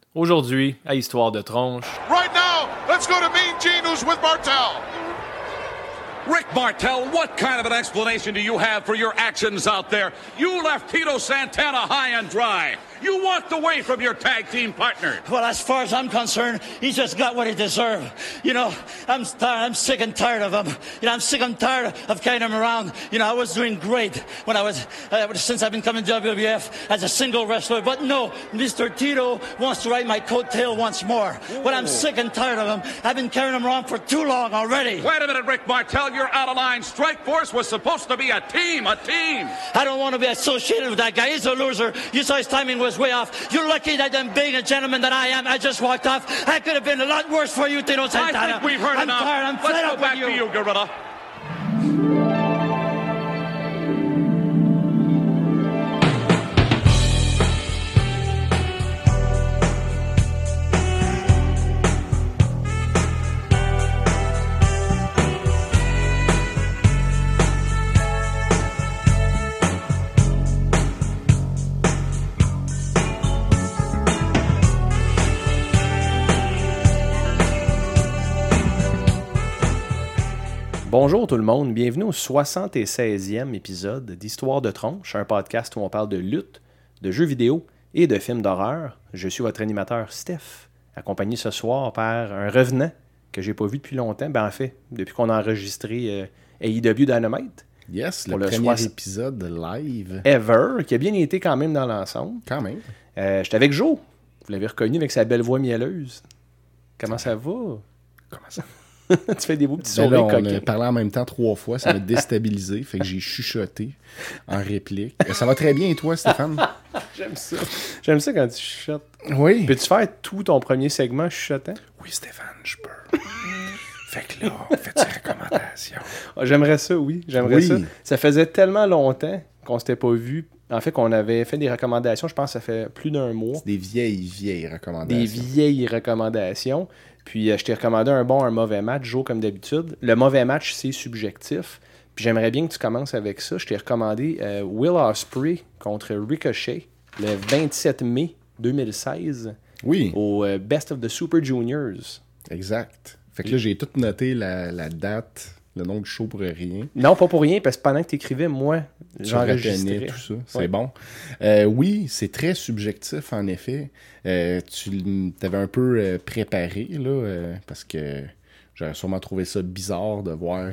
Aujourd'hui, à Histoire de tronche. Right now, let's go to Mean Gene, who's with Martel. Rick Martel, what kind of an explanation do you have for your actions out there? You left Tito Santana high and dry. You walked away from your tag team partner. Well, as far as I'm concerned, he just got what he deserved. You know, I'm sick and tired of him. You know, I'm sick and tired of carrying him around. You know, I was doing great when since I've been coming to WWF as a single wrestler. But no, Mr. Tito wants to ride my coattail once more. But I'm sick and tired of him. I've been carrying him around for too long already. Wait a minute, Rick Martel, you're out of line. Strike Force was supposed to be a team. I don't want to be associated with that guy. He's a loser. You saw his timing was way off. You're lucky that I'm being a gentleman that I am. I just walked off. I could have been a lot worse for you, Tito Santana. I think we've heard I'm enough. Tired. I'm fed Let's up go back with to you, Gorilla. Bonjour tout le monde, bienvenue au 76e épisode d'Histoire de tronche, un podcast où on parle de lutte, de jeux vidéo et de films d'horreur. Je suis votre animateur Steph, accompagné ce soir par un revenant que j'ai pas vu depuis longtemps, en fait, depuis qu'on a enregistré AEW Dynamite. Yes, le premier épisode live. Ever, qui a bien été quand même dans l'ensemble. Quand même. J'étais avec Joe, vous l'avez reconnu avec sa belle voix mielleuse. Comment ça va? Comment ça? Tu fais des beaux petits sourires coquins. On a parlé en même temps 3 fois, ça m'a déstabilisé, fait que j'ai chuchoté en réplique. Ça va très bien et toi, Stéphane? J'aime ça. J'aime ça quand tu chuchotes. Oui. Peux-tu faire tout ton premier segment chuchotant? Oui, Stéphane, je peux. Fait que là, fais tes recommandations. J'aimerais ça, oui. J'aimerais ça. Ça faisait tellement longtemps qu'on s'était pas vu. En fait, qu'on avait fait des recommandations, je pense que ça fait plus d'1 mois. C'est des vieilles recommandations. Des vieilles recommandations. Puis je t'ai recommandé un mauvais match, Joe, comme d'habitude. Le mauvais match, c'est subjectif. Puis j'aimerais bien que tu commences avec ça. Je t'ai recommandé Will Ospreay contre Ricochet le 27 mai 2016. Oui. Au Best of the Super Juniors. Exact. Fait que là, j'ai tout noté la date, le nom du show pour rien. Non, pas pour rien, parce que pendant que tu écrivais, moi, j'enregistrais tout ça. C'est bon. Oui, c'est très subjectif, en effet. Tu t'avais un peu préparé, là, parce que j'aurais sûrement trouvé ça bizarre de voir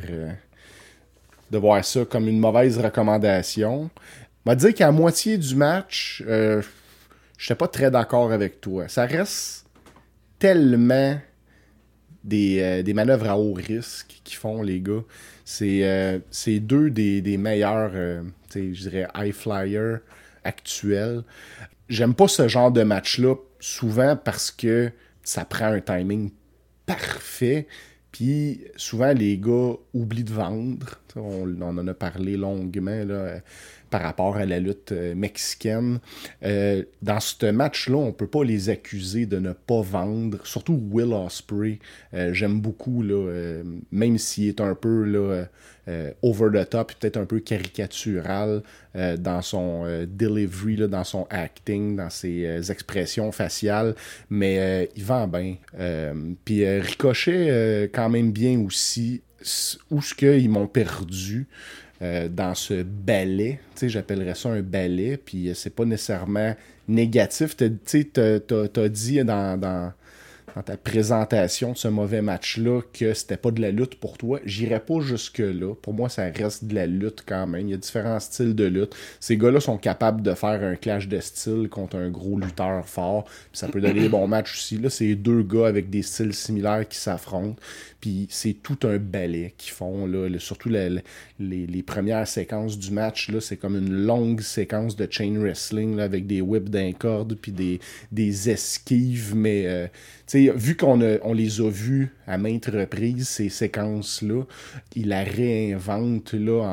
ça comme une mauvaise recommandation. On va dire qu'à moitié du match, je n'étais pas très d'accord avec toi. Ça reste tellement des manœuvres à haut risque qu'ils font, les gars. C'est deux des meilleurs, je dirais, high flyers actuels. J'aime pas ce genre de match-là, souvent parce que ça prend un timing parfait. Puis souvent, les gars oublient de vendre. On en a parlé longuement là, par rapport à la lutte mexicaine. Dans ce match-là, on peut pas les accuser de ne pas vendre. Surtout Will Ospreay. J'aime beaucoup, là, même s'il est un peu là, over the top, peut-être un peu caricatural dans son delivery, là, dans son acting, dans ses expressions faciales. Mais il vend bien. Puis Ricochet, quand même bien aussi. Où est-ce qu'ils m'ont perdu dans ce ballet, tu sais, j'appellerais ça un ballet, puis c'est pas nécessairement négatif. Tu sais, t'as dit dans ta présentation de ce mauvais match-là que c'était pas de la lutte pour toi. J'irais pas jusque-là. Pour moi, ça reste de la lutte quand même. Il y a différents styles de lutte. Ces gars-là sont capables de faire un clash de style contre un gros lutteur fort. Puis ça peut donner des bons matchs aussi. Là, c'est 2 gars avec des styles similaires qui s'affrontent. Puis c'est tout un ballet qu'ils font. Là. Surtout les premières séquences du match, là, c'est comme une longue séquence de chain wrestling là, avec des whips d'un corde puis des esquives. Mais vu qu'on les a vus à maintes reprises, ces séquences-là, ils la réinventent là,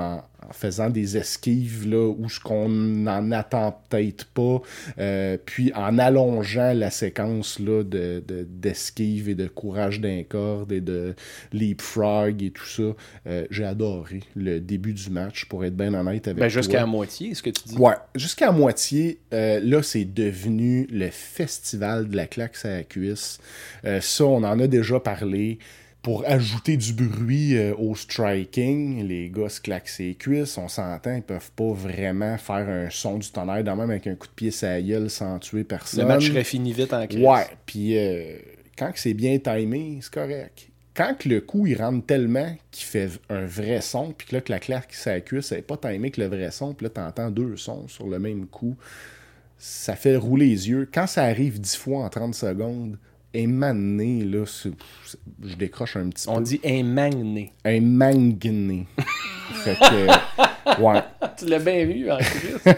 faisant des esquives là, où ce qu'on n'en attend peut-être pas, puis en allongeant la séquence là, d'esquives et de courage d'un corde et de leapfrog et tout ça. J'ai adoré le début du match, pour être bien honnête avec toi. Jusqu'à la moitié, est-ce que tu dis? Ouais, jusqu'à la moitié. Là, c'est devenu le festival de la claque à la cuisse. Ça, on en a déjà parlé. Pour ajouter du bruit au striking, les gars se claquent ses cuisses, on s'entend, ils peuvent pas vraiment faire un son du tonnerre, même avec un coup de pied sur la gueule sans tuer personne. Le match serait fini vite en crise. Ouais, puis quand c'est bien timé, c'est correct. Quand que le coup, il rentre tellement qu'il fait un vrai son, puis que là, que la claque sur la cuisse, elle n'est pas timée que le vrai son, puis là, t'entends 2 sons sur le même coup, ça fait rouler les yeux. Quand ça arrive 10 fois en 30 secondes, un mané, là, je décroche un petit peu. On dit un magné. Un magné. Fait que, ouais. Tu l'as bien vu, en Christ.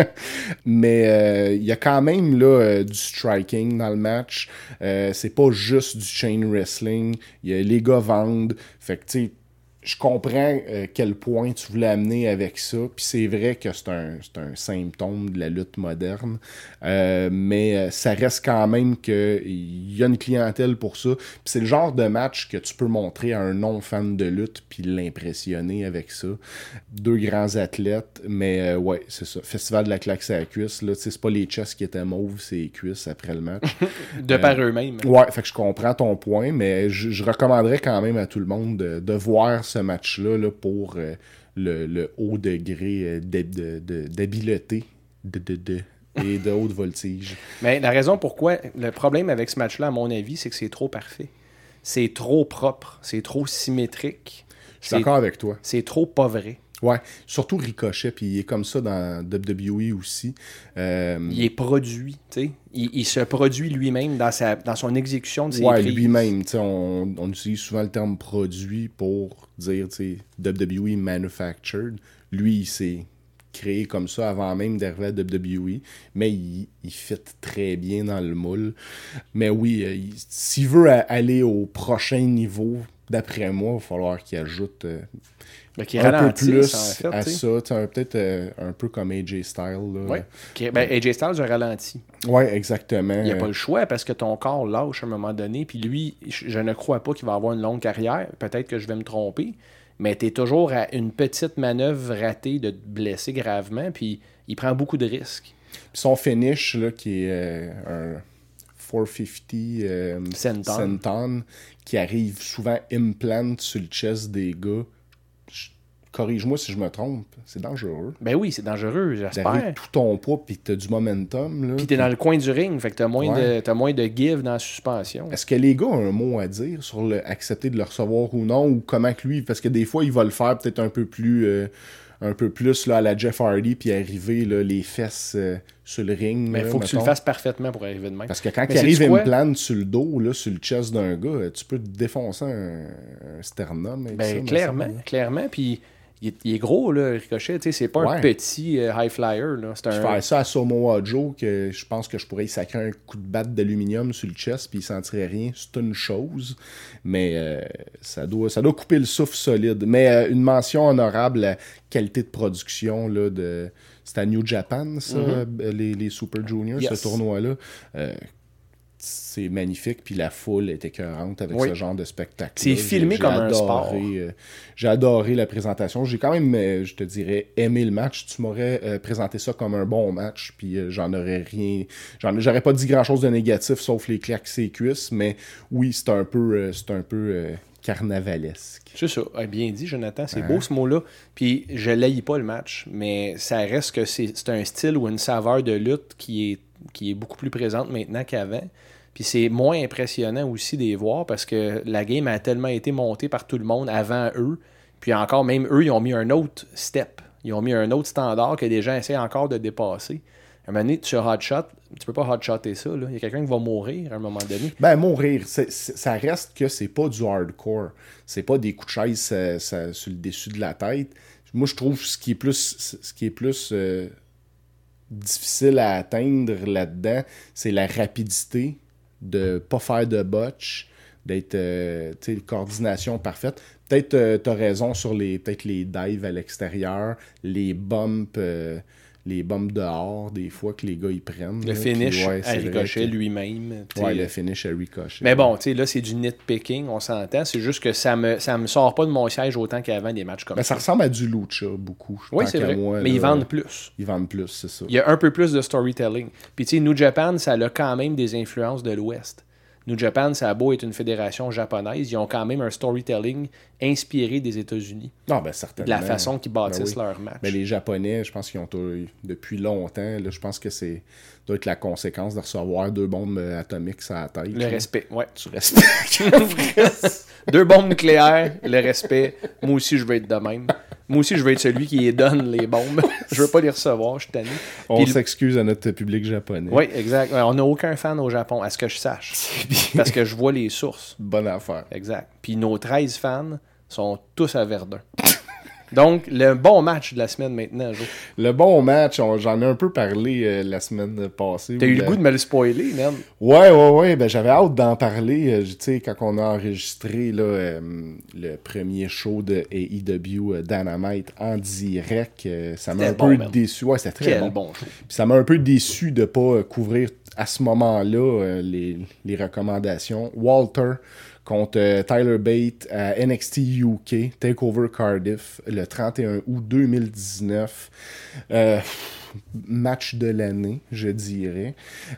Mais il y a quand même là, du striking dans le match. C'est pas juste du chain wrestling. Les gars vendent. Fait que, tu sais, je comprends quel point tu voulais amener avec ça. Puis c'est vrai que c'est un symptôme de la lutte moderne. Mais ça reste quand même qu'il y a une clientèle pour ça. Puis c'est le genre de match que tu peux montrer à un non-fan de lutte puis l'impressionner avec ça. 2 grands athlètes. Mais ouais, c'est ça. Festival de la claque à la cuisse. Là, c'est pas les chests qui étaient mauves, c'est les cuisses après le match. De par eux-mêmes. Ouais, fait que je comprends ton point. Mais je recommanderais quand même à tout le monde de voir ce match-là là, pour le haut degré d'habileté et de haute voltige. Mais la raison pourquoi, le problème avec ce match-là, à mon avis, c'est que c'est trop parfait. C'est trop propre, c'est trop symétrique. Je suis d'accord avec toi. C'est trop pas vrai. Ouais, surtout Ricochet, puis il est comme ça dans WWE aussi. Il est produit, tu sais. Il se produit lui-même dans son exécution de ses ouais, prises. lui-même, tu sais, on utilise souvent le terme produit pour dire, tu sais, WWE manufactured. Lui, il s'est créé comme ça avant même d'arriver à WWE, mais il fit très bien dans le moule. Mais oui, s'il veut aller au prochain niveau, d'après moi, il va falloir qu'il ajoute... qu'il ralentisse, en fait, à ça, peut-être un peu comme AJ Styles. Oui, AJ Styles a ralenti. Oui, exactement. Il n'y a pas le choix parce que ton corps lâche à un moment donné, puis lui, je ne crois pas qu'il va avoir une longue carrière, peut-être que je vais me tromper, mais tu es toujours à une petite manœuvre ratée de te blesser gravement, puis il prend beaucoup de risques. Puis son finish, là, qui est un 450 senton, qui arrive souvent implant sur le chest des gars. Corrige-moi si je me trompe, c'est dangereux. Ben oui, c'est dangereux, j'espère. D'arriver tout ton poids, puis t'as du momentum. Là, puis t'es dans le coin du ring, fait que t'as moins de give dans la suspension. Est-ce que les gars ont un mot à dire sur accepter de le recevoir ou non, ou comment que lui, parce que des fois, il va le faire peut-être un peu plus là, à la Jeff Hardy, puis arriver là, les fesses sur le ring. Mais il faut que tu le fasses parfaitement pour arriver de même. Parce que quand il arrive une plane sur le dos, là, sur le chest d'un gars, tu peux te défoncer un sternum avec ça. Clairement, puis... Il est gros, là, Ricochet. C'est pas un petit high flyer. Là. C'est faire ça à Samoa Joe, que je pense que je pourrais y sacrer un coup de batte d'aluminium sur le chest puis il sentirait rien. C'est une chose. Mais ça doit couper le souffle solide. Mais une mention honorable à la qualité de production là, c'est à New Japan, ça, les Super Juniors, ce tournoi-là. C'est magnifique, puis la foule est écœurante avec ce genre de spectacle. C'est filmé comme un sport. J'ai adoré la présentation. J'ai quand même, je te dirais, aimé le match. Tu m'aurais présenté ça comme un bon match, puis j'aurais pas dit grand-chose de négatif, sauf les claques ses cuisses, mais oui, c'est un peu carnavalesque. C'est ça, bien dit, Jonathan. C'est beau ce mot-là. Puis je l'haïs pas le match, mais ça reste que c'est un style ou une saveur de lutte qui est beaucoup plus présente maintenant qu'avant. Puis c'est moins impressionnant aussi de les voir parce que la game a tellement été montée par tout le monde avant eux. Puis encore, même eux, ils ont mis un autre step. Ils ont mis un autre standard que des gens essaient encore de dépasser. À un moment donné, tu hotshot, tu peux pas hotshotter ça. Là. Il y a quelqu'un qui va mourir à un moment donné. Ben, mourir, ça reste que c'est pas du hardcore. C'est pas des coups de chaise sur le dessus de la tête. Moi, je trouve ce qui est plus difficile à atteindre là-dedans, c'est la rapidité de pas faire de botch, d'être coordination parfaite. Peut-être t'as raison sur peut-être les dives à l'extérieur, les bumps dehors, des fois que les gars ils prennent. Le finish à Ricochet lui-même. Ouais, le finish à Ricochet. Mais bon, tu sais, là, c'est du nitpicking, on s'entend. C'est juste que ça me sort pas de mon siège autant qu'avant des matchs comme ça. Ça ressemble à du lucha, beaucoup. Oui, c'est vrai. Mais ils vendent plus. Ils vendent plus, c'est ça. Il y a un peu plus de storytelling. Puis, tu sais, New Japan, ça a quand même des influences de l'Ouest. New Japan, ça a beau être une fédération japonaise, ils ont quand même un storytelling inspiré des États-Unis. Non, ben certainement. De la façon qu'ils bâtissent leur match. Mais les Japonais, je pense qu'ils ont depuis longtemps, là, je pense que c'est doit être la conséquence de recevoir 2 bombes atomiques sur la tête. Le respect, ouais. Tu respectes. 2 bombes nucléaires, le respect. Moi aussi, je veux être de même. Moi aussi, je veux être celui qui les donne, les bombes. Je veux pas les recevoir, je suis tanné. On s'excuse à notre public japonais. Oui, exact. On n'a aucun fan au Japon, à ce que je sache. Parce que je vois les sources. Bonne affaire. Exact. Puis nos 13 fans sont tous à Verdun. Donc, le bon match de la semaine maintenant, Jo. Le bon match, j'en ai un peu parlé la semaine passée. T'as eu le goût de me le spoiler, man? Ouais. Ben, j'avais hâte d'en parler. Tu sais, quand on a enregistré là, le premier show de AEW Dynamite en direct, ça m'a un peu déçu. Ouais, c'était très bon show. Puis ça m'a un peu déçu de pas couvrir à ce moment-là les recommandations. Walter contre Tyler Bate à NXT UK, TakeOver Cardiff, le 31 août 2019. Match de l'année, je dirais.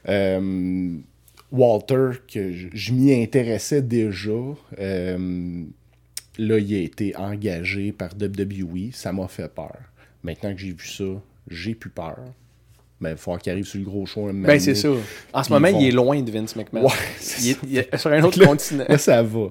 Walter, que je m'y intéressais déjà. Là, il a été engagé par WWE. Ça m'a fait peur. Maintenant que j'ai vu ça, j'ai plus peur. Mais il va falloir qu'il arrive sur le gros show. Ben, c'est ça. En ce moment, il est loin de Vince McMahon. Ouais, il est sur un autre continent. Là, ça va.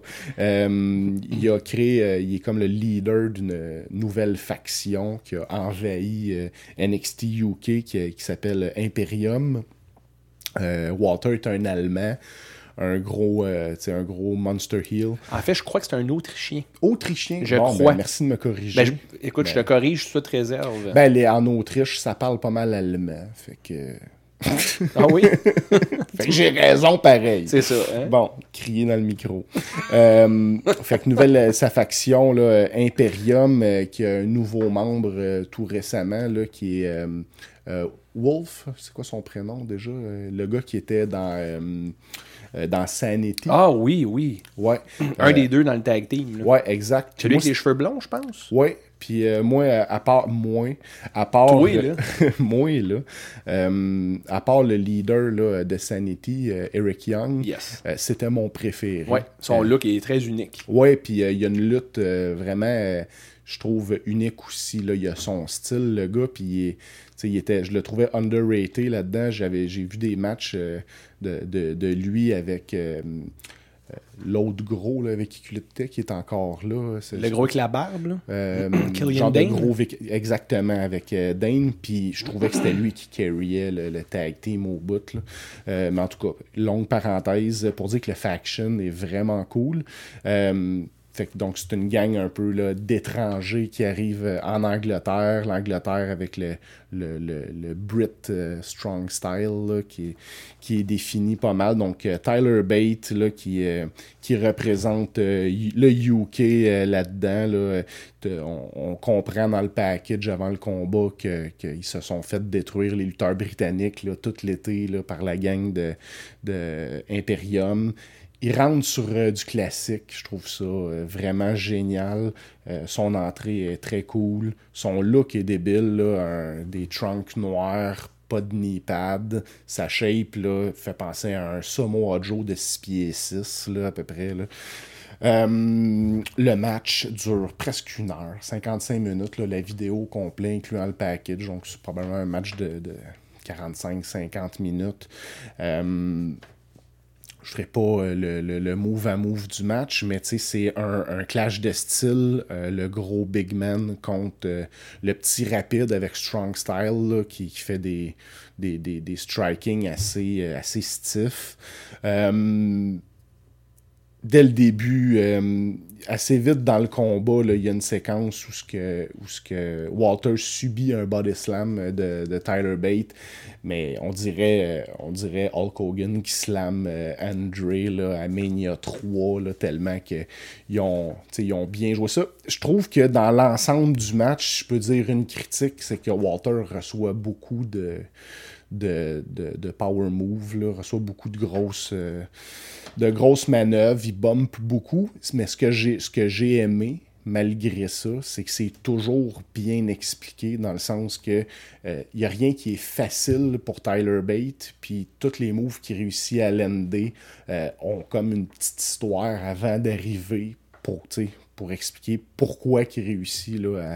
Il a créé, il est comme le leader d'une nouvelle faction qui a envahi NXT UK qui s'appelle Imperium. Walter est un Allemand. Un gros Monster Heel. En fait, je crois que c'est un Autrichien. Autrichien? Je crois. Ben, merci de me corriger. Écoute, je te corrige, je te réserve. En Autriche, ça parle pas mal allemand. Fait que... Ah oui? Fait que j'ai raison pareil. C'est ça. Hein? Bon, crier dans le micro. Fait que sa faction, là, Imperium, qui a un nouveau membre tout récemment, là, qui est Wolf. C'est quoi son prénom déjà? Le gars qui était dans Sanity. Ah oui. Ouais. Un des deux dans le tag team. Là. Ouais, exact. Celui avec les cheveux blonds, je pense. Ouais. Puis moi, à part toi, là. moi, là, à part le leader là, de Sanity, Eric Young, yes. C'était mon préféré. Ouais, son look est très unique. Ouais, puis il y a une lutte vraiment, je trouve, unique aussi. Là. Il a son style, le gars, puis je le trouvais underrated là-dedans. J'ai vu des matchs de lui avec... l'autre gros là, avec qui il luttait, qui est encore là. Le gros avec la barbe, là? Killian Dane? Exactement, avec Dane. Puis je trouvais que c'était lui qui carryait le tag team au bout. Là. Mais en tout cas, longue parenthèse pour dire que le faction est vraiment cool. Fait que, donc, c'est une gang un peu là, d'étrangers qui arrivent en Angleterre. L'Angleterre avec le Brit Strong Style là, qui est défini pas mal. Donc, Tyler Bate là, qui représente le UK là-dedans. Là, on comprend dans le package avant le combat qu'ils se sont fait détruire les lutteurs britanniques là, tout l'été là, par la gang de Imperium. Il rentre sur du classique, je trouve ça vraiment génial. Son entrée est très cool. Son look est débile, là, des trunks noirs, pas de knee pad. Sa shape là, fait penser à un Samoa Joe de 6 pieds 6, là, à peu près. Là. Le match dure presque 1 heure, 55 minutes. Là, la vidéo complète, incluant le package. Donc, c'est probablement un match de 45-50 minutes. Je ferai pas le move à move du match, mais c'est un clash de style. Le gros big man contre le petit rapide avec Strong Style là, qui fait des striking assez stiff. dès le début, assez vite dans le combat, il y a une séquence où ce que Walter subit un body slam de Tyler Bate, mais on dirait Hulk Hogan qui slam Andre là, à Mania 3, là, tellement qu'ils ont bien joué ça. Je trouve que dans l'ensemble du match, je peux dire une critique, c'est que Walter reçoit beaucoup de power move, là, reçoit beaucoup de grosses manœuvres, il bump beaucoup, mais ce que j'ai aimé malgré ça, c'est que c'est toujours bien expliqué dans le sens que y a rien qui est facile pour Tyler Bate, puis tous les moves qu'il réussit à lander ont comme une petite histoire avant d'arriver pour expliquer pourquoi il réussit là,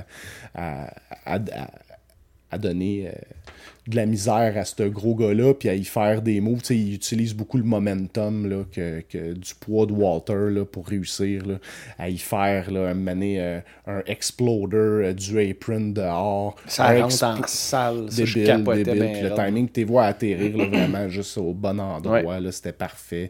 à donner de la misère à ce gros gars-là, puis à y faire des moves. T'sais, il utilise beaucoup le momentum là, que du poids de Walter là, pour réussir là, à y faire là, un exploder du apron dehors. Ça rentre en salle, ça, je capotais bien. Le timing, tu vois atterrir là, vraiment juste au bon endroit, ouais. Là, c'était parfait.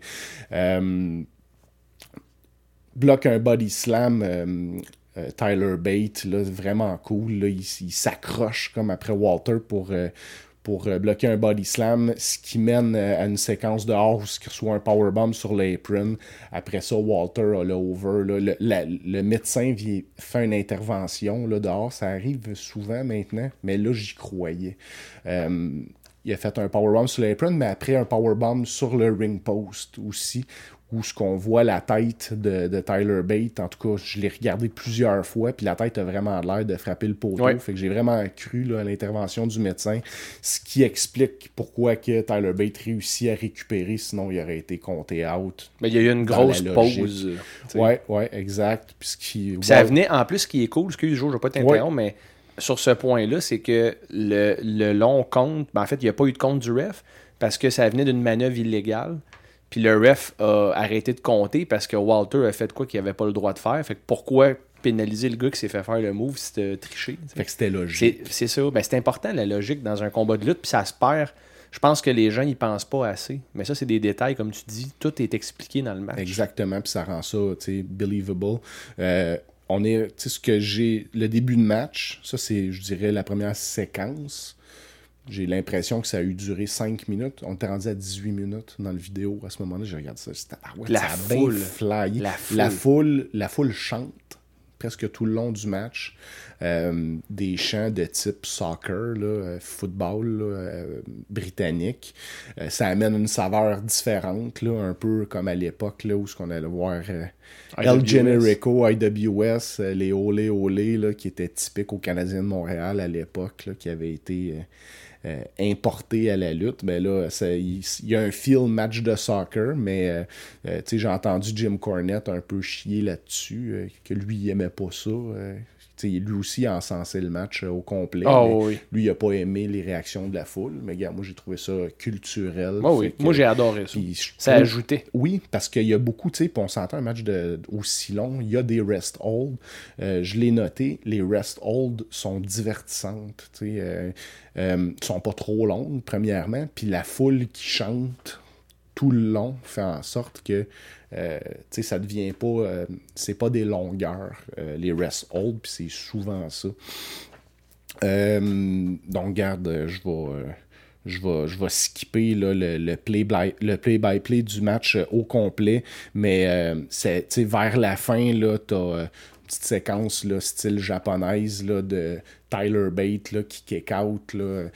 Bloque un body slam... Tyler Bate, là, vraiment cool. Là, il s'accroche comme après Walter pour bloquer un body slam, ce qui mène à une séquence dehors où il reçoit un powerbomb sur l'apron. Après ça, Walter a le over. Là, le médecin fait une intervention là, dehors. Ça arrive souvent maintenant, mais là, j'y croyais. Il a fait un powerbomb sur l'apron, mais après un powerbomb sur le ring post aussi, où ce qu'on voit la tête de Tyler Bate. En tout cas, je l'ai regardé plusieurs fois, puis la tête a vraiment l'air de frapper le poteau. Ouais. Fait que j'ai vraiment cru là, à l'intervention du médecin, ce qui explique pourquoi que Tyler Bate réussit à récupérer, sinon il aurait été compté out. Mais il y a eu une grosse pause. Ouais, exact. Puis ça venait, en plus, ce qui est cool, excuse-moi, je ne vais pas t'interrompre, mais sur ce point-là, c'est que le long compte, en fait, il n'y a pas eu de compte du ref, parce que ça venait d'une manœuvre illégale. Puis le ref a arrêté de compter parce que Walter a fait quoi qu'il n'avait pas le droit de faire. Fait que pourquoi pénaliser le gars qui s'est fait faire le move si c'était triché? T'sais? Fait que c'était logique. C'est ça. Ben, c'est important, la logique, dans un combat de lutte. Puis ça se perd. Je pense que les gens n'y pensent pas assez. Mais ça, c'est des détails, comme tu dis. Tout est expliqué dans le match. Exactement. Puis ça rend ça, believable. On est, ce que j'ai... Le début de match, ça, c'est, je dirais, la première séquence. J'ai l'impression que ça a eu duré 5 minutes. On était rendu à 18 minutes dans le vidéo. À ce moment-là, j'ai regardé ça. C'était la foule chante presque tout le long du match. Des chants de type soccer, là, football là, britannique. Ça amène une saveur différente, là, un peu comme à l'époque là, où on allait voir El Generico, IWS, les Olé Olé, là, qui étaient typiques aux Canadiens de Montréal à l'époque, là, qui avaient été... importé à la lutte, mais là, il y a un feel match de soccer, mais j'ai entendu Jim Cornette un peu chier là-dessus, que lui, il aimait pas ça. Lui aussi a encensé le match au complet. Oui. Lui, il n'a pas aimé les réactions de la foule, mais regarde, moi, j'ai trouvé ça culturel. Moi, j'ai adoré ça. Ça a ajouté. Oui, parce qu'il y a beaucoup, on s'entend un match aussi long, il y a des rest hold. Je l'ai noté, les rest hold sont divertissantes, sont pas trop longues, premièrement, puis la foule qui chante tout le long fait en sorte que ça devient pas c'est pas des longueurs les rest hold, puis c'est souvent ça. Donc garde, je vais skipper là, le play-by-play du match au complet, mais vers la fin, là, t'as une petite séquence là, style japonaise là, de Tyler Bate là, qui kick-out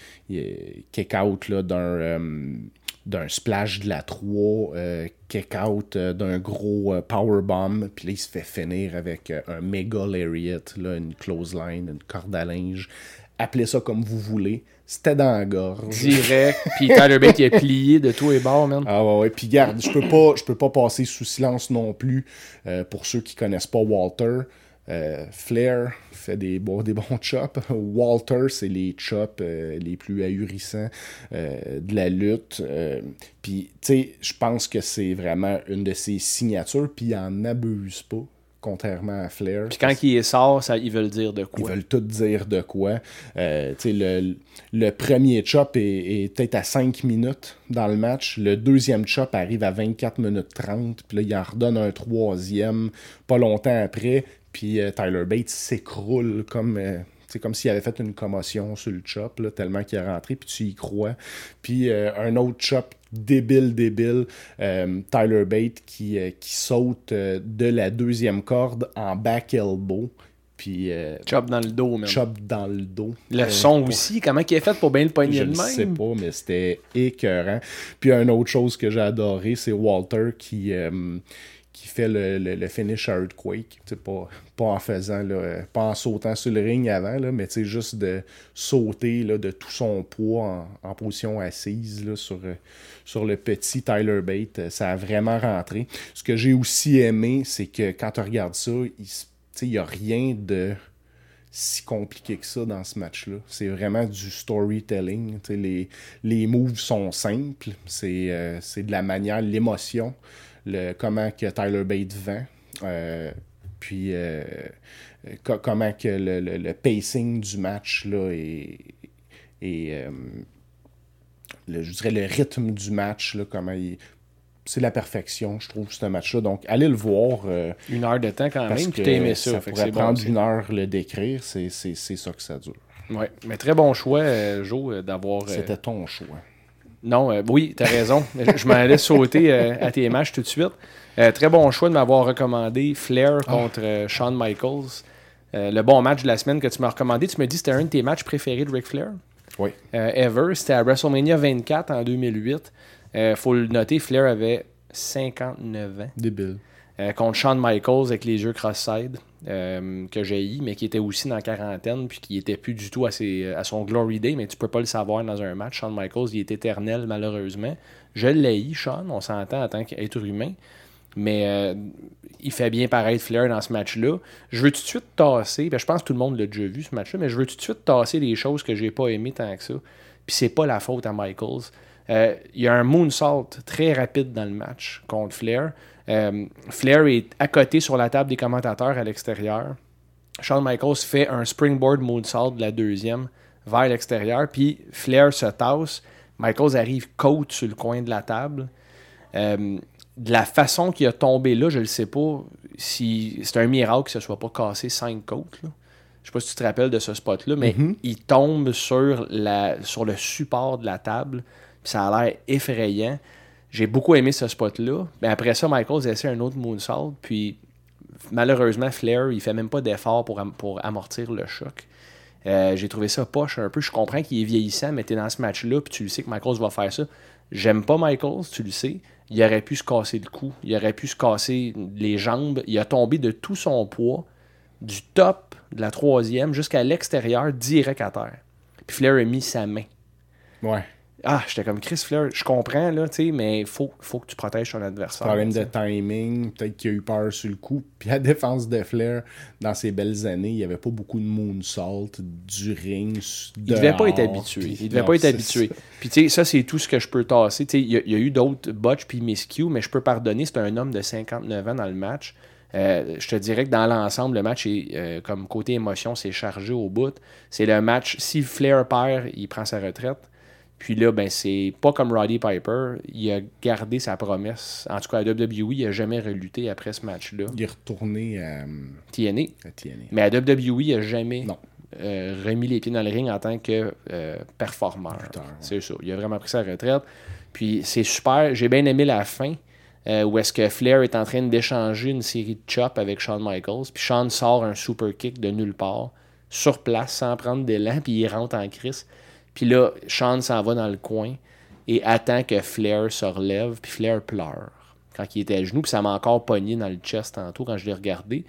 là, d'un splash de la 3, kick-out d'un gros powerbomb, puis là, il se fait finir avec un méga lariat, là, une clothesline, une corde à linge. Appelez ça comme vous voulez. C'était dans la gorge. Direct. Puis Tyler Bate, il a plié de tous les bords, man. Ah ouais. Puis garde, je peux pas passer sous silence non plus pour ceux qui connaissent pas Walter. Flair fait des bons chops. Walter, c'est les chops les plus ahurissants de la lutte. Puis, tu sais, je pense que c'est vraiment une de ses signatures. Puis, il en abuse pas. contrairement à Flair. Puis quand il sort, ils veulent dire de quoi. Ils veulent tout dire de quoi. Le premier chop est peut-être à 5 minutes dans le match. Le deuxième chop arrive à 24 minutes 30. Puis là, il en redonne un troisième pas longtemps après. Puis Tyler Bates s'écroule comme... c'est comme s'il avait fait une commotion sur le chop, là, tellement qu'il est rentré, puis tu y crois. Puis un autre chop débile. Tyler Bates qui saute de la deuxième corde en back elbow. Puis, chop dans le dos, même. Chop dans le dos. Le son aussi, comment il est fait pour bien le pogner de même? Je ne sais pas, mais c'était écœurant. Puis une autre chose que j'ai adoré, c'est Walter qui fait le finish à Earthquake. Pas en faisant, là, pas en sautant sur le ring avant, là, mais juste de sauter là, de tout son poids en position assise là, sur le petit Tyler Bates. Ça a vraiment rentré. Ce que j'ai aussi aimé, c'est que quand tu regardes ça, il n'y a rien de si compliqué que ça dans ce match-là. C'est vraiment du storytelling. Les moves sont simples. C'est de la manière, l'émotion, comment que Tyler Bates vend, puis comment que le pacing du match là, je dirais le rythme du match, là, comment c'est la perfection, je trouve, ce match-là. Donc, allez le voir. 1 heure de temps quand même, puis t'as aimé ça. Ça pourrait prendre 1 heure le décrire, c'est ça que ça dure. Oui, mais très bon choix, Joe, d'avoir... C'était ton choix. Non, oui, t'as raison. Je m'en allais sauter à tes matchs tout de suite. Très bon choix de m'avoir recommandé Flair contre Shawn Michaels. Le bon match de la semaine que tu m'as recommandé. Tu m'as dit que c'était un de tes matchs préférés de Ric Flair. Oui. Ever. C'était à WrestleMania 24 en 2008. Faut le noter, Flair avait 59 ans. Débile. Contre Shawn Michaels avec les yeux cross-side, que j'ai eu, mais qui était aussi dans la quarantaine, puis qui était plus du tout à son Glory Day, mais tu peux pas le savoir dans un match. Shawn Michaels, il est éternel, malheureusement. Je l'ai eu, Shawn, on s'entend en tant qu'être humain, mais il fait bien paraître Flair dans ce match-là. Je veux tout de suite tasser, je pense que tout le monde l'a déjà vu, ce match-là, mais je veux tout de suite tasser les choses que j'ai pas aimées tant que ça. Puis c'est pas la faute à Michaels. Il y a un moonsault très rapide dans le match contre Flair. Flair est à côté sur la table des commentateurs à l'extérieur. Shawn Michaels fait un springboard moonsault de la deuxième vers l'extérieur, puis Flair se tasse. Michaels arrive côte sur le coin de la table. De la façon qu'il a tombé là, je ne sais pas si c'est un miracle que ce ne soit pas cassé 5 côtes. Là. Je sais pas si tu te rappelles de ce spot-là, mais il tombe sur le support de la table. Puis ça a l'air effrayant. J'ai beaucoup aimé ce spot-là. Mais après ça, Michaels essaie un autre moonsault. Puis malheureusement, Flair, il fait même pas d'effort pour amortir le choc. J'ai trouvé ça poche un peu. Je comprends qu'il est vieillissant, mais t'es dans ce match-là, puis tu le sais que Michaels va faire ça. J'aime pas Michaels, tu le sais. Il aurait pu se casser le cou. Il aurait pu se casser les jambes. Il a tombé de tout son poids, du top de la troisième jusqu'à l'extérieur, direct à terre. Puis Flair a mis sa main. Ouais. Ah, j'étais comme Chris Flair, je comprends, là, tu sais, mais faut que tu protèges ton adversaire. Problème de timing, peut-être qu'il a eu peur sur le coup. Puis la défense de Flair, dans ses belles années, il n'y avait pas beaucoup de moonsault, du ring, il devait pas être habitué. Il devait pas être habitué. Puis tu sais, ça, c'est tout ce que je peux tasser. Tu sais, il y a eu d'autres botches puis miscues, mais je peux pardonner, c'est un homme de 59 ans dans le match. Je te dirais que dans l'ensemble, le match est comme côté émotion, c'est chargé au bout. C'est le match, si Flair perd, il prend sa retraite. Puis là, ben c'est pas comme Roddy Piper. Il a gardé sa promesse. En tout cas, à WWE, il n'a jamais relutté après ce match-là. Il est retourné à TNA. Mais à WWE, il n'a jamais remis les pieds dans le ring en tant que performeur. C'est ça. Il a vraiment pris sa retraite. Puis c'est super. J'ai bien aimé la fin où est-ce que Flair est en train d'échanger une série de chops avec Shawn Michaels. Puis Shawn sort un super kick de nulle part, sur place, sans prendre d'élan, puis il rentre en crise. Puis là, Shawn s'en va dans le coin et attend que Flair se relève, puis Flair pleure quand il était à genoux, puis ça m'a encore pogné dans le chest tantôt quand je l'ai regardé.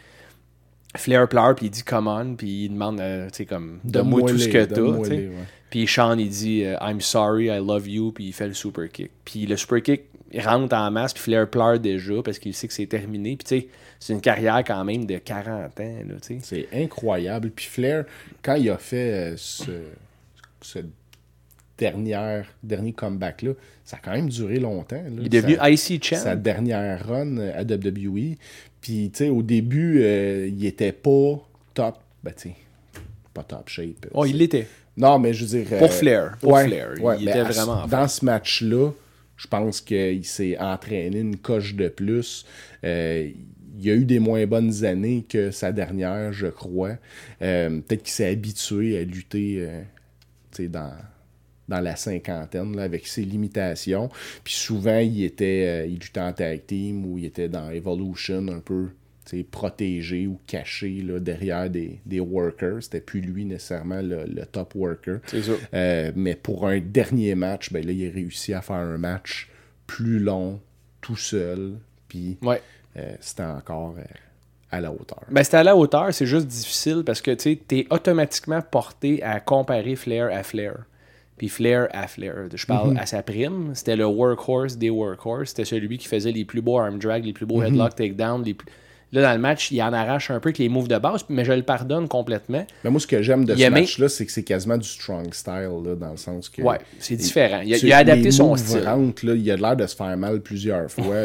Flair pleure, puis il dit « Come on », puis il demande, tu sais, comme « Donne-moi tout ce que t'as », tu sais. Ouais. Puis Shawn, il dit « I'm sorry, I love you », puis il fait le super kick. Puis le super kick, il rentre en masse, puis Flair pleure déjà parce qu'il sait que c'est terminé. Puis tu sais, c'est une carrière quand même de 40 ans, là, tu sais. C'est incroyable. Puis Flair, quand il a fait ce dernier comeback-là, ça a quand même duré longtemps. Là. Il est devenu IC Champ. Sa dernière run à WWE. Puis, tu sais, au début, il était pas top. Ben, tu sais, pas top shape. Oh, il l'était. Non, mais je veux dire... Pour Flair. Flair. Il était vraiment... Dans ce match-là, je pense qu'il s'est entraîné une coche de plus. Il y a eu des moins bonnes années que sa dernière, je crois. Peut-être qu'il s'est habitué à lutter dans la cinquantaine là, avec ses limitations. Puis souvent, il luttait en tag team ou il était dans Evolution un peu protégé ou caché là, derrière des workers. C'était plus lui nécessairement le top worker. C'est sûr. Mais pour un dernier match, ben là, il a réussi à faire un match plus long, tout seul. Puis c'était encore à la hauteur. Ben, c'était à la hauteur, c'est juste difficile parce que tu es automatiquement porté à comparer Flair à Flair. Puis Flair à Flair. Je parle à sa prime. C'était le workhorse des workhorse. C'était celui qui faisait les plus beaux arm drag, les plus beaux headlock takedown, Là, dans le match, il en arrache un peu avec les moves de base, mais je le pardonne complètement. Mais moi, ce que j'aime de ce match-là, c'est que c'est quasiment du strong style, là, dans le sens que... Ouais, c'est différent. Il a adapté son style. Là, il a l'air de se faire mal plusieurs fois.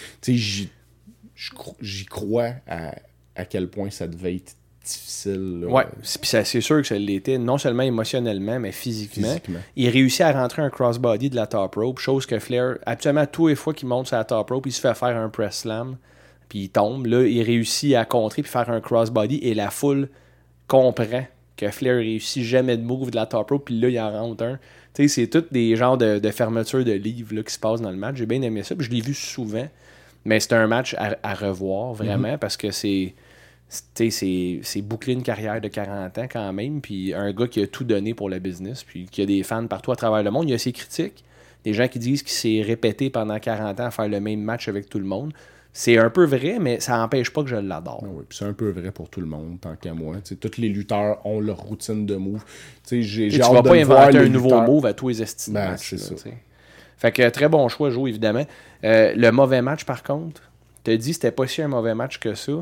J'y crois à quel point ça devait être difficile. Là. Ouais, puis c'est sûr que ça l'était, non seulement émotionnellement, mais physiquement. Il réussit à rentrer un crossbody de la top rope, chose que Flair, absolument tous les fois qu'il monte sur la top rope, il se fait faire un press slam. Puis il tombe. Là, il réussit à contrer puis faire un crossbody et la foule comprend que Flair réussit jamais de move de la top rope puis là, il en rentre un. Tu sais, c'est tous des genres de fermeture de livres là, qui se passent dans le match. J'ai bien aimé ça puis je l'ai vu souvent. Mais c'est un match à revoir vraiment parce que c'est boucler une carrière de 40 ans quand même. Puis un gars qui a tout donné pour le business puis qui a des fans partout à travers le monde. Il y a ses critiques. Des gens qui disent qu'il s'est répété pendant 40 ans à faire le même match avec tout le monde. C'est un peu vrai, mais ça n'empêche pas que je l'adore. Oui, puis c'est un peu vrai pour tout le monde, tant qu'à moi. Tous les lutteurs ont leur routine de move. J'ai tu vas pas inventer un nouveau move à tous les estimes. C'est ça. Fait que très bon choix, Joe, évidemment. Le mauvais match, par contre, tu as dit que c'était pas si un mauvais match que ça.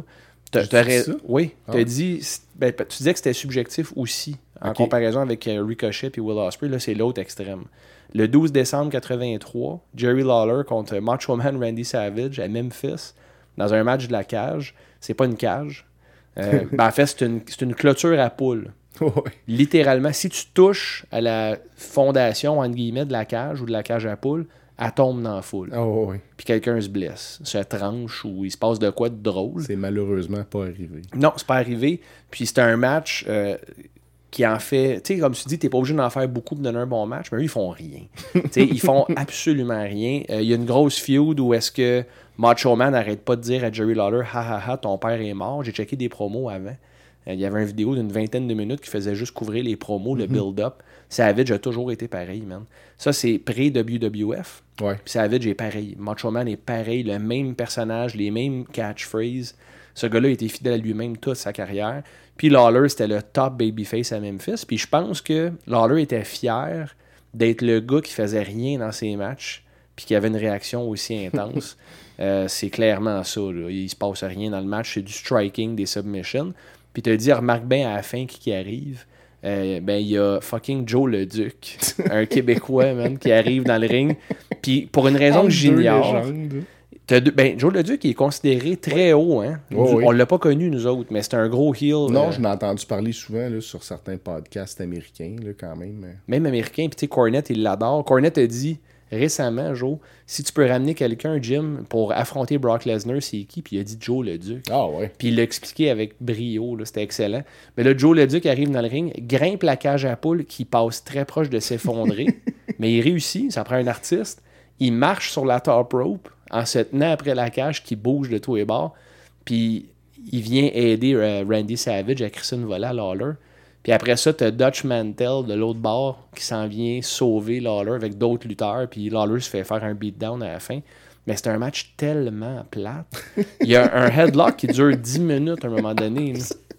Oui, tu disais que c'était subjectif aussi, en comparaison avec Ricochet et Will Ospreay. Là, c'est l'autre extrême. Le 12 décembre 83, Jerry Lawler contre Macho Man Randy Savage à Memphis, dans un match de la cage. C'est pas une cage. En fait, c'est une clôture à poules. Littéralement, si tu touches à la fondation, entre guillemets, de la cage ou de la cage à poules, elle tombe dans la foule. Puis quelqu'un se blesse, se tranche ou il se passe de quoi de drôle. C'est malheureusement pas arrivé. Non, c'est pas arrivé. Puis c'était un match... qui en fait, tu sais, comme tu dis, t'es pas obligé d'en faire beaucoup pour donner un bon match, mais eux, ils font rien. Ils font absolument rien. Il y a une grosse feud où est-ce que Macho Man n'arrête pas de dire à Jerry Lawler, ha ha ha, ton père est mort. J'ai checké des promos avant. Il y avait une vidéo d'une 20aine de minutes qui faisait juste couvrir les promos, le build-up. Savage a toujours été pareil, man. Ça, c'est pré-WWF. Puis Savage est pareil. Macho Man est pareil, le même personnage, les mêmes catchphrases. Ce gars-là était fidèle à lui-même toute sa carrière. Puis Lawler, c'était le top babyface à Memphis. Puis je pense que Lawler était fier d'être le gars qui faisait rien dans ses matchs puis qui avait une réaction aussi intense. C'est clairement ça. Là. Il se passe rien dans le match. C'est du striking, des submissions. Puis tu te dis, remarque bien à la fin qui arrive. Il y a fucking Joe le Duc, un Québécois, man, qui arrive dans le ring. Puis pour une raison que j'ignore... Joe le Duc est considéré très haut. Hein? On l'a pas connu, nous autres, mais c'est un gros heel. Non, je l'ai entendu parler souvent là, sur certains podcasts américains, là, quand même. Même américains. Puis tu sais, Cornette, il l'adore. Cornette a dit récemment, Joe, si tu peux ramener quelqu'un, Jim, pour affronter Brock Lesnar, c'est qui? Puis il a dit Joe le Duc. Puis il l'a expliqué avec brio. Là, c'était excellent. Mais là, Joe le Duc arrive dans le ring, grimpe la cage à poule qui passe très proche de s'effondrer. Mais il réussit. Ça prend un artiste. Il marche sur la top rope en se tenant après la cage qui bouge de tous les bords. Puis il vient aider Randy Savage à crisser une volée à Lawler. Puis après ça, t'as Dutch Mantel de l'autre bord qui s'en vient sauver Lawler avec d'autres lutteurs. Puis Lawler se fait faire un beatdown à la fin. Mais c'est un match tellement plate. Il y a un headlock qui dure 10 minutes à un moment donné.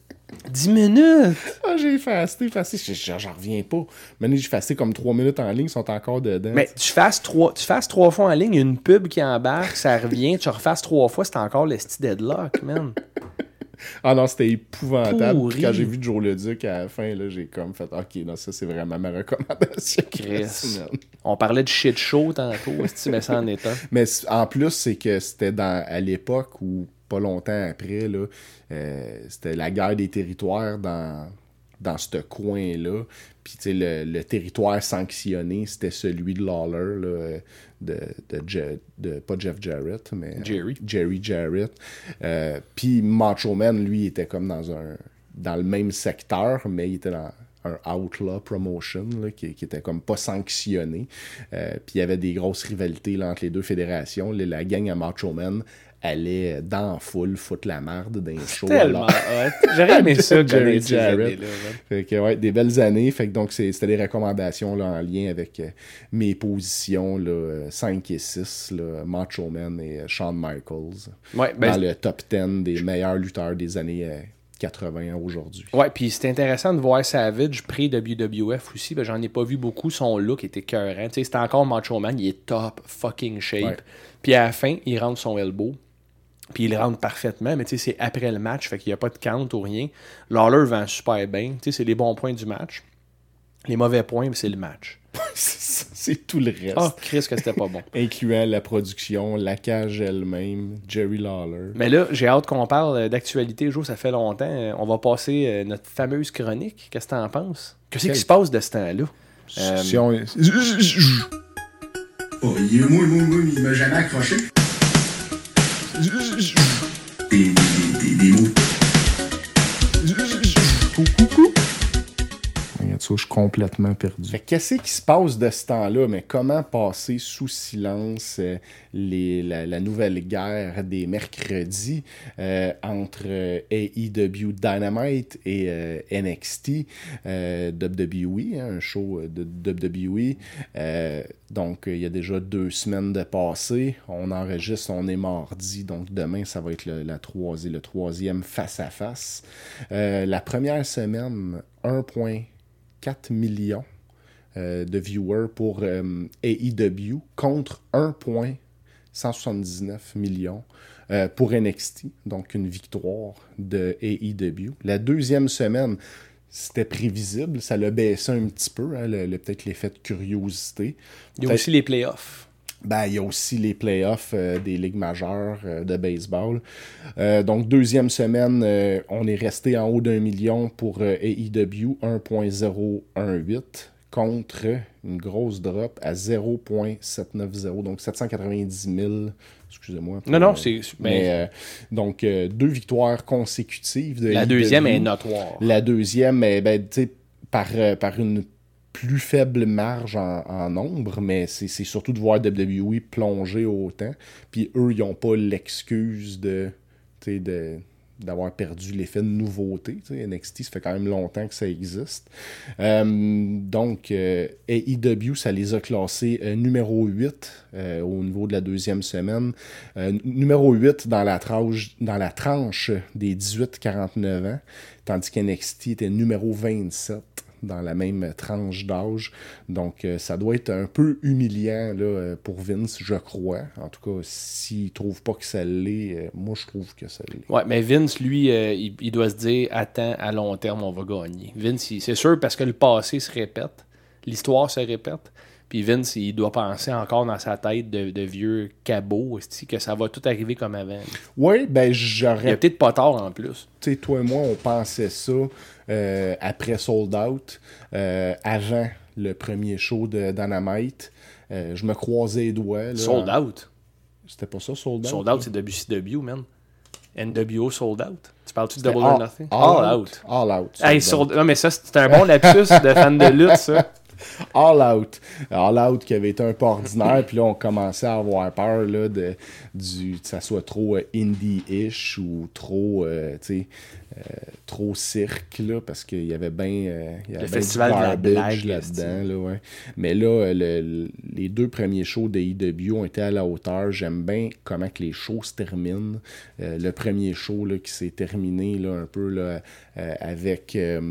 10 minutes! J'ai fasté. J'en reviens pas. Maintenant, j'ai fasté comme 3 minutes en ligne, ils sont encore dedans. Mais tu fasses 3 fois en ligne, il y a une pub qui embarque, ça revient, tu refasses 3 fois, c'est encore le style deadlock, man. Ah non, c'était épouvantable. Pourri. Puis quand j'ai vu Joe Leduc à la fin, là, j'ai comme fait OK, non, ça c'est vraiment ma recommandation. Chris. On parlait de shit show tantôt, si mais ça en est un. Mais en plus, c'est que c'était à l'époque où, pas longtemps après, là, c'était la guerre des territoires dans ce coin-là. Puis, tu sais, le territoire sanctionné, c'était celui de Lawler, là, pas Jeff Jarrett, mais Jerry Jarrett. Puis Macho Man, lui, était comme dans le même secteur, mais il était dans un Outlaw Promotion là, qui était comme pas sanctionné. Puis il y avait des grosses rivalités là, entre les deux fédérations. La gang à Macho Man allait dans la foule foutre la marde dans les shows. Tellement j'aurais aimé ça, Jerry Jarrett. Fait que, ouais, des belles années. Fait que donc c'était des recommandations là, en lien avec mes positions là, 5 et 6, là, Macho Man et Shawn Michaels. Ouais, dans le top 10 des meilleurs lutteurs des années 80 aujourd'hui. Ouais, puis c'est intéressant de voir Savage pré-WWF aussi. Ben, j'en ai pas vu beaucoup. Son look était écœurant. C'était encore Macho Man. Il est top fucking shape. Ouais. Puis à la fin, il rentre son elbow. Puis il rentre parfaitement. Mais c'est après le match. Fait qu'il n'y a pas de count ou rien. Lawler vend super bien. C'est les bons points du match. Les mauvais points, c'est le match. C'est tout le reste. Ah, Chris, que c'était pas bon. Incluant la production, la cage elle-même, Jerry Lawler. Mais là, j'ai hâte qu'on parle d'actualité, Jo, ça fait longtemps. On va passer notre fameuse chronique. Qu'est-ce que t'en penses? Qu'est-ce qui se passe de ce temps-là? Si on... Oh, moi, il m'a jamais accroché. Des mots. Je suis complètement perdu. Fait qu'est-ce qui se passe de ce temps-là? Mais comment passer sous silence la nouvelle guerre des mercredis entre AEW Dynamite et NXT WWE, un show de WWE. Donc, il y a déjà 2 semaines de passé. On enregistre, on est mardi. Donc, demain, ça va être le troisième face-à-face. La première semaine, 1,4 millions de viewers pour AEW contre 1,179 millions pour NXT. Donc, une victoire de AEW. La deuxième semaine, c'était prévisible. Ça l'a baissé un petit peu. Hein, peut-être l'effet de curiosité. Il y a aussi les playoffs. Il y a aussi les playoffs des ligues majeures de baseball. Donc, deuxième semaine, on est resté en haut d'1 million pour AEW, 1,018 contre une grosse drop à 0,790, donc 790 000. Excusez-moi. Non, c'est... donc, 2 victoires consécutives de La AEW. deuxième est notoire. La deuxième, tu sais, par une plus faible marge en nombre, mais c'est surtout de voir WWE plonger autant. Puis eux, ils n'ont pas l'excuse d'avoir perdu l'effet de nouveauté. NXT, ça fait quand même longtemps que ça existe. Donc, AEW, ça les a classés numéro 8 au niveau de la deuxième semaine. Numéro 8 dans la tranche des 18-49 ans, tandis qu'NXT était numéro 27 dans la même tranche d'âge. Donc, ça doit être un peu humiliant là, pour Vince, je crois. En tout cas, s'il trouve pas que ça l'est, moi, je trouve que ça l'est. Ouais, mais Vince, lui, il doit se dire, attends, à long terme, on va gagner. Vince, c'est sûr, parce que le passé se répète, l'histoire se répète, puis Vince, il doit penser encore dans sa tête de vieux cabot, que ça va tout arriver comme avant. Oui, j'aurais... Il y a peut-être pas tard en plus. Tu sais, toi et moi, on pensait ça après Sold Out, avant le premier show de Dynamite. Je me croisais les doigts. Là, Sold Out? C'était pas ça, Sold Out? Sold Out, c'est WCW, man. NWO Sold Out. Tu parles-tu de Double All, or Nothing? All Out. All Out. Hey, non, mais ça, c'est un bon lapsus de fan de lutte, ça. All Out. All Out qui avait été un peu ordinaire, puis là, on commençait à avoir peur là, que ça soit trop indie-ish ou trop, trop cirque, là, parce qu'il y avait bien le festival de la blague là-dedans. Là, ouais. Mais là, les 2 premiers shows de AEW ont été à la hauteur. J'aime bien comment que les shows se terminent. Le premier show là, qui s'est terminé là, un peu là, avec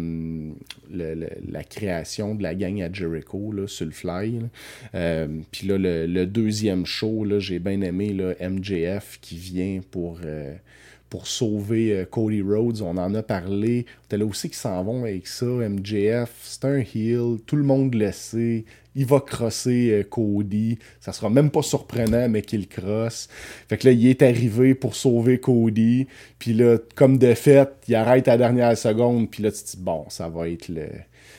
la création de la gang à Jericho là, sur le fly. Puis là, le deuxième show, là, j'ai bien aimé là, MJF qui vient pour pour sauver Cody Rhodes. On en a parlé. T'as là aussi qui s'en vont avec ça. MJF, c'est un heel. Tout le monde le sait. Il va crosser Cody. Ça sera même pas surprenant, mais qu'il crosse. Fait que là, il est arrivé pour sauver Cody. Puis là, comme de fait, il arrête à la dernière seconde. Puis là, tu te dis, bon, ça va être le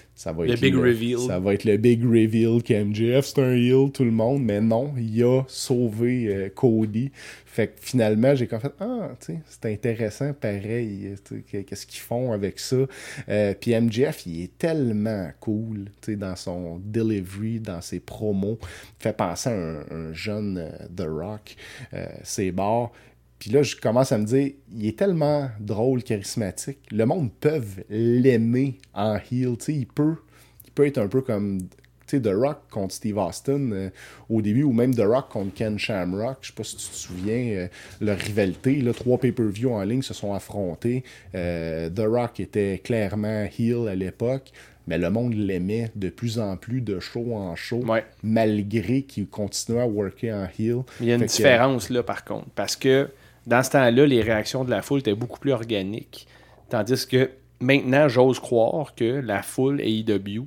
big reveal. Ça va être le big reveal qu'MJF, c'est un heel, tout le monde. Mais non, il a sauvé Cody. Fait que finalement, j'ai comme fait, tu sais, c'est intéressant, pareil, qu'est-ce qu'ils font avec ça. Puis MJF, il est tellement cool, tu sais, dans son delivery, dans ses promos. Il fait penser à un jeune The Rock, ses bars. Puis là, je commence à me dire, il est tellement drôle, charismatique. Le monde peut l'aimer en heel, tu sais, il peut être un peu comme... Tu sais, The Rock contre Steve Austin au début, ou même The Rock contre Ken Shamrock. Je sais pas si tu te souviens, leur rivalité, là, 3 pay-per-views en ligne se sont affrontés. The Rock était clairement heel à l'époque, mais le monde l'aimait de plus en plus de show en show, malgré qu'il continuait à worker en heel. Il y a une différence là, par contre, parce que dans ce temps-là, les réactions de la foule étaient beaucoup plus organiques. Tandis que maintenant, j'ose croire que la foule AEW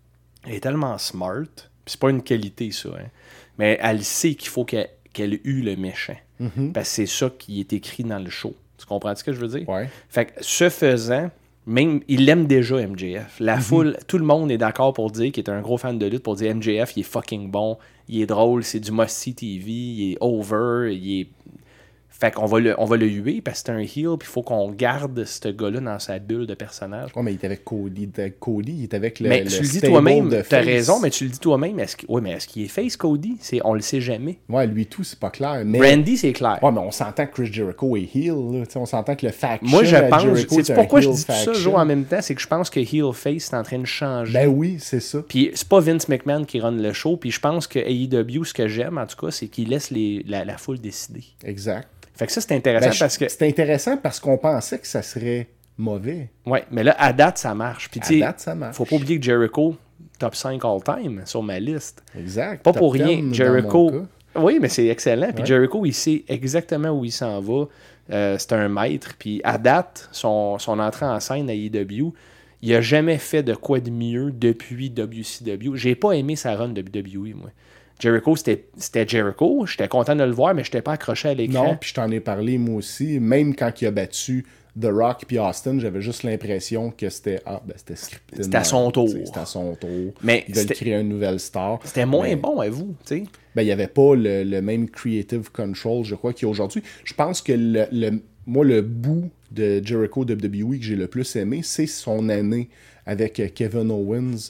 est tellement smart, puis c'est pas une qualité ça, hein, mais elle sait qu'il faut qu'elle eue le méchant. Mm-hmm. Parce que c'est ça qui est écrit dans le show. Tu comprends ce que je veux dire? Ouais. Fait que ce faisant, même il l'aime déjà MJF. La foule, tout le monde est d'accord pour dire qu'il est un gros fan de lutte, pour dire MJF, il est fucking bon, il est drôle, c'est du must-see TV, il est over, il est... Fait qu'on va le huer parce que c'est un heel, puis il faut qu'on garde ce gars-là dans sa bulle de personnage. Ouais, mais il est avec Cody. Cody, il est avec le mais tu le dis toi-même, t'as raison, mais tu le dis toi-même. Est-ce qu'il est face, Cody? On le sait jamais. Ouais, lui tout, c'est pas clair. Mais... Randy, c'est clair. Ouais, mais on s'entend que Chris Jericho est heel. Là. On s'entend que le faction. Moi, je pense. Jericho, c'est pourquoi je dis tout ça, Joe, en même temps, c'est que je pense que heel face est en train de changer. Ben oui, c'est ça. Puis c'est pas Vince McMahon qui run le show, puis je pense que AEW, ce que j'aime, en tout cas, c'est qu'il laisse la foule décider. Exact. Fait que ça, c'est intéressant parce que... C'est intéressant parce qu'on pensait que ça serait mauvais. Ouais, mais là, à date, ça marche. Puis, à date, ça marche. Faut pas oublier que Jericho, top 5 all-time sur ma liste. Exact. Pas pour rien. Jericho... Oui, mais c'est excellent. Puis Jericho, il sait exactement où il s'en va. C'est un maître. Puis à date, son entrée en scène à AEW, il a jamais fait de quoi de mieux depuis WCW. J'ai pas aimé sa run de WWE, moi. Jericho, c'était Jericho. J'étais content de le voir, mais je n'étais pas accroché à l'écran. Non, puis je t'en ai parlé moi aussi. Même quand il a battu The Rock puis Austin, j'avais juste l'impression que c'était scripté. C'était à son tour. C'était à son tour. Mais de créer une nouvelle star. C'était moins bon à vous, tu sais. Ben, il n'y avait pas le même creative control, je crois, qu'il y a aujourd'hui. Je pense que moi, le bout de Jericho WWE que j'ai le plus aimé, c'est son année avec Kevin Owens,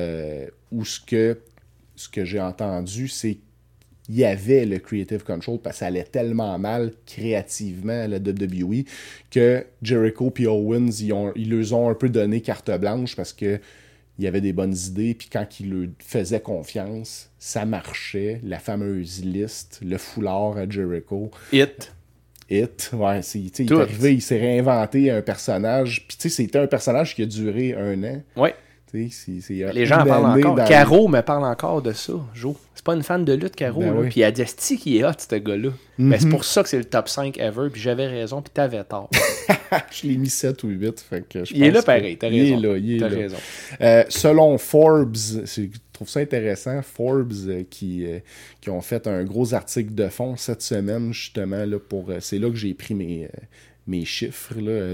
où ce que j'ai entendu, c'est qu'il y avait le creative control parce que ça allait tellement mal créativement à la WWE que Jericho et Owens, ils leur ont un peu donné carte blanche parce que il y avait des bonnes idées, puis quand ils leur faisaient confiance, ça marchait. La fameuse liste, le foulard à Jericho. Ouais, il est arrivé, il s'est réinventé un personnage, puis c'était un personnage qui a duré 1 an. Ouais. Les gens en parlent encore. Caro me parle encore de ça, Joe. C'est pas une fan de lutte, Caro. Ben oui. Puis elle dit qui est hot, ce gars-là. Mais c'est pour ça que c'est le top 5 ever. Puis j'avais raison, puis t'avais tort. Je l'ai mis 7 ou 8. Fait que il est là pareil, t'as raison. Il est là. Selon Forbes, je trouve ça intéressant, Forbes qui ont fait un gros article de fond cette semaine, justement, là, c'est là que j'ai pris mes chiffres là,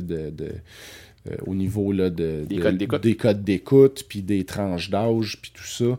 au niveau là, des codes d'écoute, puis des tranches d'âge, puis tout ça.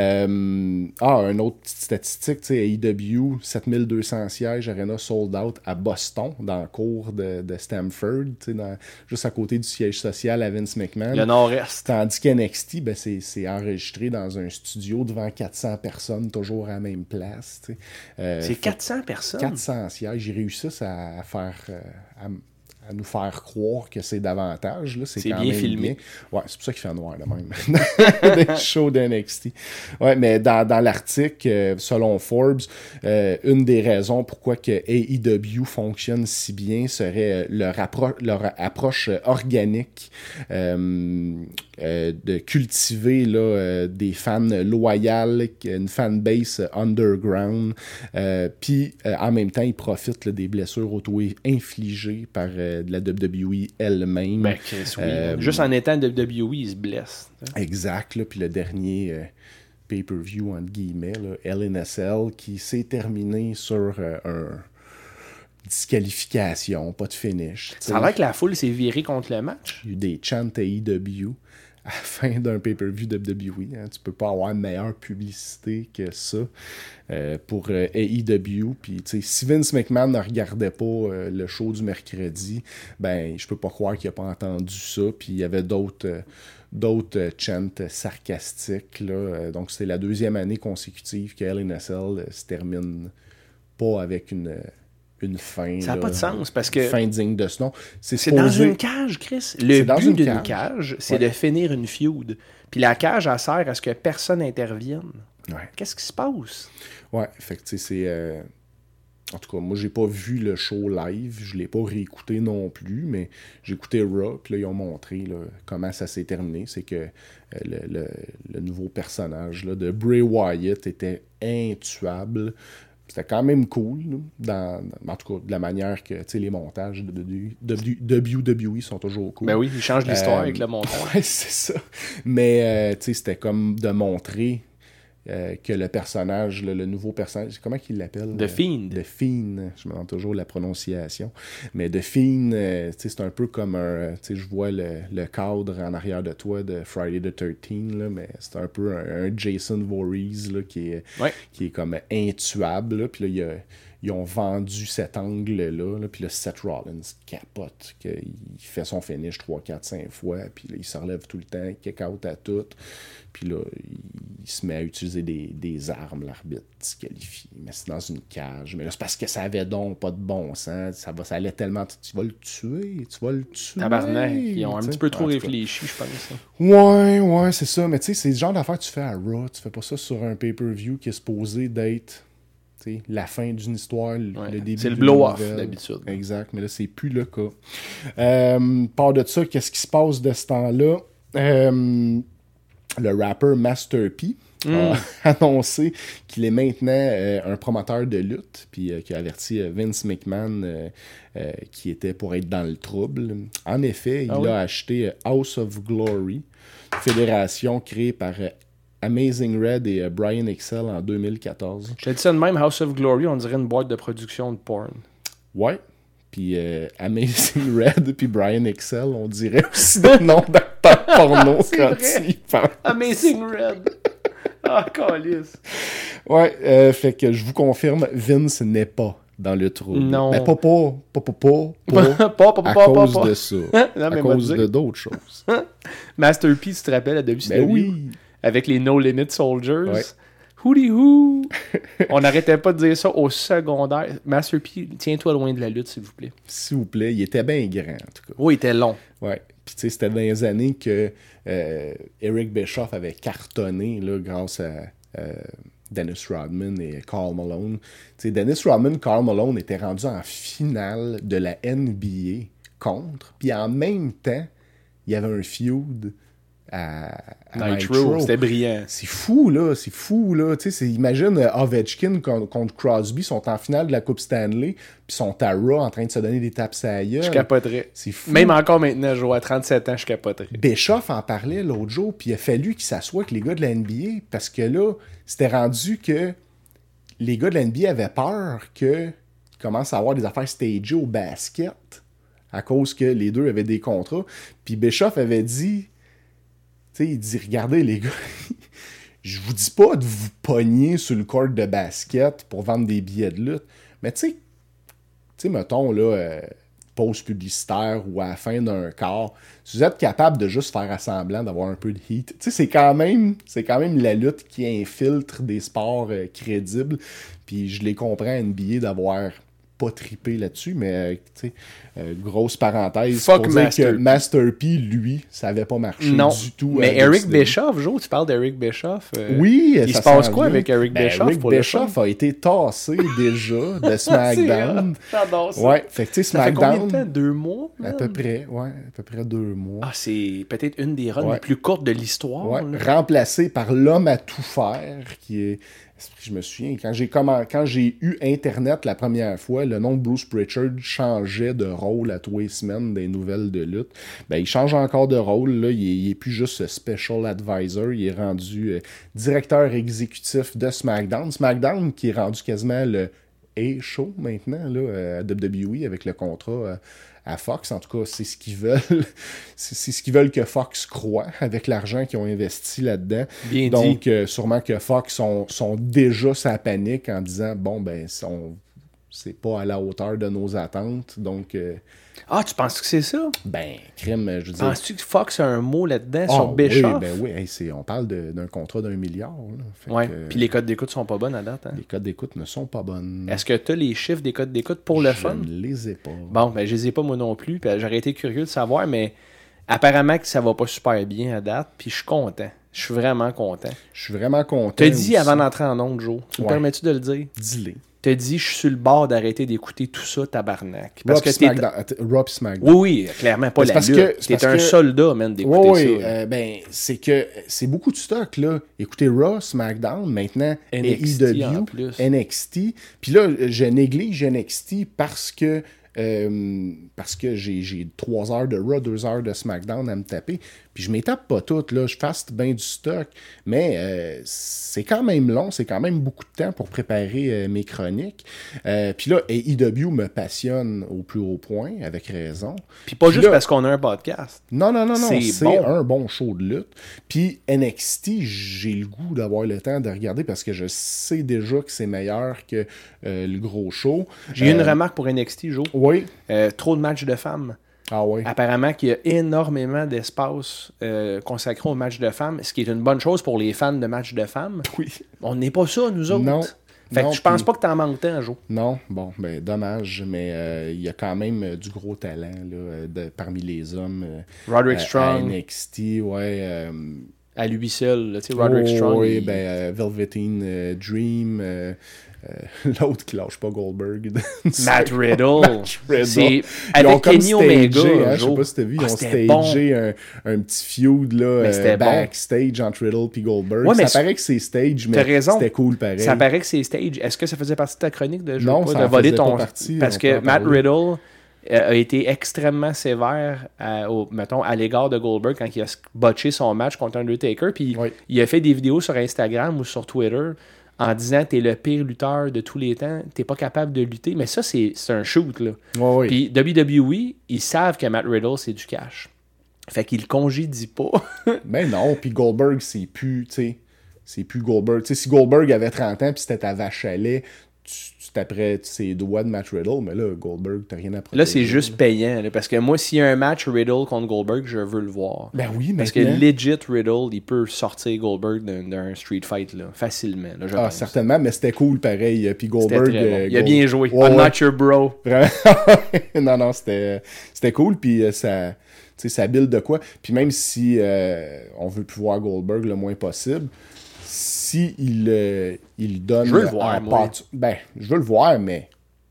Une autre petite statistique, tu sais, AEW, 7200 sièges, Arena sold out à Boston, dans le cours de Stamford, tu sais, juste à côté du siège social à Vince McMahon. Le Nord-Est. Tandis qu'NXT, ben, c'est enregistré dans un studio devant 400 personnes, toujours à la même place. Tu sais. C'est 400 personnes? 400 sièges. J'ai réussi ça à faire... à nous faire croire que c'est davantage. Là. C'est quand bien même filmé. Bien. Ouais, c'est pour ça qu'il fait noir, là, même. Des shows d'NXT. Ouais, mais dans l'article, selon Forbes, une des raisons pourquoi que AEW fonctionne si bien serait leur approche organique. de cultiver là, des fans loyaux, une fanbase underground. Puis en même temps, il profite là, des blessures auto-infligées par de la WWE elle-même. Ben, Chris, oui. Juste en étant WWE, il se blesse. Exact. Là, puis le dernier pay-per-view, entre guillemets, là, LNSL, qui s'est terminé sur un disqualification, pas de finish. Ça a l'air que la foule s'est virée contre le match. Il y a eu des chants AEW à la fin d'un pay-per-view de WWE. Hein. Tu peux pas avoir meilleure publicité que ça pour AEW. Puis, si Vince McMahon ne regardait pas le show du mercredi, ben je peux pas croire qu'il a pas entendu ça. Puis il y avait d'autres chants sarcastiques. Là. Donc, c'est la 2e année consécutive que LNSL se termine pas avec une fin. Ça n'a pas de sens parce que. Fin digne de ce nom. C'est dans une cage, Chris. Le but d'une cage, c'est de finir une feud. Puis la cage, elle sert à ce que personne n'intervienne. Ouais. Qu'est-ce qui se passe? Ouais, fait que c'est. En tout cas, moi, j'ai pas vu le show live. Je l'ai pas réécouté non plus, mais j'ai écouté Raw. Puis là, ils ont montré là, comment ça s'est terminé. C'est que le nouveau personnage là, de Bray Wyatt était intuable. C'était quand même cool, en tout cas, de la manière que les montages de WWE sont toujours cool. Ben oui, ils changent l'histoire avec le montage. Ouais, c'est ça. Mais c'était comme de montrer que le personnage, le nouveau personnage, comment qu'il l'appelle? The Fiend. The Fiend, je me demande toujours la prononciation. Mais The Fiend, c'est un peu comme un... je vois le cadre en arrière de toi de Friday the 13th, là, mais c'est un peu un Jason Voorhees là, qui est comme intuable. Puis là, ils ont vendu cet angle-là. Puis là, Seth Rollins capote. Il fait son finish 3, 4, 5 fois. Puis là, il se relève tout le temps, il kick out à tout. Puis là, il se met à utiliser des armes. L'arbitre disqualifie. Mais c'est dans une cage. Mais là, c'est parce que ça avait donc pas de bon sens. Ça allait tellement... Tu vas le tuer. Tabarnak. Ils ont un petit peu trop réfléchi, je pense. Ouais, c'est ça. Mais tu sais, c'est le genre d'affaire que tu fais à Raw. Tu fais pas ça sur un pay-per-view qui est supposé d'être... la fin d'une histoire, le début. C'est le blow-off, d'habitude. Exact, mais là, c'est plus le cas. Part de ça, qu'est-ce qui se passe de ce temps-là? Le rappeur Master P a annoncé qu'il est maintenant un promoteur de lutte, puis qui a averti Vince McMahon qui était pour être dans le trouble. En effet, il a acheté House of Glory, fédération créée par... Amazing Red et Brian Excel en 2014. Je te dis ça de même, House of Glory, on dirait une boîte de production de porn. Ouais. Puis Amazing Red puis Brian Excel, on dirait aussi des noms d'acteurs porno quand il parle. Amazing Red. Ah, calice. Ouais, fait que je vous confirme, Vince n'est pas dans le trou. Non. Mais pas à cause de ça. Non, à cause de d'autres choses. Master P, tu te rappelles, à WCW? Ben oui. Avec les No Limit Soldiers. Ouais. Hooty-hoo! On n'arrêtait pas de dire ça au secondaire. Master P, tiens-toi loin de la lutte, s'il vous plaît. S'il vous plaît, il était bien grand, en tout cas. Oui, il était long. Ouais. Puis, tu sais, c'était dans les années que Eric Bischoff avait cartonné, là, grâce à Dennis Rodman et Karl Malone. Tu sais, Dennis Rodman et Karl Malone étaient rendus en finale de la NBA contre. Puis, en même temps, il y avait un feud à Nitro. C'était brillant. C'est fou, là. Tu sais, imagine Ovechkin contre Crosby sont en finale de la Coupe Stanley, puis sont à Raw en train de se donner des tapes à la gueule. Je capoterais. C'est fou. Même encore maintenant, je vois à 37 ans, je capoterais. Bischoff en parlait l'autre jour, puis il a fallu qu'il s'assoie avec les gars de la NBA, parce que là, c'était rendu que les gars de la NBA avaient peur qu'ils commencent à avoir des affaires stagées au basket, à cause que les deux avaient des contrats. Puis Bischoff avait dit... Tu sais, il dit, regardez les gars, je vous dis pas de vous pogner sur le court de basket pour vendre des billets de lutte, mais tu sais, mettons, là, pause publicitaire ou à la fin d'un quart, si vous êtes capable de juste faire semblant d'avoir un peu de heat, tu sais, c'est quand même la lutte qui infiltre des sports crédibles, puis je les comprends, NBA, d'avoir pas trippé là-dessus, mais tu sais, grosse parenthèse. Fuck pour dire Master que P. Master P, lui, ça avait pas marché du tout. Mais avec Eric WCW. Bischoff, Joe, tu parles d'Eric Bischoff. Oui, il ça se passe s'en quoi vient. avec Eric Bischoff Eric pour le Bischoff a été tassé déjà de SmackDown. J'adore ça. Ouais, fait que tu sais, Ça fait combien de temps? SmackDown. 2 mois? À man? peu près, ouais, à peu près 2 mois. Ah, c'est peut-être une des runs Ouais. les plus courtes de l'histoire. Ouais, là. remplacé par l'homme à tout faire, qui est... Je me souviens, quand j'ai eu Internet la première fois, le nom de Bruce Pritchard changeait de rôle à tous les semaines des nouvelles de lutte. Ben, il change encore de rôle, là. Il est plus juste special advisor, il est rendu directeur exécutif de SmackDown. SmackDown qui est rendu quasiment le A-show maintenant, là, à WWE avec le contrat à Fox. En tout cas, c'est ce qu'ils veulent. c'est ce qu'ils veulent que Fox croit avec l'argent qu'ils ont investi là-dedans. Bien Donc, sûrement que Fox sont déjà sa panique en disant, bon, ben, c'est pas à la hauteur de nos attentes. Donc, Ah, tu penses que c'est ça? ben, crime, je veux dire... Penses-tu que Fox a un mot là-dedans Ah, sur Bischoff? Oui, ben oui, hey, on parle d'un contrat d'1 milliard. Là. Fait Ouais. que, Puis les codes d'écoute sont pas bonnes à date. Hein? les codes d'écoute ne sont pas bonnes. Est-ce que tu as les chiffres des codes d'écoute pour le fun? Je ne les ai pas. Bon, ben je les ai pas moi non plus. Puis j'aurais été curieux de savoir, mais apparemment que ça va pas super bien à date. Puis je suis content. Je suis vraiment content. Je suis vraiment content. T'as dit aussi. avant d'entrer en onde, Joe. Tu me Ouais. permets-tu de le dire? Dis-les. T'as dit, je suis sur le bord d'arrêter d'écouter tout ça, tabarnak. Parce Raw que pis t'es... SmackDown. Raw pis SmackDown. Oui, clairement, pas C'est la parce lutte. que- c'est T'es parce un que- soldat, man, d'écouter Oui, ça. là. ben, c'est que c'est beaucoup de stock, là. Écoutez, Raw, SmackDown, maintenant, NXT AEW, en plus. NXT. Puis là, je néglige NXT parce que j'ai 3 heures de Raw, 2 heures de SmackDown à me taper. Puis je m'étape pas toutes, là. Je fasse bien du stock. Mais c'est quand même long. C'est quand même beaucoup de temps pour préparer mes chroniques. Puis là, AEW me passionne au plus haut point, avec raison. Puis pas juste là- parce qu'on a un podcast. Non, C'est c'est bon. un bon show de lutte. Puis NXT, j'ai le goût d'avoir le temps de regarder parce que je sais déjà que c'est meilleur que le gros show. J'ai une remarque pour NXT, Joe. Oui. Trop de matchs de femmes. Ah oui. Apparemment qu'il y a énormément d'espace consacré aux matchs de femmes, ce qui est une bonne chose pour les fans de matchs de femmes. Oui. On n'est pas ça, nous autres. Non. Fait que Non, je pense puis- pas que t'en manques tant, Joe. Non, bon, ben dommage, mais il y a quand même du gros talent là, parmi les hommes. Roderick À Strong, NXT, ouais. à lui seul, là, tu sais, Roderick Strong. Oui, il- ben Velveteen Dream. L'autre qui lâche pas Goldberg. Matt Riddle. Matt Riddle. C'est Ils avec ont comme Kenny Omega. stagé, hein, je sais Joe. pas si t'as vu, ils Ah, ont c'était stagé un petit feud là, Mais c'était bon. backstage entre Riddle et Goldberg. Ouais, mais ça paraît que c'est stage, mais t'as raison. c'était cool pareil. Ça paraît que c'est stage. Est-ce que ça faisait partie de ta chronique de Non, pas, ça de en voler faisait ton pas partie, parce on peut que en Matt parler. Riddle a été extrêmement sévère mettons, à l'égard de Goldberg quand il a botché son match contre Undertaker. Puis Oui. il a fait des vidéos sur Instagram ou sur Twitter en disant t'es le pire lutteur de tous les temps, t'es pas capable de lutter. Mais ça, c'est un shoot, là. Ouais, ouais. Puis WWE, ils savent que Matt Riddle, c'est du cash. Fait qu'ils le congédient pas. Mais non, puis Goldberg, c'est plus, tu sais, c'est plus Goldberg. Tu sais, si Goldberg avait 30 ans puis c'était ta vache à lait, tu taperais ses doigts de Matt Riddle, mais là, Goldberg, t'as rien à protéger. Là, c'est juste payant. Là, parce que moi, s'il y a un match Riddle contre Goldberg, je veux le voir. Ben oui, Parce que maintenant. legit Riddle, il peut sortir Goldberg d'un street fight là, facilement. Là, je Ah, pense. certainement, mais c'était cool pareil. Puis C'était Goldberg. très bon. Il a Gold- bien joué. Ouais, I'm ouais. not your bro. Vraiment. non, c'était cool. Puis ça, tu sais, ça build de quoi. Puis même si on veut plus voir Goldberg le moins possible, si il donne. Je veux le voir, en moi. ben, je veux le voir, mais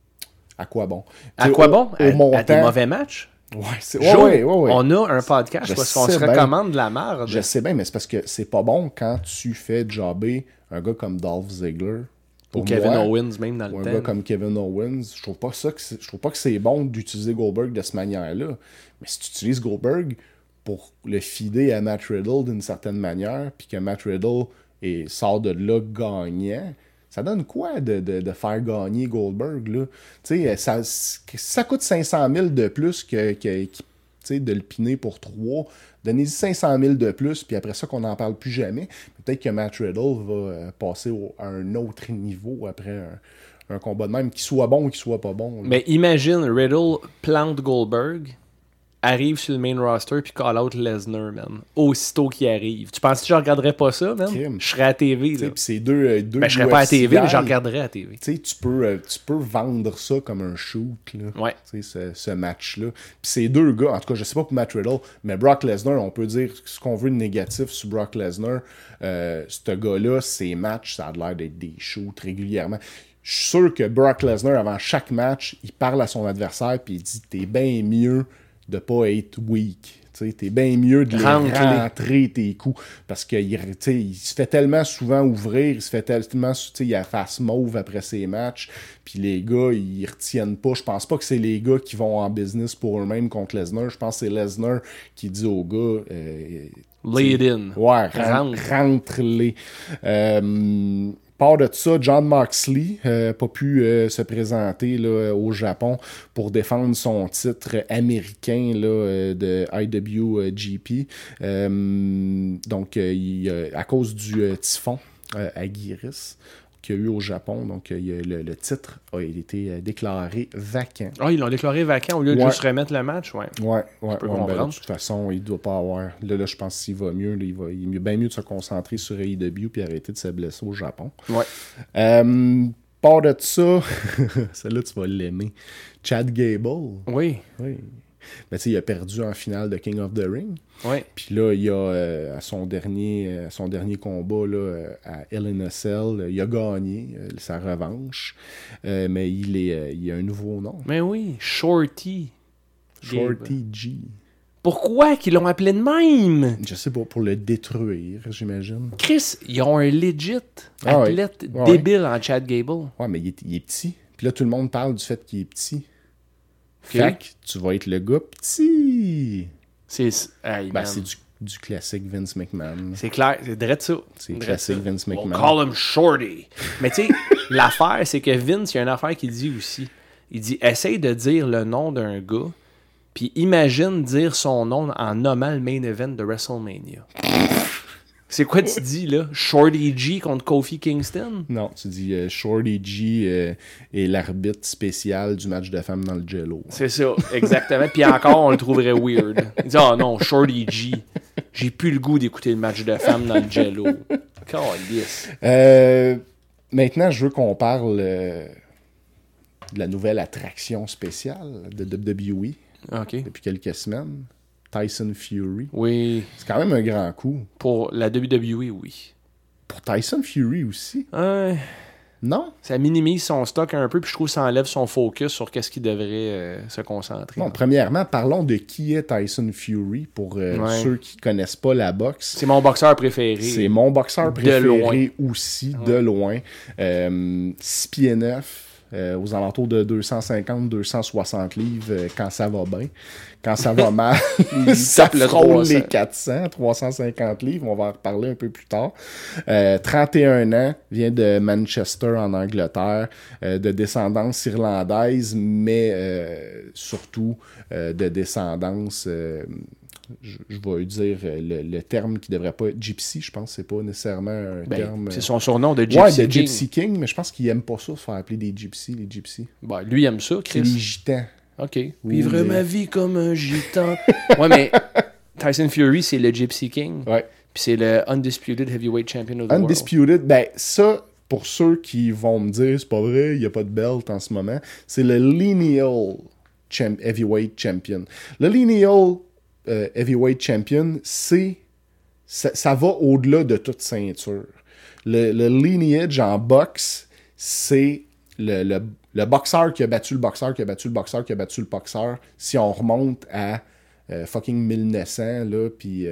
à quoi bon? À Tu sais, quoi bon? Au À des montant. mauvais matchs? Ouais, c'est Joe, ouais. on a un podcast Je parce qu'on se sais bien. recommande de la merde. Je sais bien, mais c'est parce que c'est pas bon quand tu fais jobber un gars comme Dolph Ziggler. Ou Pour Kevin moi, Owens, même dans ou le un temps. gars comme Kevin Owens, je trouve pas que c'est bon d'utiliser Goldberg de cette manière-là. Mais si tu utilises Goldberg pour le fider à Matt Riddle d'une certaine manière, puis que Matt Riddle sort de là gagnant, ça donne quoi de faire gagner Goldberg, là? Tu sais, ça coûte 500 000 de plus tu sais, de le piner pour 3. Donnez-y 500 000 de plus, puis après ça, qu'on n'en parle plus jamais. Peut-être que Matt Riddle va passer à un autre niveau après un combat de même, qu'il soit bon ou qu'il soit pas bon. là. Mais imagine, Riddle plante Goldberg, arrive sur le main roster puis call out Lesnar, man. Aussitôt qu'il arrive. Tu penses que je regarderais pas ça, man? Kim. Je serais à TV, là. Puis c'est deux Ben, je serais pas à TV, mais je regarderais à TV. Tu sais, tu peux vendre ça comme un shoot, là. Ouais. Tu sais, ce match-là. Puis ces deux gars, en tout cas, je sais pas pour Matt Riddle, mais Brock Lesnar, on peut dire ce qu'on veut de négatif sur Brock Lesnar. Ce gars-là, ses matchs, ça a l'air d'être des shoots régulièrement. Je suis sûr que Brock Lesnar, avant chaque match, il parle à son adversaire puis il dit « T'es bien mieux de pas être weak. » T'es bien mieux de rentrer tes coups. Parce qu'il se fait tellement souvent ouvrir, il se fait tellement... Il a la face mauve après ses matchs, puis les gars, ils retiennent pas. Je pense pas que c'est les gars qui vont en business pour eux-mêmes contre Lesnar. Je pense que c'est Lesnar qui dit aux gars... Lay it in. Ouais, rentre-les. Part de ça, Jon Moxley n'a pas pu se présenter là, au Japon pour défendre son titre américain là, de IWGP. Donc, à cause du typhon Aguirre qu'il y a eu au Japon, donc le titre a été déclaré vacant. Ah, ils l'ont déclaré vacant au lieu de juste remettre le match? Ouais. Ouais, comprendre. de toute façon, il doit pas avoir... Là, je pense qu'il va mieux. Là, il est bien mieux de se concentrer sur AEW puis arrêter de se blesser au Japon. Ouais. Part de ça, celle-là, tu vas l'aimer. Chad Gable. Oui. Ben, il a perdu en finale de King of the Ring. Oui. Puis là, il a à son dernier combat là, à Hell in a Cell, il a gagné sa revanche. Mais il a un nouveau nom. Mais oui, Shorty. Shorty G. Pourquoi qu'ils l'ont appelé de même? Je sais pas, pour le détruire, j'imagine. Chris, ils ont un legit athlète débile en Chad Gable. Ouais, mais il est petit. Puis là, tout le monde parle du fait qu'il est petit. Okay. Fait que tu vas être le gars petit. C'est du classique Vince McMahon. C'est clair, c'est direct ça. C'est classique Vince McMahon. On call him Shorty. Mais tu sais, l'affaire, c'est que Vince, il y a une affaire qu'il dit aussi. Il dit, essaye de dire le nom d'un gars, puis imagine dire son nom en nommant le main event de WrestleMania. C'est quoi tu dis, là? Shorty G contre Kofi Kingston? Non, tu dis Shorty G est l'arbitre spécial du match de femmes dans le Jello. C'est ça, exactement. Puis encore, on le trouverait weird. Il dit, oh non, Shorty G. J'ai plus le goût d'écouter le match de femmes dans le Jello. Calisse. Maintenant, je veux qu'on parle de la nouvelle attraction spéciale de WWE depuis quelques semaines. Tyson Fury. Oui. C'est quand même un grand coup. Pour la WWE, oui. Pour Tyson Fury aussi. Non? Ça minimise son stock un peu, puis je trouve que ça enlève son focus sur qu'est-ce qu'il devrait se concentrer. Bon, premièrement, parlons de qui est Tyson Fury pour ceux qui connaissent pas la boxe. C'est mon boxeur préféré. C'est mon boxeur préféré aussi, de loin. 6 pieds 9. Aux alentours de 250-260 livres quand ça va bien. Quand ça va mal, ça frôle les 400, 350 livres. On va en reparler un peu plus tard. 31 ans, vient de Manchester en Angleterre, de descendance irlandaise, mais surtout de descendance... je vais dire le terme qui devrait pas être gypsy, je pense que c'est pas nécessairement un terme... C'est son surnom de Gypsy King. Ouais, de Gypsy King, mais je pense qu'il aime pas ça, se faire appeler des gypsies, les gypsies. Ben, lui, il aime ça, Chris. C'est les gitans. OK. Vivre ma vie comme un gitan. Ouais, mais Tyson Fury, c'est le Gypsy King. Ouais. Puis c'est le Undisputed Heavyweight Champion of the World. Undisputed, ben ça... Pour ceux qui vont me dire, c'est pas vrai, il n'y a pas de belt en ce moment, c'est le Lineal Heavyweight Champion. Le Lineal Heavyweight Champion, ça va au-delà de toute ceinture. Le lineage en boxe, c'est le boxeur qui a battu le boxeur, qui a battu le boxeur, qui a battu le boxeur. Si on remonte à fucking 1900, là, puis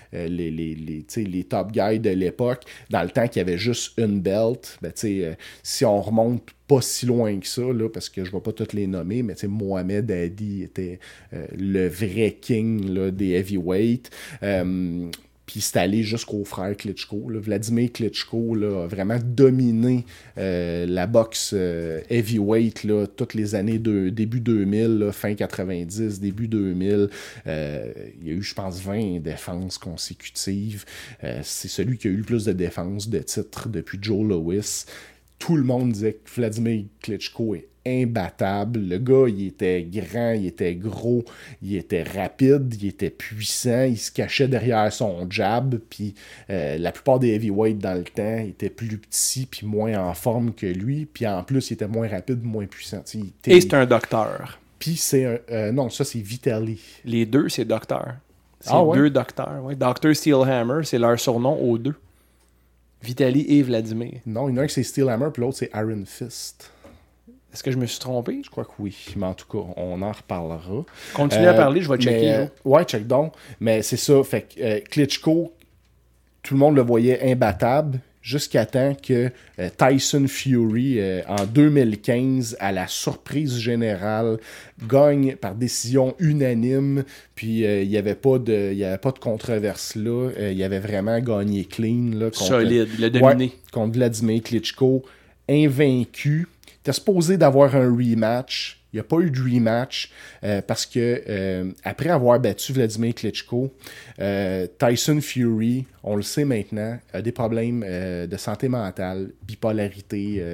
les top guys de l'époque, dans le temps qu'il y avait juste une belt, ben, si on remonte pas si loin que ça, là, parce que je ne vais pas toutes les nommer, mais Mohamed Ali était le vrai king là, des heavyweights. Puis c'est allé jusqu'au frère Klitschko. Là. Vladimir Klitschko là, a vraiment dominé la boxe heavyweight là, toutes les années début 2000, là, fin 90, début 2000. Il y a eu, je pense, 20 défenses consécutives. C'est celui qui a eu le plus de défenses de titres depuis Joe Louis. tout le monde disait que Vladimir Klitschko est imbattable. Le gars, il était grand, il était gros, il était rapide, il était puissant, il se cachait derrière son jab, puis la plupart des heavyweights dans le temps étaient plus petits puis moins en forme que lui, puis en plus, il était moins rapide, moins puissant. Et c'est un docteur. Puis c'est un... non, ça, c'est Vitaly. Les deux, c'est docteur. C'est ouais? deux docteurs. Ouais. Dr. Steelhammer, c'est leur surnom aux deux. Vitaly et Vladimir. Non, il y en a un qui c'est Steelhammer, puis l'autre c'est Iron Fist. Est-ce que je me suis trompé? Je crois que oui, mais en tout cas, on en reparlera. Continue à parler, je vais checker. Ouais, check donc. Mais c'est ça, fait que Klitschko, tout le monde le voyait imbattable jusqu'à temps que Tyson Fury, en 2015, à la surprise générale, gagne par décision unanime, puis il n'y avait pas de controverse là. Il avait vraiment gagné clean. Là, solide, il a dominé. Ouais, contre Vladimir Klitschko, invaincu. Il était supposé d'avoir un rematch. Il n'y a pas eu de rematch parce que après avoir battu Vladimir Klitschko, Tyson Fury, on le sait maintenant, a des problèmes de santé mentale, bipolarité,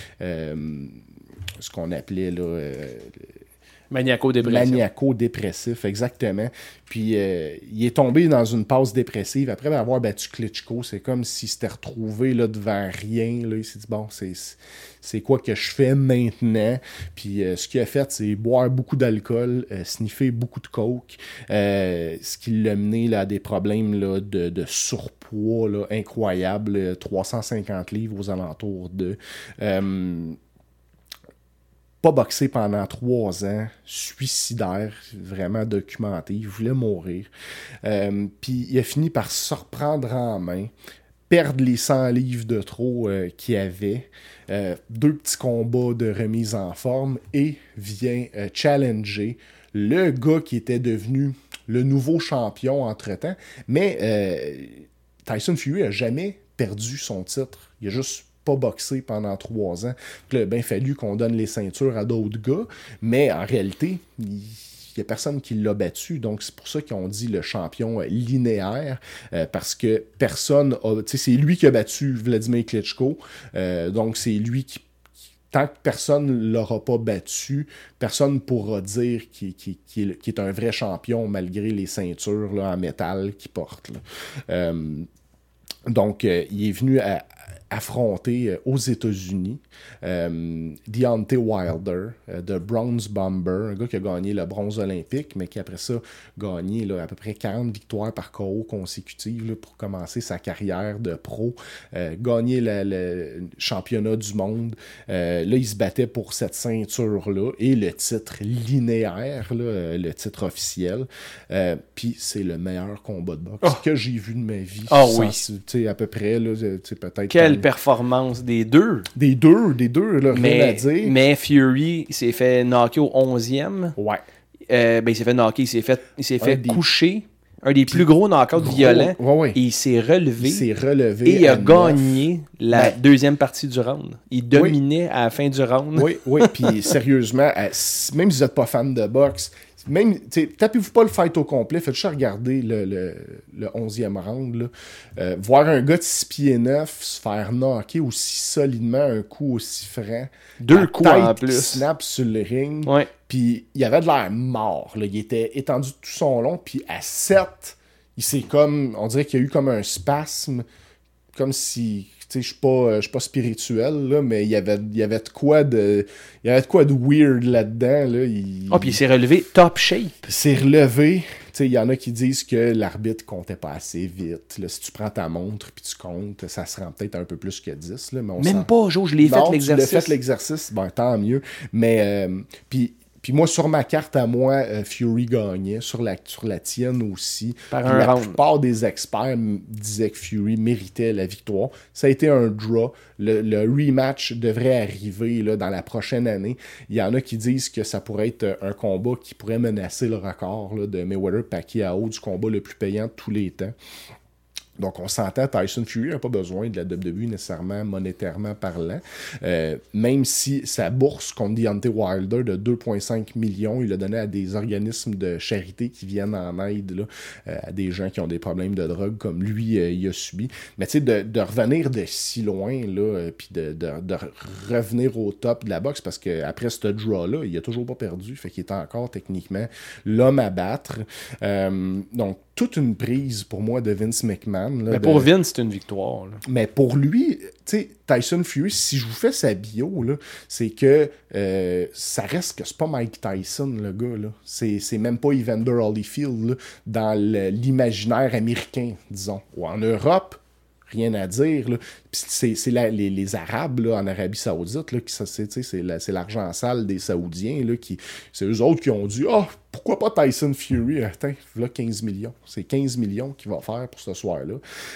ce qu'on appelait là... Maniaco-dépressif, exactement. Puis il est tombé dans une passe dépressive. Après avoir battu Klitschko, c'est comme s'il s'était retrouvé là, devant rien. Là. Il s'est dit, bon, c'est quoi que je fais maintenant? Puis ce qu'il a fait, c'est boire beaucoup d'alcool, sniffer beaucoup de coke, ce qui l'a mené là, à des problèmes là, de surpoids là, incroyables, 350 livres aux alentours de... pas boxé pendant 3 ans, suicidaire, vraiment documenté, il voulait mourir. Puis il a fini par se reprendre en main, perdre les 100 livres de trop qu'il avait, 2 petits combats de remise en forme et vient challenger le gars qui était devenu le nouveau champion entre-temps. Mais Tyson Fury n'a jamais perdu son titre. Il a juste pas boxé pendant 3 ans. Il a bien fallu qu'on donne les ceintures à d'autres gars, mais en réalité, il n'y a personne qui l'a battu, donc c'est pour ça qu'ils ont dit le champion linéaire, parce que personne a... Tu sais, c'est lui qui a battu Vladimir Klitschko, donc c'est lui qui... Tant que personne ne l'aura pas battu, personne ne pourra dire qu'il est un vrai champion malgré les ceintures là, en métal qu'il porte. Là. Donc, il est venu affronter aux États-Unis Deontay Wilder, de Bronze Bomber, un gars qui a gagné le bronze olympique, mais qui après ça gagné là, à peu près 40 victoires par KO consécutives là, pour commencer sa carrière de pro, gagné le championnat du monde. Là, il se battait pour cette ceinture-là et le titre linéaire, là, le titre officiel. Puis c'est le meilleur combat de boxe que j'ai vu de ma vie. Oui. À peu près, là, peut-être... Quelle performance des deux! Des deux, là, rien à dire. Mais Fury s'est fait knocker au 11e. Ouais. Il s'est fait knocker, il s'est fait coucher. Un des plus gros knockouts violents. Ouais. Et il s'est relevé. Et il a gagné la deuxième partie du round. Il dominait à la fin du round. Oui. Puis sérieusement, même si vous n'êtes pas fan de boxe, même, tapez-vous pas le fight au complet, faites juste regarder le 11e round. Là. Voir un gars de 6 pieds 9 se faire knocker aussi solidement, un coup aussi franc. 2 coups en plus. Snap sur le ring. Ouais. Puis il avait de l'air mort. Là. Il était étendu tout son long. Puis à 7, il s'est comme... On dirait qu'il y a eu comme un spasme. Comme si... Je suis pas spirituel, là, mais il y avait de quoi de weird là-dedans. Là. Puis il s'est relevé top shape. Il s'est relevé. Il y en a qui disent que l'arbitre comptait pas assez vite. Là, si tu prends ta montre puis tu comptes, ça se rend peut-être un peu plus que 10. Là, mais même pas, Joe, je l'ai fait l'exercice. Tu l'as fait l'exercice, tant mieux. Mais puis moi, sur ma carte à moi, Fury gagnait. Sur la tienne aussi. La plupart des experts disaient que Fury méritait la victoire. Ça a été un draw. Le rematch devrait arriver là, dans la prochaine année. Il y en a qui disent que ça pourrait être un combat qui pourrait menacer le record là, de Mayweather-Pacquiao, du combat le plus payant de tous les temps. Donc, on s'entend, Tyson Fury n'a pas besoin de la WWE nécessairement monétairement parlant. Même si sa bourse contre Deontay Wilder de 2,5 millions, il l'a donné à des organismes de charité qui viennent en aide là, à des gens qui ont des problèmes de drogue comme lui, il a subi. Mais tu sais, de revenir de si loin, là, puis de revenir au top de la boxe, parce qu'après ce draw-là, il a toujours pas perdu, fait qu'il est encore techniquement l'homme à battre. Donc, toute une prise pour moi de Vince McMahon. Là, mais pour Vince, c'est une victoire. Là. Mais pour lui, tu sais, Tyson Fury, si je vous fais sa bio, là, c'est que ça reste que c'est pas Mike Tyson, le gars. Là. C'est même pas Evander Holyfield là, dans l'imaginaire américain, disons. Ou en Europe, rien à dire. Là. C'est les Arabes là, en Arabie Saoudite, là, c'est l'argent sale des Saoudiens. Là, c'est eux autres qui ont dit « Ah, pourquoi pas Tyson Fury? Attends, là 15 millions. » C'est 15 millions qu'il va faire pour ce soir-là.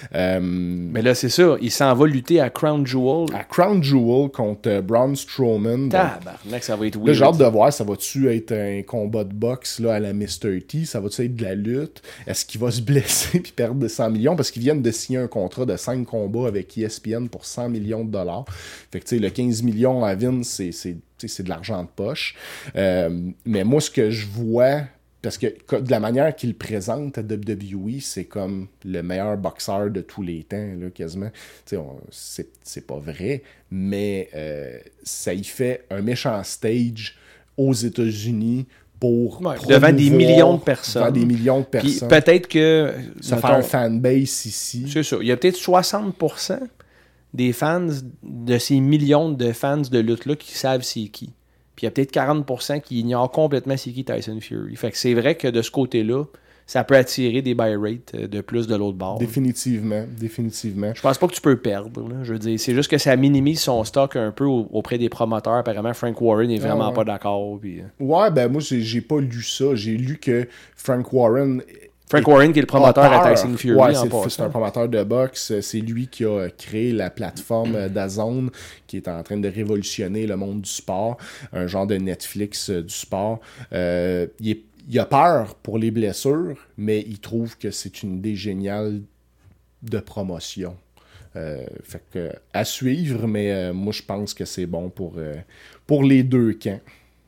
Mais là, c'est ça. Il s'en va lutter à Crown Jewel. À Crown Jewel contre Braun Strowman. Tabarnak, ça va être weird. Là, j'ai hâte de voir, ça va-tu être un combat de boxe là, à la Mr. T? Ça va-tu être de la lutte? Est-ce qu'il va se blesser puis perdre des 100 millions? Parce qu'ils viennent de signer un contrat de 5 combats avec ESPN pour 100 millions de dollars. Fait que, tu sais, le 15 millions à Vince, c'est de l'argent de poche. Mais moi, ce que je vois, parce que de la manière qu'il présente à WWE, c'est comme le meilleur boxeur de tous les temps, là, quasiment. Tu sais, c'est pas vrai, mais ça y fait un méchant stage aux États-Unis pour devant des millions de personnes. Devant des millions de personnes. Puis peut-être que... Ça fait un fanbase ici. C'est ça. Il y a peut-être 60% des fans de ces millions de fans de lutte-là qui savent c'est qui. Puis il y a peut-être 40% qui ignorent complètement c'est qui Tyson Fury. Fait que c'est vrai que de ce côté-là, ça peut attirer des buy rates de plus de l'autre bord. Définitivement. Je pense pas que tu peux perdre. Là. Je veux dire, c'est juste que ça minimise son stock un peu auprès des promoteurs. Apparemment, Frank Warren est vraiment pas d'accord. Puis... Ouais, ben moi, j'ai pas lu ça. J'ai lu que Frank Warren qui est le promoteur à Tyson Fury. Ouais, c'est un promoteur de boxe. C'est lui qui a créé la plateforme DAZN qui est en train de révolutionner le monde du sport. Un genre de Netflix du sport. Il a peur pour les blessures, mais il trouve que c'est une idée géniale de promotion. Fait que, à suivre, mais moi, je pense que c'est bon pour les deux camps.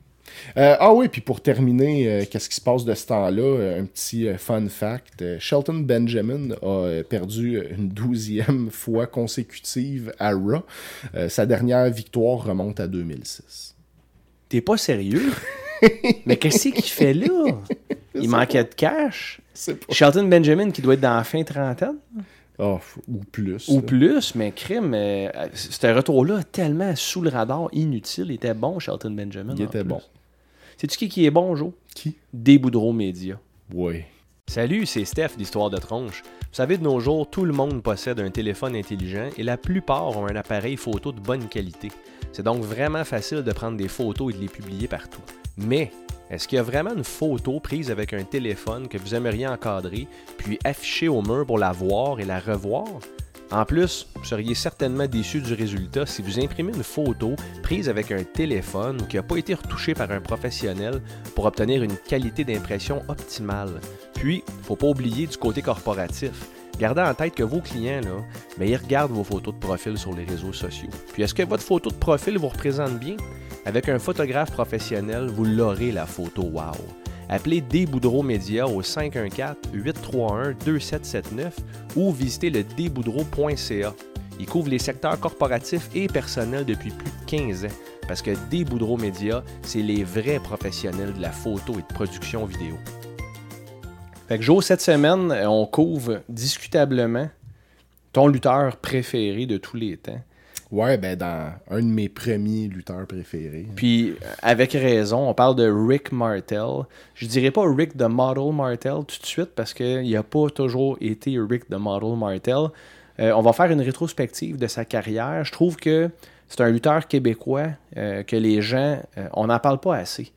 Oui, puis pour terminer, qu'est-ce qui se passe de ce temps-là? Un petit fun fact. Shelton Benjamin a perdu une 12e fois consécutive à Raw. Sa dernière victoire remonte à 2006. T'es pas sérieux? Mais qu'est-ce qu'il fait là? Il manquait de cash. Shelton Benjamin qui doit être dans la fin trentaine. Oh, ou plus. Ou plus, mais crime, ce retour-là tellement sous le radar, inutile. Il était bon, Shelton Benjamin. Il était bon. Sais-tu qui est bon, Joe? Qui? Des Boudreaux Média. Oui. Salut, c'est Steph d'Histoire de Tronche. Vous savez, de nos jours, tout le monde possède un téléphone intelligent et la plupart ont un appareil photo de bonne qualité. C'est donc vraiment facile de prendre des photos et de les publier partout. Mais, est-ce qu'il y a vraiment une photo prise avec un téléphone que vous aimeriez encadrer, puis afficher au mur pour la voir et la revoir? En plus, vous seriez certainement déçu du résultat si vous imprimez une photo prise avec un téléphone qui n'a pas été retouché par un professionnel pour obtenir une qualité d'impression optimale. Puis, il ne faut pas oublier du côté corporatif. Gardez en tête que vos clients, là, ils regardent vos photos de profil sur les réseaux sociaux. Puis, est-ce que votre photo de profil vous représente bien? Avec un photographe professionnel, vous l'aurez la photo wow. Appelez Des Boudreaux Média au 514-831-2779 ou visitez le desboudreaux.ca. Il couvre les secteurs corporatifs et personnels depuis plus de 15 ans parce que Des Boudreaux Média, c'est les vrais professionnels de la photo et de production vidéo. Fait que Joe, cette semaine, on couvre discutablement ton lutteur préféré de tous les temps. Ouais, ben dans un de mes premiers lutteurs préférés. Puis, avec raison, on parle de Rick Martel. Je dirais pas Rick the Model Martel tout de suite parce qu'il n'a pas toujours été Rick the Model Martel. On va faire une rétrospective de sa carrière. Je trouve que c'est un lutteur québécois que les gens, on n'en parle pas assez.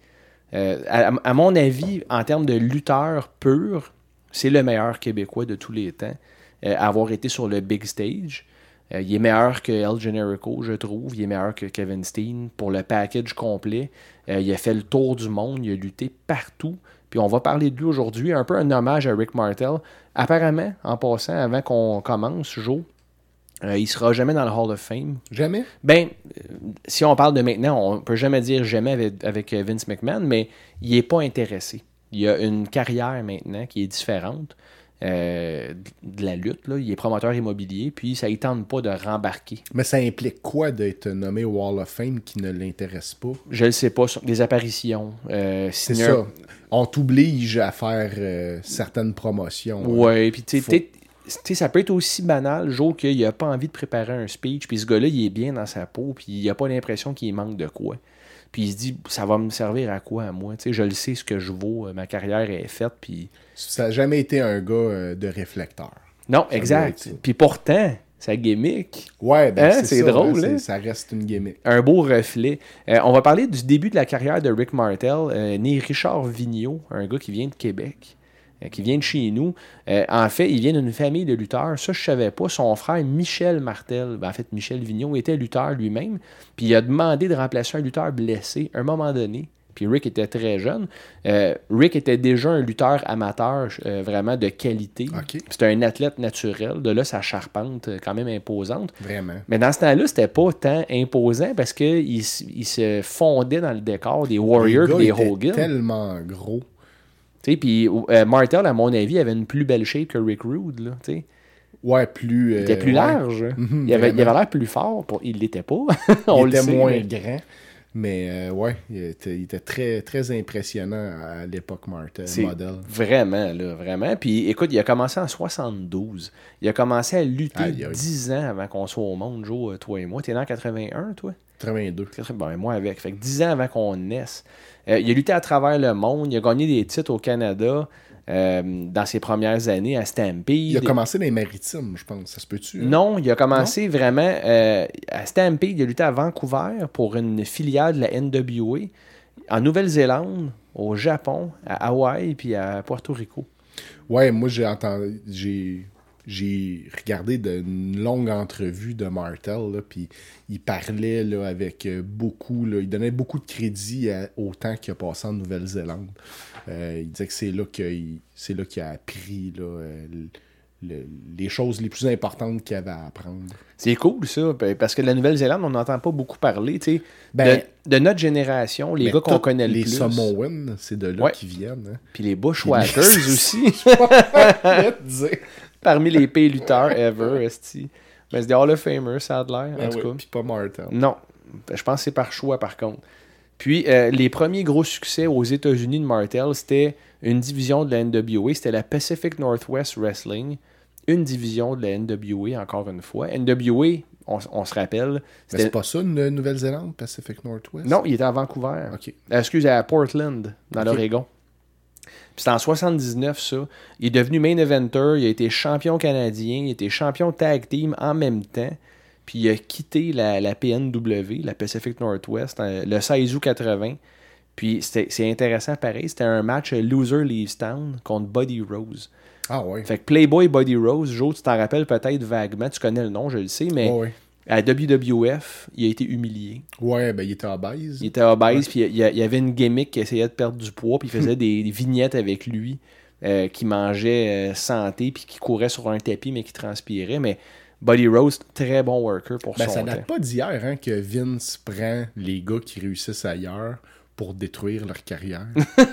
À mon avis, en termes de lutteur pur, c'est le meilleur québécois de tous les temps à avoir été sur le big stage. Il est meilleur que El Generico, je trouve. Il est meilleur que Kevin Steen pour le package complet. Il a fait le tour du monde. Il a lutté partout. Puis on va parler de lui aujourd'hui. Un peu un hommage à Rick Martel. Apparemment, en passant, avant qu'on commence, Joe, il sera jamais dans le Hall of Fame. Jamais? Ben, si on parle de maintenant, on peut jamais dire jamais avec Vince McMahon, mais il n'est pas intéressé. Il a une carrière maintenant qui est différente de la lutte. Là. Il est promoteur immobilier, puis ça ne tente pas de rembarquer. Mais ça implique quoi d'être nommé au Hall of Fame qui ne l'intéresse pas? Je le sais pas. Des apparitions. C'est ça. On t'oblige à faire certaines promotions. Ouais, puis tu sais, ça peut être aussi banal, Joe, qu'il n'a pas envie de préparer un speech, puis ce gars-là, il est bien dans sa peau, puis il n'a pas l'impression qu'il manque de quoi. Puis il se dit, ça va me servir à quoi, à moi? Tu sais, je le sais ce que je vaux, ma carrière est faite, puis... Ça n'a jamais été un gars de réflecteur. Non, exact. Puis pourtant, sa gimmick... Ouais, ben c'est ça, drôle, hein? Ça reste une gimmick. Un beau reflet. On va parler du début de la carrière de Rick Martel, né Richard Vigneault, un gars qui vient de Québec. Qui vient de chez nous. En fait, il vient d'une famille de lutteurs. Ça, je ne savais pas. Son frère, Michel Martel, en fait, Michel Vigneault, était lutteur lui-même. Puis il a demandé de remplacer un lutteur blessé à un moment donné. Puis Rick était très jeune. Rick était déjà un lutteur amateur vraiment de qualité. Okay. C'était un athlète naturel. De là, sa charpente quand même imposante. Vraiment. Mais dans ce temps-là, c'était pas tant imposant parce qu'il se fondait dans le décor des Warriors et des Hogan. Tellement gros. Puis Martel, à mon avis, avait une plus belle shape que Rick Rude. Là, ouais, plus... il était plus large. Il avait l'air plus fort. Il l'était pas. Il était moins grand. Mais ouais, il était très, très impressionnant à l'époque Martel, modèle. Vraiment, là, vraiment. Puis écoute, il a commencé en 72. Il a commencé à lutter 10 ans avant qu'on soit au monde, Joe, toi et moi. T'es né en 81, toi? 82. Ben, moi avec. Fait que 10 ans avant qu'on naisse. Il a lutté à travers le monde. Il a gagné des titres au Canada dans ses premières années à Stampede. Il a commencé dans les maritimes, je pense. Ça se peut-tu? Hein? Non, il a commencé vraiment à Stampede. Il a lutté à Vancouver pour une filiale de la NWA. En Nouvelle-Zélande, au Japon, à Hawaï puis à Puerto Rico. Ouais, moi j'ai regardé une longue entrevue de Martel, là, puis il parlait là, avec beaucoup, là, il donnait beaucoup de crédit au temps qu'il a passé en Nouvelle-Zélande. Il disait que c'est là qu'il a appris là, les choses les plus importantes qu'il avait à apprendre. C'est cool ça, parce que de la Nouvelle-Zélande, on n'entend pas beaucoup parler. De notre génération, les gars qu'on connaît le plus. Les Samoans, c'est de là qu'ils viennent. Hein. Puis les Bushwhackers aussi. Parmi les pires lutteurs ever, esti. Mais c'est des Hall of Famers, ça a de l'air, en tout cas. Puis pas Martel. Non, je pense que c'est par choix, par contre. Puis, les premiers gros succès aux États-Unis de Martel, c'était une division de la NWA, c'était la Pacific Northwest Wrestling, une division de la NWA, encore une fois. NWA, on se rappelle... Mais c'est pas ça, une Nouvelle-Zélande, Pacific Northwest? Non, il était à Vancouver. OK. Excusez, à Portland, dans l'Oregon. Puis c'était en 79, ça. Il est devenu main eventer, il a été champion canadien, il a été champion tag team en même temps. Puis il a quitté la PNW, la Pacific Northwest, le 16 août 80. Puis c'est intéressant pareil, c'était un match Loser Leaves Town contre Buddy Rose. Ah ouais. Fait que Playboy Buddy Rose, Joe, tu t'en rappelles peut-être vaguement, tu connais le nom, je le sais, mais à WWF, il a été humilié. Ouais, ben il était obèse. Il était obèse, puis il y avait une gimmick qui essayait de perdre du poids, puis il faisait des vignettes avec lui, qui mangeait santé, puis qui courait sur un tapis, mais qui transpirait, mais... Buddy Rose, très bon worker pour son temps. Ça date pas d'hier hein, que Vince prend les gars qui réussissent ailleurs pour détruire leur carrière.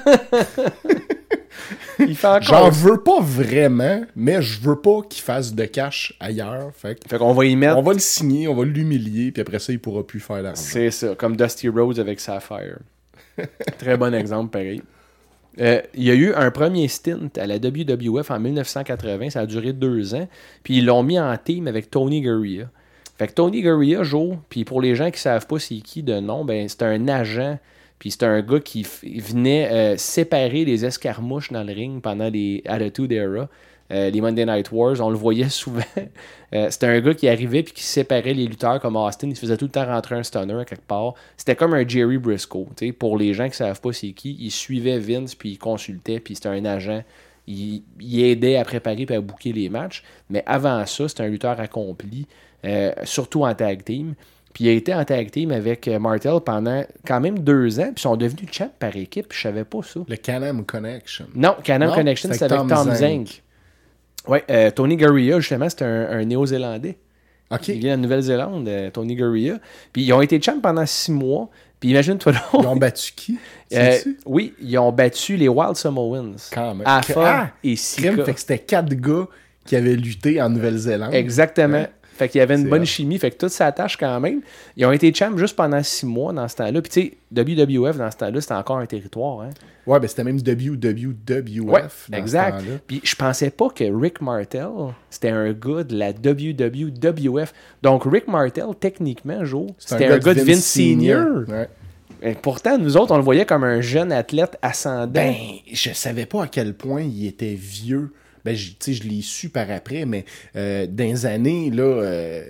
Il fait encore... J'en veux pas vraiment, mais je veux pas qu'il fasse de cash ailleurs. Fait qu'on va y mettre... On va le signer, on va l'humilier, puis après ça, il pourra plus faire d'argent. C'est ça, comme Dusty Rhodes avec Sapphire. Très bon exemple, pareil. Il y a eu un premier stint à la WWF en 1980, ça a duré 2 ans, puis ils l'ont mis en team avec Tony Gurria. Fait que Tony Gurria, Joe, puis pour les gens qui savent pas c'est qui de nom, ben c'est un agent, puis c'est un gars qui venait séparer les escarmouches dans le ring pendant les Attitude Era, les Monday Night Wars, on le voyait souvent. C'était un gars qui arrivait puis qui séparait les lutteurs comme Austin, il se faisait tout le temps rentrer un stunner à quelque part. C'était comme un Jerry Briscoe, t'sais. Pour les gens qui savent pas c'est qui, il suivait Vince puis il consultait, puis c'était un agent. Il aidait à préparer et à booker les matchs, mais avant ça, c'était un lutteur accompli. surtout en tag team. Puis il a été en tag team avec Martel pendant quand même 2 ans, puis ils sont devenus champ par équipe, puis je savais pas ça. Le Can-Am Connection. Non, Can-Am Connection, c'était avec Tom Zenk. Oui, Tony Gurria, justement, c'est un Néo-Zélandais. OK. Il vient de Nouvelle-Zélande, Tony Gurria. Puis ils ont été champs pendant 6 mois. Puis imagine-toi donc. Ils ont battu qui? Oui, ils ont battu les Wild Samoans. Quand même. Afa et Sika. Fait que c'était 4 gars qui avaient lutté en Nouvelle-Zélande. Exactement. Ouais. Fait qu'il y avait une bonne chimie. Fait que tout s'attache quand même. Ils ont été champs juste pendant 6 mois dans ce temps-là. Puis tu sais, WWF dans ce temps-là, c'était encore un territoire. Hein? Ouais, ben c'était même WWF. Ouais, dans exact. ce temps-là. Puis je pensais pas que Rick Martel, c'était un gars de la WWF. Donc Rick Martel, techniquement, Joe, c'était un gars de Vince Senior. Ouais. Et pourtant, nous autres, on le voyait comme un jeune athlète ascendant. Ben, je savais pas à quel point il était vieux. Ben, je l'ai su par après, mais dans les années, là,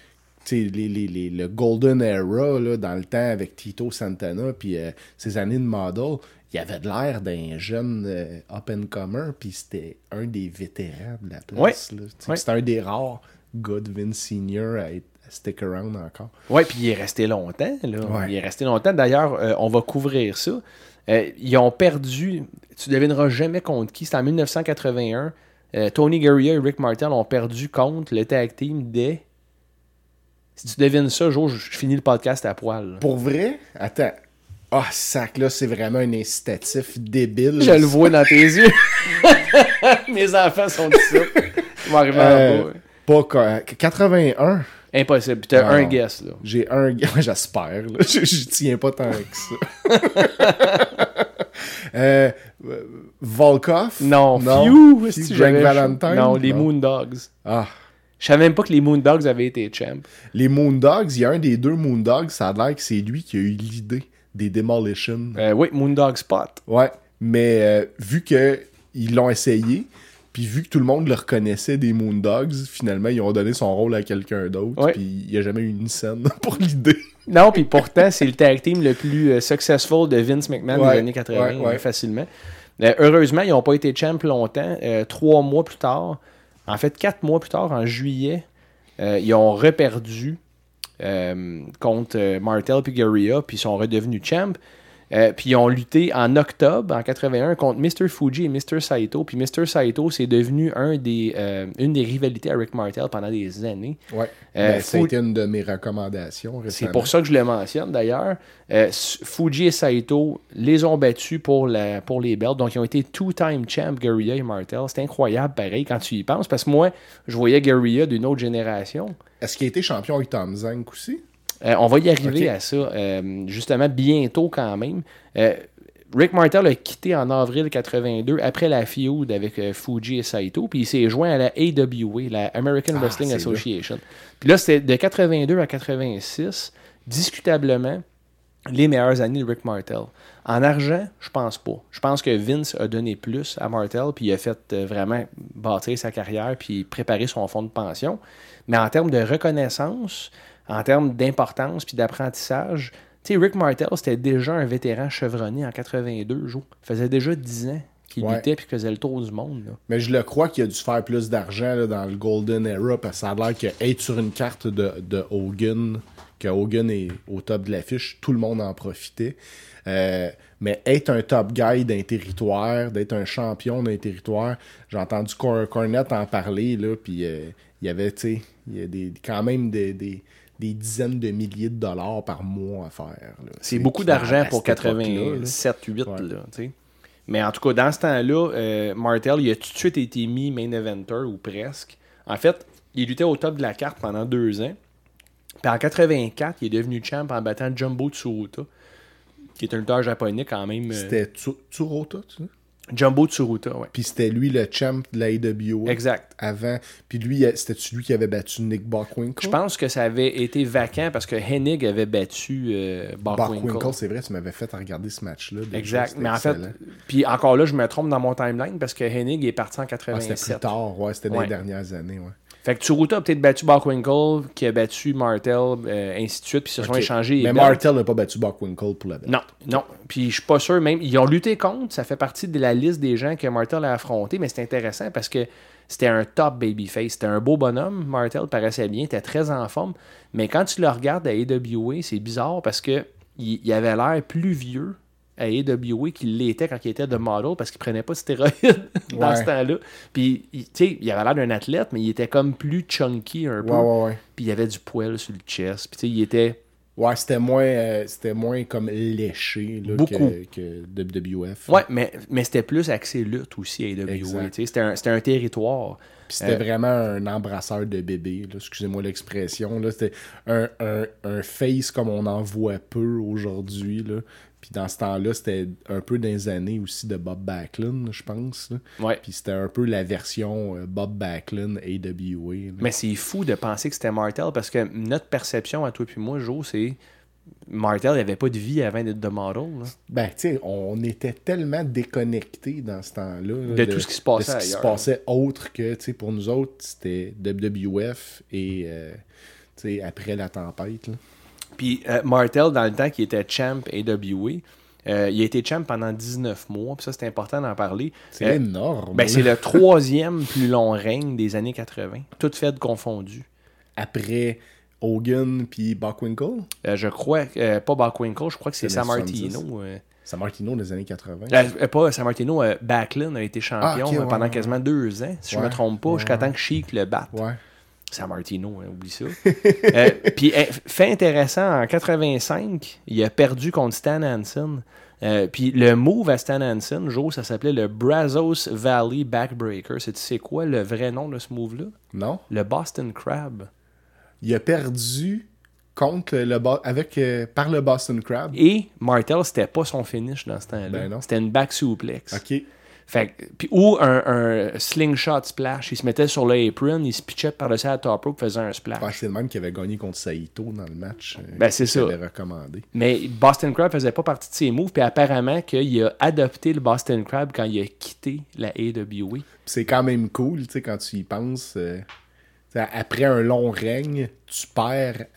le Golden Era, là, dans le temps, avec Tito Santana, puis ces années de model, il avait de l'air d'un jeune up-and-comer, puis c'était un des vétérans de la place. Ouais. Ouais. C'était un des rares gars de Vince Senior à stick around encore. Oui, puis il est resté longtemps. Là. Ouais. Il est resté longtemps. D'ailleurs, on va couvrir ça. Ils ont perdu, tu ne devineras jamais contre qui, c'était en 1981. Tony Gurria et Rick Martel ont perdu contre le tag team des... Si tu devines ça, Joe, je finis le podcast à poil. Là. Pour vrai? Attends. Ah, sac, là, c'est vraiment un incitatif débile. Je le vois dans tes yeux. Mes enfants sont disciples. Ils vont arriver en bas. Pas 81. Impossible. Puis t'as un guess, là. J'ai un guess. J'espère, là. Je tiens pas tant que ça. Volkov? Non. Few, Greg Valentine? Non, les Moondogs. Ah. Je savais même pas que les Moondogs avaient été champs. Les Moondogs, il y a un des 2 Moondogs, ça a l'air que c'est lui qui a eu l'idée des Demolition. Oui, Moondog Spot. Ouais, mais vu qu'ils l'ont essayé, puis vu que tout le monde le reconnaissait des Moondogs, finalement, ils ont donné son rôle à quelqu'un d'autre, puis il n'y a jamais eu une scène pour l'idée. Non, puis pourtant, c'est le tag team le plus successful de Vince McMahon des années 80, facilement. Heureusement, ils n'ont pas été champs longtemps. 3 mois plus tard, en fait 4 mois plus tard, en juillet, ils ont reperdu contre Martel et Gurria, puis ils sont redevenus champs. Puis ils ont lutté en octobre, en 81, contre Mr. Fuji et Mr. Saito. Puis Mr. Saito, c'est devenu une des rivalités à Rick Martel pendant des années. Ouais. Ça a été une de mes recommandations récemment. C'est pour ça que je le mentionne d'ailleurs. Fuji et Saito les ont battus pour les belts. Donc ils ont été 2-time champ, Gurria et Martel. C'est incroyable pareil quand tu y penses. Parce que moi, je voyais Gurria d'une autre génération. Est-ce qu'il a été champion avec Tom Zenk aussi? On va y arriver à ça, justement, bientôt quand même. Rick Martel a quitté en avril 82 après la feud avec Fuji et Saito, puis il s'est joint à la AWA, la American Wrestling Association. Puis là, c'était de 82 à 86, discutablement, les meilleures années de Rick Martel. En argent, je pense pas. Je pense que Vince a donné plus à Martel, puis il a fait vraiment bâtir sa carrière, puis préparer son fonds de pension. Mais en termes de reconnaissance, en termes d'importance puis d'apprentissage, tu sais, Rick Martel, c'était déjà un vétéran chevronné en 82 jours. Il faisait déjà 10 ans qu'il luttait et qu'il faisait le tour du monde. Là. Mais je le crois qu'il a dû faire plus d'argent là, dans le Golden Era parce que ça a l'air qu'être sur une carte de Hogan, que Hogan est au top de l'affiche, tout le monde en profitait. Mais être un top guy d'un territoire, d'être un champion d'un territoire, j'ai entendu Cornette en parler, là, puis il y avait, tu sais, il y a quand même des dizaines de milliers de dollars par mois à faire. Là, c'est beaucoup d'argent pour 87-8. Ouais. Mais en tout cas, dans ce temps-là, Martel, il a tout de suite été mis main eventer ou presque. En fait, il luttait au top de la carte pendant 2 ans. Puis en 84, il est devenu champ en battant Jumbo Tsuruta, qui est un lutteur japonais quand même. C'était Tsuruta, tu sais? Jumbo Tsuruta, oui. Puis c'était lui le champ de la AWA. Exact. Avant. Puis lui, c'était lui qui avait battu Nick Bockwinkel. Je pense que ça avait été vacant parce que Hennig avait battu Bockwinkel. C'est vrai, tu m'avais fait regarder ce match-là. Exact. Mais en fait, puis encore là, je me trompe dans mon timeline parce que Hennig est parti en 87. C'était plus tard, ouais. C'était dans les dernières années, ouais. Fait que Tsuruta a peut-être battu Bockwinkel, qui a battu Martel, ainsi de suite, puis ils se sont échangés. Mais Martel n'a pas battu Bockwinkel pour la belle. Non. Puis je suis pas sûr, même, ils ont lutté contre, ça fait partie de la liste des gens que Martel a affronté, mais c'est intéressant parce que c'était un top babyface. C'était un beau bonhomme, Martel, paraissait bien, était très en forme, mais quand tu le regardes à AWA, c'est bizarre parce que il avait l'air plus vieux à AWA qu'il l'était quand il était de model parce qu'il prenait pas de stéroïdes dans ce temps-là. Puis, tu sais, il avait l'air d'un athlète, mais il était comme plus chunky un peu. Ouais. Puis il avait du poil sur le chest. Puis, tu sais, il était... Ouais, c'était moins comme léché là, que WWF. Ouais, mais c'était plus axé lutte aussi à AWA. C'était un territoire. Puis c'était vraiment un embrasseur de bébé, là, excusez-moi l'expression. Là. C'était un face comme on en voit peu aujourd'hui. Là. Puis dans ce temps-là, c'était un peu dans les années aussi de Bob Backlund, je pense. Là. Ouais. Puis c'était un peu la version Bob Backlund AWA. Là. Mais c'est fou de penser que c'était Martel parce que notre perception à toi puis moi, Joe, c'est Martel n'avait pas de vie avant d'être de model. Là. Ben, tu sais, on était tellement déconnectés dans ce temps-là. De tout ce qui se passait ailleurs. De ce qui se passait autre que, tu sais, pour nous autres, c'était WWF et, tu sais, après la tempête, là. Puis Martel, dans le temps qu'il était champ AWA, il a été champ pendant 19 mois. Puis ça, c'est important d'en parler. C'est énorme. Ben, c'est le 3e plus long règne des années 80. Tout fait confondu. Après Hogan puis Bockwinkel? Je crois, pas Bockwinkel, je crois que c'est Sammartino. Sammartino des années 80. Pas Sammartino, Backlund a été champion pendant quasiment 2 ans, si je me trompe pas, jusqu'à temps que Sheik le batte. Ouais. Sammartino, oublie ça. Puis, fait intéressant, en 85, il a perdu contre Stan Hansen. Puis le move à Stan Hansen, Joe, ça s'appelait le Brazos Valley Backbreaker. Tu sais quoi le vrai nom de ce move-là? Non. Le Boston Crab. Il a perdu contre par le Boston Crab. Et Martel, c'était pas son finish dans ce temps-là. Ben non. C'était une back suplex. OK. Fait, puis, ou un slingshot splash. Il se mettait sur le apron, il se pitchait par-dessus la top rope, faisait un splash. Ouais, c'est le même qui avait gagné contre Saito dans le match. Ben, c'est ça. Avait recommandé. Mais Boston Crab faisait pas partie de ses moves, puis apparemment qu'il a adopté le Boston Crab quand il a quitté la AWA. C'est quand même cool, tu sais, quand tu y penses. Après un long règne, tu perds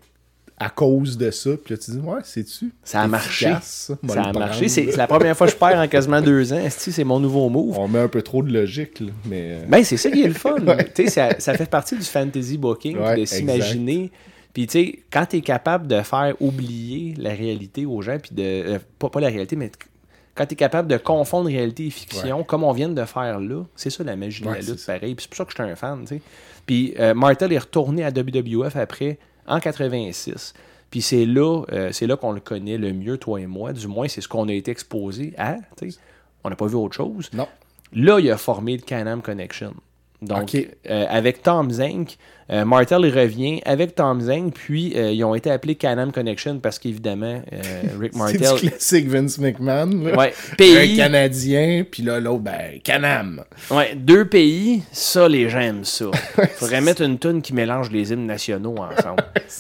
à cause de ça. Puis là, tu dis, ouais, c'est-tu? Ça a marché. Ça a marché. C'est la première fois que je perds en quasiment 2 ans. C'est mon nouveau move. On met un peu trop de logique, là. Mais ben, c'est ça qui est le fun. Ça fait partie du fantasy booking, de s'imaginer. Puis, tu sais, quand tu es capable de faire oublier la réalité aux gens, puis de. Pas la réalité, mais quand tu es capable de confondre réalité et fiction, comme on vient de faire là, c'est ça la magie de la lutte, pareil. Puis c'est pour ça que je suis un fan, tu sais. Puis Martel est retourné à WWF après, en 86. Puis c'est là qu'on le connaît le mieux, toi et moi. Du moins, c'est ce qu'on a été exposé à. T'sais. On n'a pas vu autre chose. Non. Là, il a formé le Can-Am Connection. Donc, avec Tom Zenk, Martel revient avec Tom Zenk, puis ils ont été appelés Can-Am Connection parce qu'évidemment, Rick Martel... C'est du classique Vince McMahon. Là. Ouais, pays... Un Canadien, puis là, l'autre, ben, Can-Am. Ouais, 2 pays, ça, les gens aiment ça. Faudrait mettre une toune qui mélange les hymnes nationaux ensemble.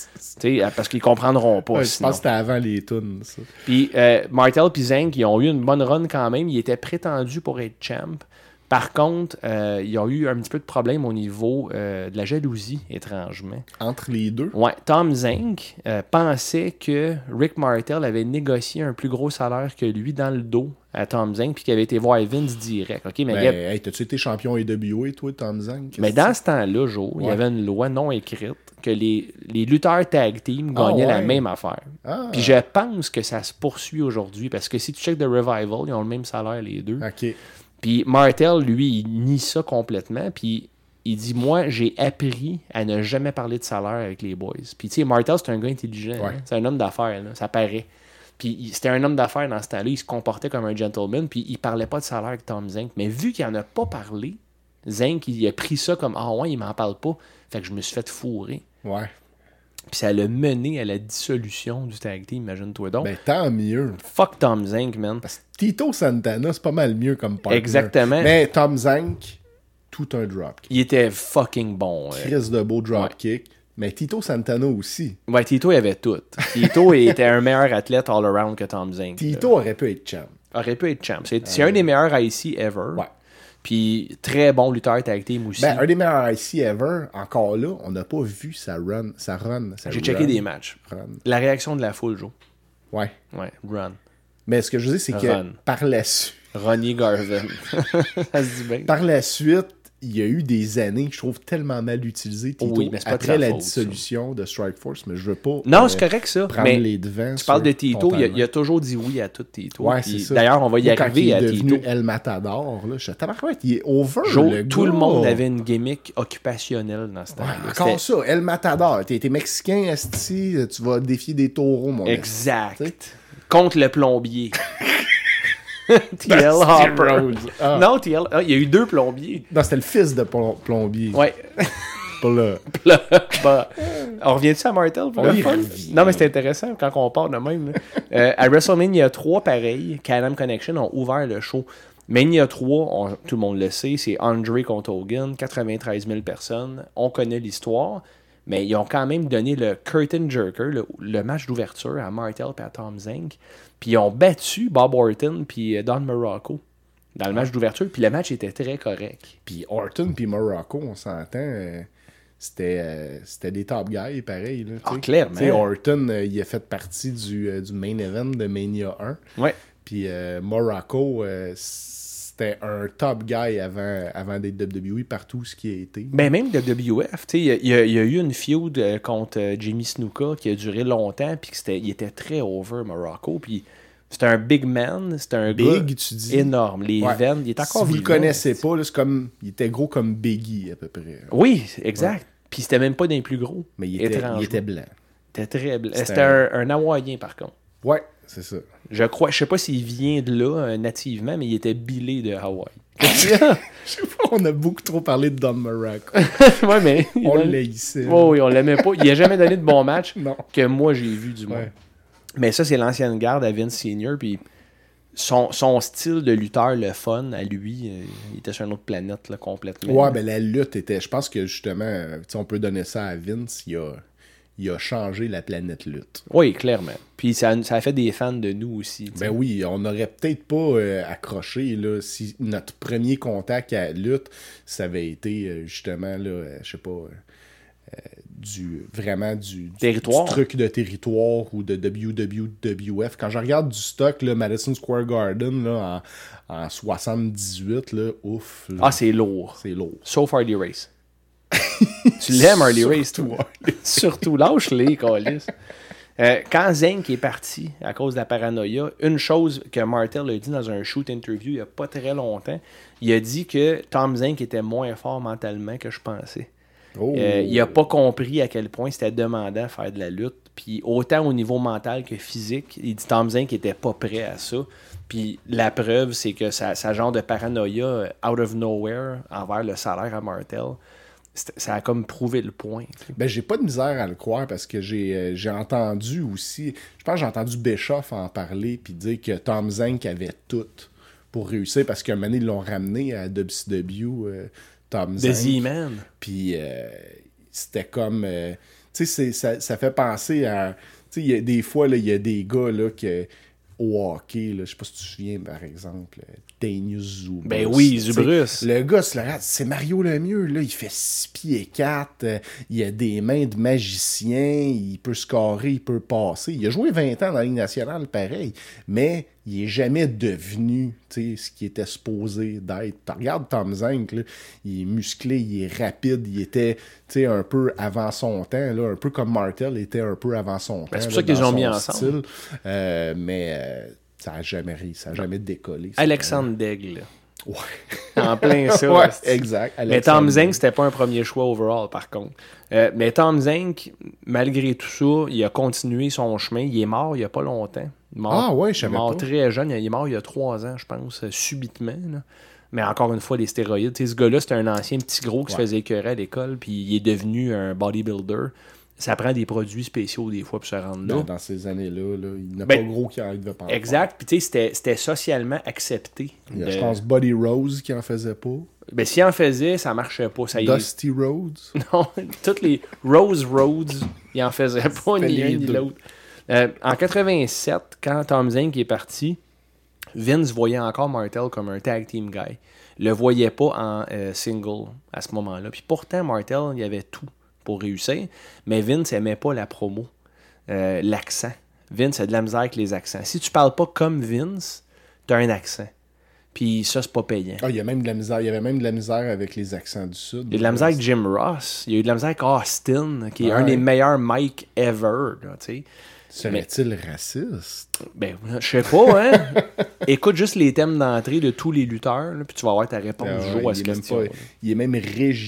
Parce qu'ils comprendront pas. Je pense que c'était avant les tunes, ça. Puis Martel et Zenk, ils ont eu une bonne run quand même. Ils étaient prétendus pour être champ. Par contre, ils ont eu un petit peu de problème au niveau de la jalousie, étrangement. Entre les deux? Ouais. Tom Zenk pensait que Rick Martel avait négocié un plus gros salaire que lui dans le dos à Tom Zenk, puis qu'il avait été voir Vince direct. Okay, mais t'as-tu été champion AWA, toi, Tom Zenk? Mais dans ce temps-là, Joe, il y avait une loi non écrite que les lutteurs tag team gagnaient la même affaire. Puis je pense que ça se poursuit aujourd'hui, parce que si tu checkes The Revival, ils ont le même salaire, les deux. OK. Puis Martel, lui, il nie ça complètement. Puis il dit, moi, j'ai appris à ne jamais parler de salaire avec les boys. Puis tu sais, Martel, c'est un gars intelligent. Ouais. Hein? C'est un homme d'affaires, là, ça paraît. Puis c'était un homme d'affaires dans ce temps-là. Il se comportait comme un gentleman. Puis il parlait pas de salaire avec Tom Zenk. Mais vu qu'il en a pas parlé, Zenk, il a pris ça comme, ah ouais, il m'en parle pas. Fait que je me suis fait fourrer. Ouais. Puis ça l'a mené à la dissolution du tag team, imagine-toi donc. Ben, tant mieux. Fuck Tom Zenk, man. Parce que Tito Santana, c'est pas mal mieux comme partner. Exactement. Mais Tom Zenk, tout un dropkick. Il était fucking bon. Chris de beau dropkick. Ouais. Mais Tito Santana aussi. Ouais, Tito, il avait tout. Tito était un meilleur athlète all-around que Tom Zenk. Tito aurait pu être champ. Aurait pu être champ. C'est un des meilleurs IC ever. Ouais. Puis très bon lutteur tag team aussi. Ben, un des meilleurs IC ever, encore là, on n'a pas vu sa run. J'ai checké des matchs. La réaction de la foule, Joe. Ouais. Ouais, run. Mais ce que je veux dire, c'est que par la suite... Ronnie Garvin. Ça se dit bien. Par la suite, il y a eu des années que je trouve tellement mal utilisées, Tito, oui, mais c'est pas après la faute, dissolution de Strike Force, mais je veux pas non, c'est correct ça. prendre mais les devants. Tu parles de Tito, il a toujours dit oui à tout Tito. Ouais, c'est ça. D'ailleurs, on va y arriver à Tito. Quand il est devenu Tito. El Matador, là, je tabarouette, il est over, Tout gars. le monde avait une gimmick occupationnelle dans ce temps-là. Encore ça, El Matador. T'es mexicain, esti, tu vas défier des taureaux, mon exact. esti. Contre le plombier. TL Hopper. Ah. Non, TL. Ah, il y a eu 2 plombiers. Non, c'était le fils de plombier. Ouais. Pas là. Bah, on revient-tu à Martel pour On le y fun? revient. Non, mais c'est intéressant quand on part de même. À WrestleMania 3, pareil, Can-Am Connection ont ouvert le show. Mania 3, tout le monde le sait, c'est Andre contre Hogan, 93 000 personnes. On connaît l'histoire, mais ils ont quand même donné le Curtain Jerker, le match d'ouverture à Martel et à Tom Zenk. Puis ils ont battu Bob Orton puis Don Morocco dans le match d'ouverture. Puis le match était très correct. Puis Orton puis Morocco, on s'entend, c'était des top guys, pareil. Là, Ah, clairement. T'sais, Orton, il a fait partie du main event de Mania 1. Ouais. Puis Morocco, c'était un top guy avant des WWE partout ce qui a été. Ben même WWF, il y a eu une feud contre Jimmy Snuka qui a duré longtemps, puis il était très over, Morocco, puis c'était un big man, c'était un gars Tu dis. énorme, les veines, il est encore Si vous vivant. le connaissez pas, là, c'est comme, il était gros comme Biggie à peu près. Oui, exact. Puis c'était même pas d'un plus gros. Mais il était blanc. Il était très blanc. C'était un Hawaïen par contre. Ouais, c'est ça. Je sais pas s'il vient de là nativement, mais il était billé de Hawaï. Je sais pas, on a beaucoup trop parlé de Don Morocco. Ouais, mais On l'haïssait. Oh, oui, on l'aimait pas. Il a jamais donné de bons matchs Non. que moi j'ai vu du moins. Ouais. Mais ça, c'est l'ancienne garde à Vince Senior. Puis son style de lutteur, le fun, à lui, il était sur une autre planète là, complètement. Ouais, ben la lutte était. Je pense que justement, on peut donner ça à Vince. Il a changé la planète lutte. Oui, clairement. Puis ça a fait des fans de nous aussi. T'sais. Ben oui, on n'aurait peut-être pas accroché là, si notre premier contact à la lutte, ça avait été justement, là, je sais pas, du Territoire. du truc de territoire ou de WWF. Quand je regarde du stock, là, Madison Square Garden là, en 78, là, ouf. Là, Ah, c'est lourd. c'est lourd. Sauf Harley Race. Tu l'aimes, Harley Race, toi? Surtout, lâche-les, câlisse. Quand Zenk est parti à cause de la paranoïa, une chose que Martel a dit dans un shoot interview il n'y a pas très longtemps, il a dit que Tom Zenk était moins fort mentalement que je pensais. Oh. Il n'a pas compris à quel point c'était demandant de faire de la lutte. Puis autant au niveau mental que physique, il dit Tom Zenk n'était pas prêt à ça. Puis la preuve, c'est que sa genre de paranoïa out of nowhere envers le salaire à Martel, ça a comme prouvé le point. T'sais. Ben, j'ai pas de misère à le croire parce que j'ai entendu aussi, je pense que j'ai entendu Bischoff en parler puis dire que Tom Zenk avait tout pour réussir parce qu'un moment donné, ils l'ont ramené à WCW, Tom Zenk. The Z-Man. Puis c'était comme, tu sais, ça fait penser à, tu sais, des fois, il y a des gars là, au hockey, là, je sais pas si tu te souviens, par exemple, Danius Zubrus. Ben oui, Zubrus. Le gars, c'est Mario Lemieux, là, il fait 6 pieds 4, il a des mains de magicien, il peut scorer, il peut passer. Il a joué 20 ans dans la Ligue nationale, pareil, mais il est jamais devenu ce qu'il était supposé d'être. Regarde Tom Zenk, là, il est musclé, il est rapide, il était un peu avant son temps, là, un peu comme Martel était un peu avant son temps. C'est pour ça qu'ils ont mis ensemble. Mais ça n'a jamais décollé. Alexandre Daigle. Ouais. En plein ça. Ouais, exact. Mais Tom Zenk, c'était pas un premier choix overall, par contre. Mais Tom Zenk, malgré tout ça, il a continué son chemin. Il est mort il y a pas longtemps. Ouais, je savais pas. Mort très jeune. Il est mort il y a 3 ans, je pense, subitement. Là. Mais encore une fois, des stéroïdes. T'sais, ce gars-là, c'était un ancien petit gros qui se faisait écœurer à l'école, puis il est devenu un bodybuilder. Ça prend des produits spéciaux des fois pour se rendre là. Dans ces années-là, là, il n'y a pas gros qui arrive de penser. Exact. Puis tu sais, c'était socialement accepté. Je pense Buddy Rose qui en faisait pas. Ben, s'il en faisait, ça marchait pas. Ça Dusty Rhodes. Non, toutes les Rose Rhodes, il en faisait pas ni l'un ni l'autre. En 87, quand Tom Zenk est parti, Vince voyait encore Martel comme un tag team guy. Le voyait pas en single à ce moment-là. Puis pourtant, Martel, il y avait tout pour réussir, mais Vince aimait pas la promo, l'accent. Vince a de la misère avec les accents. Si tu parles pas comme Vince, t'as un accent. Puis ça, c'est pas payant. Ah, il y a même de la misère. Il y avait même de la misère avec les accents du Sud. Il y a de la misère avec Jim Ross. Il y a eu de la misère avec Austin, qui est un des meilleurs mics ever. Là, serait-il raciste? Ben, je sais pas, hein? Écoute juste les thèmes d'entrée de tous les lutteurs, là, puis tu vas avoir ta réponse du jour à cette question. Il est même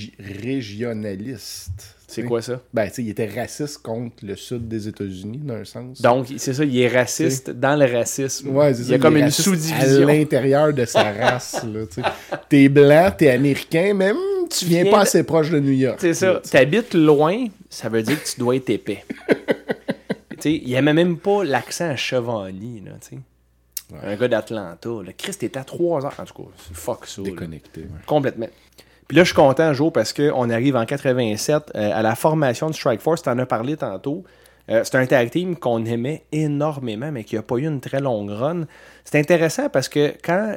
régionaliste. C'est quoi ça? Ben, tu sais, il était raciste contre le sud des États-Unis, d'un sens. Donc, c'est ça, il est raciste dans le racisme. Ouais, c'est ça, il y a comme une sous-division. À l'intérieur de sa race, là, tu sais. T'es blanc, t'es américain, même tu viens pas assez proche de New York. C'est ça. T'habites loin, ça veut dire que tu dois être épais. Tu sais, il aimait même pas l'accent à Chevalier, là, tu sais. Ouais. Un gars d'Atlanta. Le Christ était à 3 heures. En tout cas, c'est fuck ça. Déconnecté. Ouais. Complètement. Puis là, je suis content, Joe, parce qu'on arrive en 87 à la formation de Strike Force. Tu en as parlé tantôt. C'est un tag team qu'on aimait énormément, mais qui n'a pas eu une très longue run. C'est intéressant parce que quand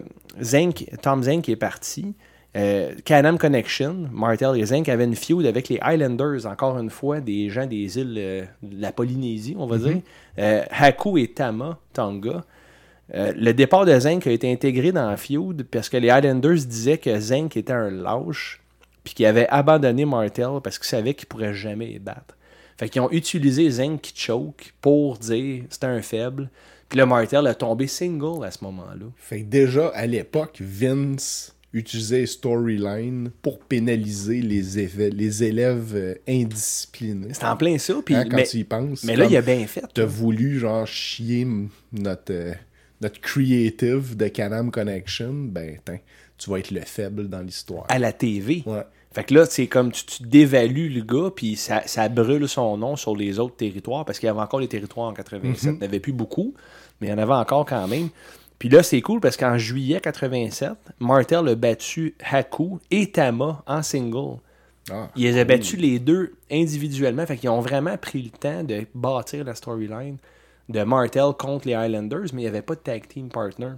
Tom Zenk est parti, Can-Am Connection, Martel et Zenk avaient une feud avec les Highlanders, encore une fois, des gens des îles de la Polynésie, on va dire. Haku et Tama Tonga. Le départ de Zenk a été intégré dans la feud parce que les Highlanders disaient que Zenk était un lâche puis qu'il avait abandonné Martel parce qu'il savait qu'il ne pourrait jamais les battre. Fait qu'ils ont utilisé Zenk qui choke pour dire c'était un faible. Puis le Martel a tombé single à ce moment-là. Fait que déjà, à l'époque, Vince utilisait storyline pour pénaliser les élèves indisciplinés. C'est en plein ça. Puis, quand tu y penses. Mais là, il a bien fait. T'as voulu genre chier notre creative de Can-Am Connection, ben tu vas être le faible dans l'histoire. À la TV. Ouais. Fait que là, c'est comme tu dévalues le gars, puis ça brûle son nom sur les autres territoires, parce qu'il y avait encore les territoires en 87. Il n'y en avait plus beaucoup, mais il y en avait encore quand même. Puis là, c'est cool, parce qu'en juillet 87, Martel a battu Haku et Tama en single. Il les a battus les deux individuellement, fait qu'ils ont vraiment pris le temps de bâtir la storyline de Martel contre les Highlanders, mais il n'y avait pas de tag team partner.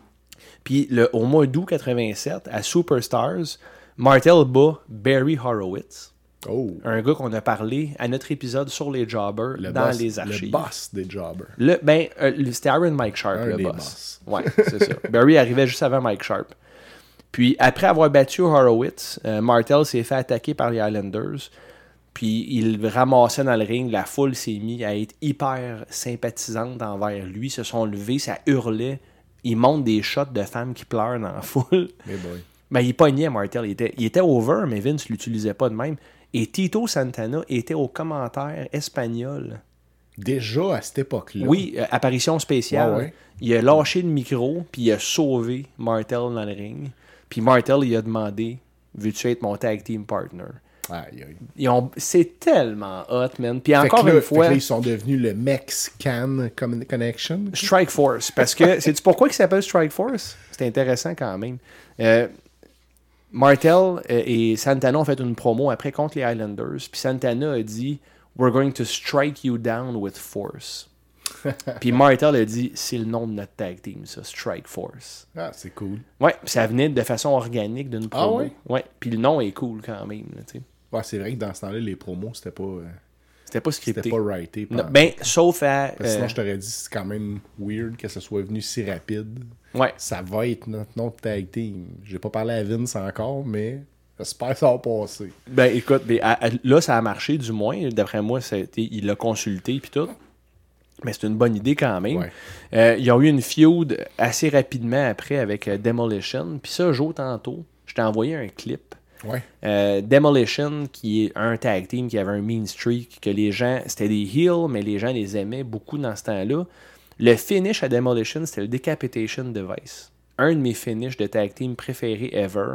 Puis au mois d'août 87, à Superstars, Martel bat Barry Horowitz. Un gars qu'on a parlé à notre épisode sur les Jobbers les archives. Le boss des Jobbers. C'était Iron Mike Sharp, le boss. Ouais, c'est ça. Barry arrivait juste avant Mike Sharp. Puis après avoir battu Horowitz, Martel s'est fait attaquer par les Highlanders. Puis il ramassait dans le ring, la foule s'est mise à être hyper sympathisante envers lui. Ils se sont levés, ça hurlait. Il monte des shots de femmes qui pleurent dans la foule. Ben, il pognait Martel. Il était over, mais Vince ne l'utilisait pas de même. Et Tito Santana était au commentaire espagnol. Déjà à cette époque-là? Oui, apparition spéciale. Ouais. Il a lâché le micro, puis il a sauvé Martel dans le ring. Puis Martel, il a demandé « Veux-tu être mon tag team partner? » C'est tellement hot, man. Puis encore une fois... ils sont devenus le Mexican Connection. Strike Force. Parce que, sais-tu pourquoi il s'appelle Strike Force? C'est intéressant quand même. Martel et Santana ont fait une promo après contre les Highlanders. Puis Santana a dit « We're going to strike you down with force. » Puis Martel a dit « C'est le nom de notre tag team, ça, Strike Force. » Ah, c'est cool. Ouais, ça venait de façon organique d'une promo. Ah ouais? Ouais, puis le nom est cool quand même, tu sais. Ouais, c'est vrai que dans ce temps-là, les promos, c'était pas scripté. C'était pas writé. Ben, sauf à... sinon, je t'aurais dit, c'est quand même weird que ce soit venu si rapide. Ouais. Ça va être notre nom de tag team. J'ai pas parlé à Vince encore, mais j'espère que ça va passer. Ben, écoute, là, ça a marché, du moins. D'après moi, il l'a consulté puis tout. Mais c'est une bonne idée quand même. Ouais. Ils ont eu une feud assez rapidement après avec Demolition. Puis ça, Joe, tantôt, je t'ai envoyé un clip. Ouais. Demolition, qui est un tag team qui avait un mean streak, que les gens, c'était des heels, mais les gens les aimaient beaucoup dans ce temps-là. Le finish à Demolition, c'était le Decapitation Device. Un de mes finishes de tag team préférés ever.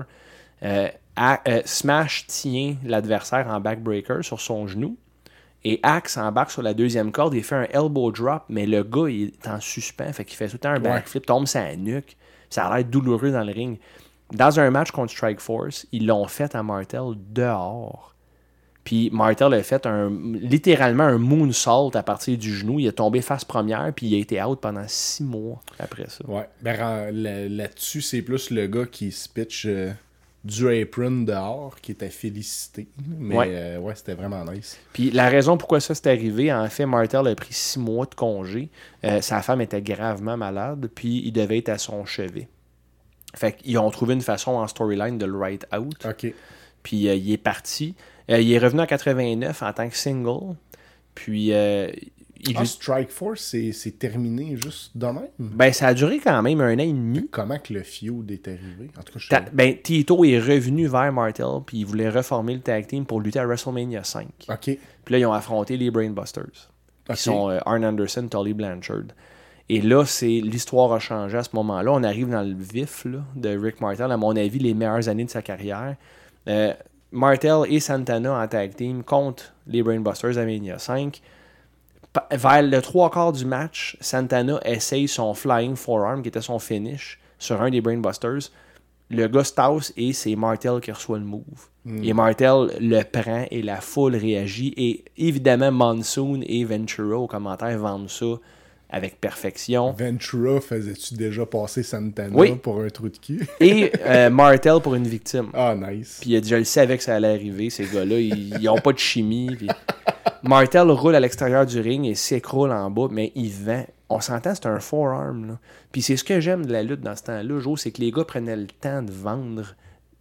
Smash tient l'adversaire en backbreaker sur son genou. Et Axe embarque sur la deuxième corde, il fait un elbow drop, mais le gars, il est en suspens, fait qu'il fait tout le temps un backflip, tombe sa nuque. Ça a l'air douloureux dans le ring. Dans un match contre Strike Force, ils l'ont fait à Martel dehors. Puis Martel a fait littéralement un moonsault à partir du genou. Il est tombé face première, puis il a été out pendant 6 mois après ça. Ouais. Ben, là-dessus, c'est plus le gars qui se pitch du apron dehors qui était félicité. Mais ouais, c'était vraiment nice. Puis la raison pourquoi ça s'est arrivé, en fait, Martel a pris 6 mois de congé. Sa femme était gravement malade, puis il devait être à son chevet. Fait qu'ils ont trouvé une façon en storyline de le write out. OK. Puis il est parti. Il est revenu en 89 en tant que single. Puis Strike Force, c'est terminé juste de même? Ben, ça a duré quand même 1 an et demi. Comment que le feud est arrivé? En tout cas, Tito est revenu vers Martel, puis il voulait reformer le tag team pour lutter à WrestleMania 5. OK. Puis là, ils ont affronté les Brainbusters. Qui sont Arn Anderson, Tully Blanchard. Et là, l'histoire a changé à ce moment-là. On arrive dans le vif là, de Rick Martel. À mon avis, les meilleures années de sa carrière. Martel et Santana en tag team contre les Brainbusters à Mania 5. Vers le 3/4 du match, Santana essaye son Flying Forearm, qui était son finish, sur un des Brainbusters. Le gars se tasse et c'est Martel qui reçoit le move. Et Martel le prend et la foule réagit. Et évidemment, Monsoon et Ventura aux commentaires vendent ça avec perfection. Ventura, faisais-tu déjà passer Santana pour un trou de cul? Et Martel pour une victime. Ah, nice. Puis il a dit, je le savais que ça allait arriver, ces gars-là. Ils n'ont pas de chimie. Puis... Martel roule à l'extérieur du ring et s'écroule en bas, mais il vend. On s'entend, c'est un forearm. Là. Puis c'est ce que j'aime de la lutte dans ce temps-là, Jo, c'est que les gars prenaient le temps de vendre.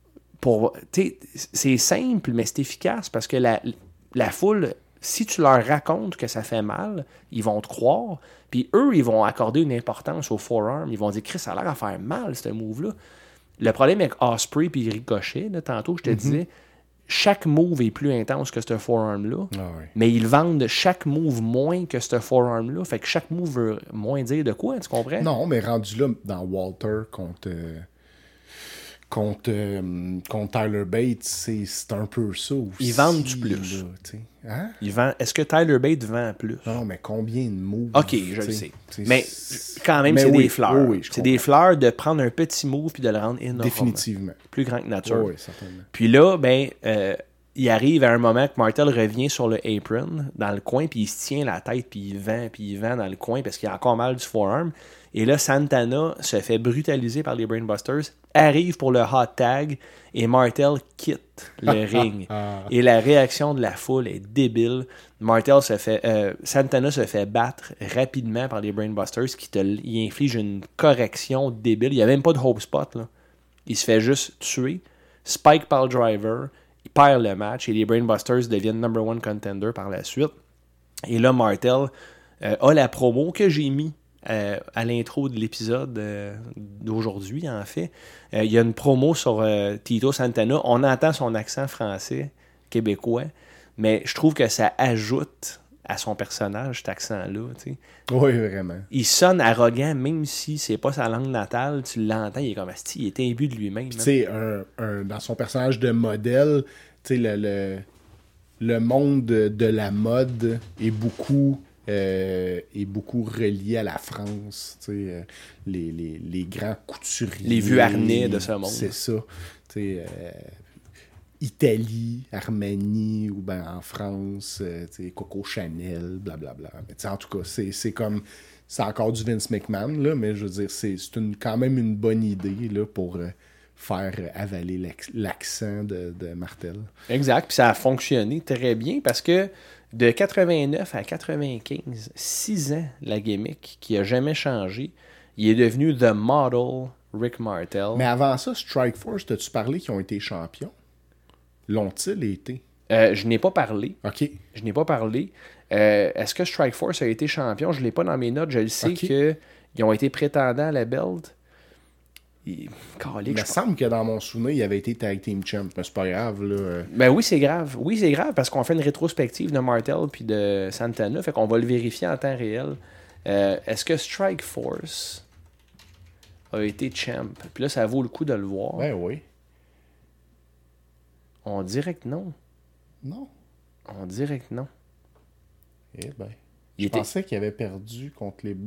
C'est simple, mais c'est efficace parce que la foule, si tu leur racontes que ça fait mal, ils vont te croire. Puis eux, ils vont accorder une importance au forearm. Ils vont dire, Chris, ça a l'air à faire mal, ce move-là. Le problème avec Ospreay et Ricochet, là, tantôt, je te disais, chaque move est plus intense que ce forearm-là. Mais ils vendent chaque move moins que ce forearm-là. Fait que chaque move veut moins dire de quoi, tu comprends? Non, mais rendu là, dans Walter contre Tyler Bates, c'est un peu ça aussi. Ils vendent du plus. Là, Est-ce que Tyler Bates vend plus? Non, mais combien de moves? OK, je le sais. Mais quand même, c'est des fleurs. C'est des fleurs de prendre un petit move puis de le rendre énorme. Définitivement. Plus grand que nature. Oui, certainement. Puis là, il arrive à un moment que Martel revient sur le apron, dans le coin, puis il se tient la tête, puis il vend dans le coin parce qu'il a encore mal du forearm. Et là, Santana se fait brutaliser par les Brainbusters, arrive pour le hot tag, et Martel quitte le ring. Et la réaction de la foule est débile. Santana se fait battre rapidement par les Brainbusters qui y infligent une correction débile. Il n'y a même pas de hope spot. Là. Il se fait juste tuer. Spike par le driver. Il perd le match et les Brainbusters deviennent number 1 contender par la suite. Et là, Martel a la promo que j'ai mis à l'intro de l'épisode d'aujourd'hui, en fait. Il y a une promo sur Tito Santana. On entend son accent français, québécois, mais je trouve que ça ajoute à son personnage, cet accent-là. T'sais. Oui, vraiment. Il sonne arrogant, même si c'est pas sa langue natale, tu l'entends, il est comme il est imbu de lui-même. Tu sais, dans son personnage de modèle, tu sais, le monde de la mode est beaucoup relié à la France, tu sais, les grands couturiers. Les vieux harnais de ce monde. C'est ça. Tu sais, Italie, Armani, ou ben en France, Coco Chanel, blablabla. Mais en tout cas, c'est comme... C'est encore du Vince McMahon, là, mais je veux dire, c'est quand même une bonne idée là, pour faire avaler l'accent de Martel. Exact, puis ça a fonctionné très bien parce que de 89 à 95, 6 ans, la gimmick qui a jamais changé, il est devenu The Model Rick Martel. Mais avant ça, Strike Force, t'as-tu parlé qu'ils ont été champions? L'ont-ils été? Je n'ai pas parlé. OK. Je n'ai pas parlé. Est-ce que Strike Force a été champion? Je ne l'ai pas dans mes notes. Je le sais qu'ils ont été prétendants à la belt. Il me semble que dans mon souvenir, il avait été Tag Team Champ. Mais c'est pas grave. Là. Ben oui, c'est grave. Oui, c'est grave parce qu'on fait une rétrospective de Martel puis de Santana. Fait qu'on va le vérifier en temps réel. Est-ce que Strike Force a été champ? Puis là, ça vaut le coup de le voir. Ben oui. On dirait que non. Non. On dirait que non. Eh ben. Je pensais qu'il avait perdu contre les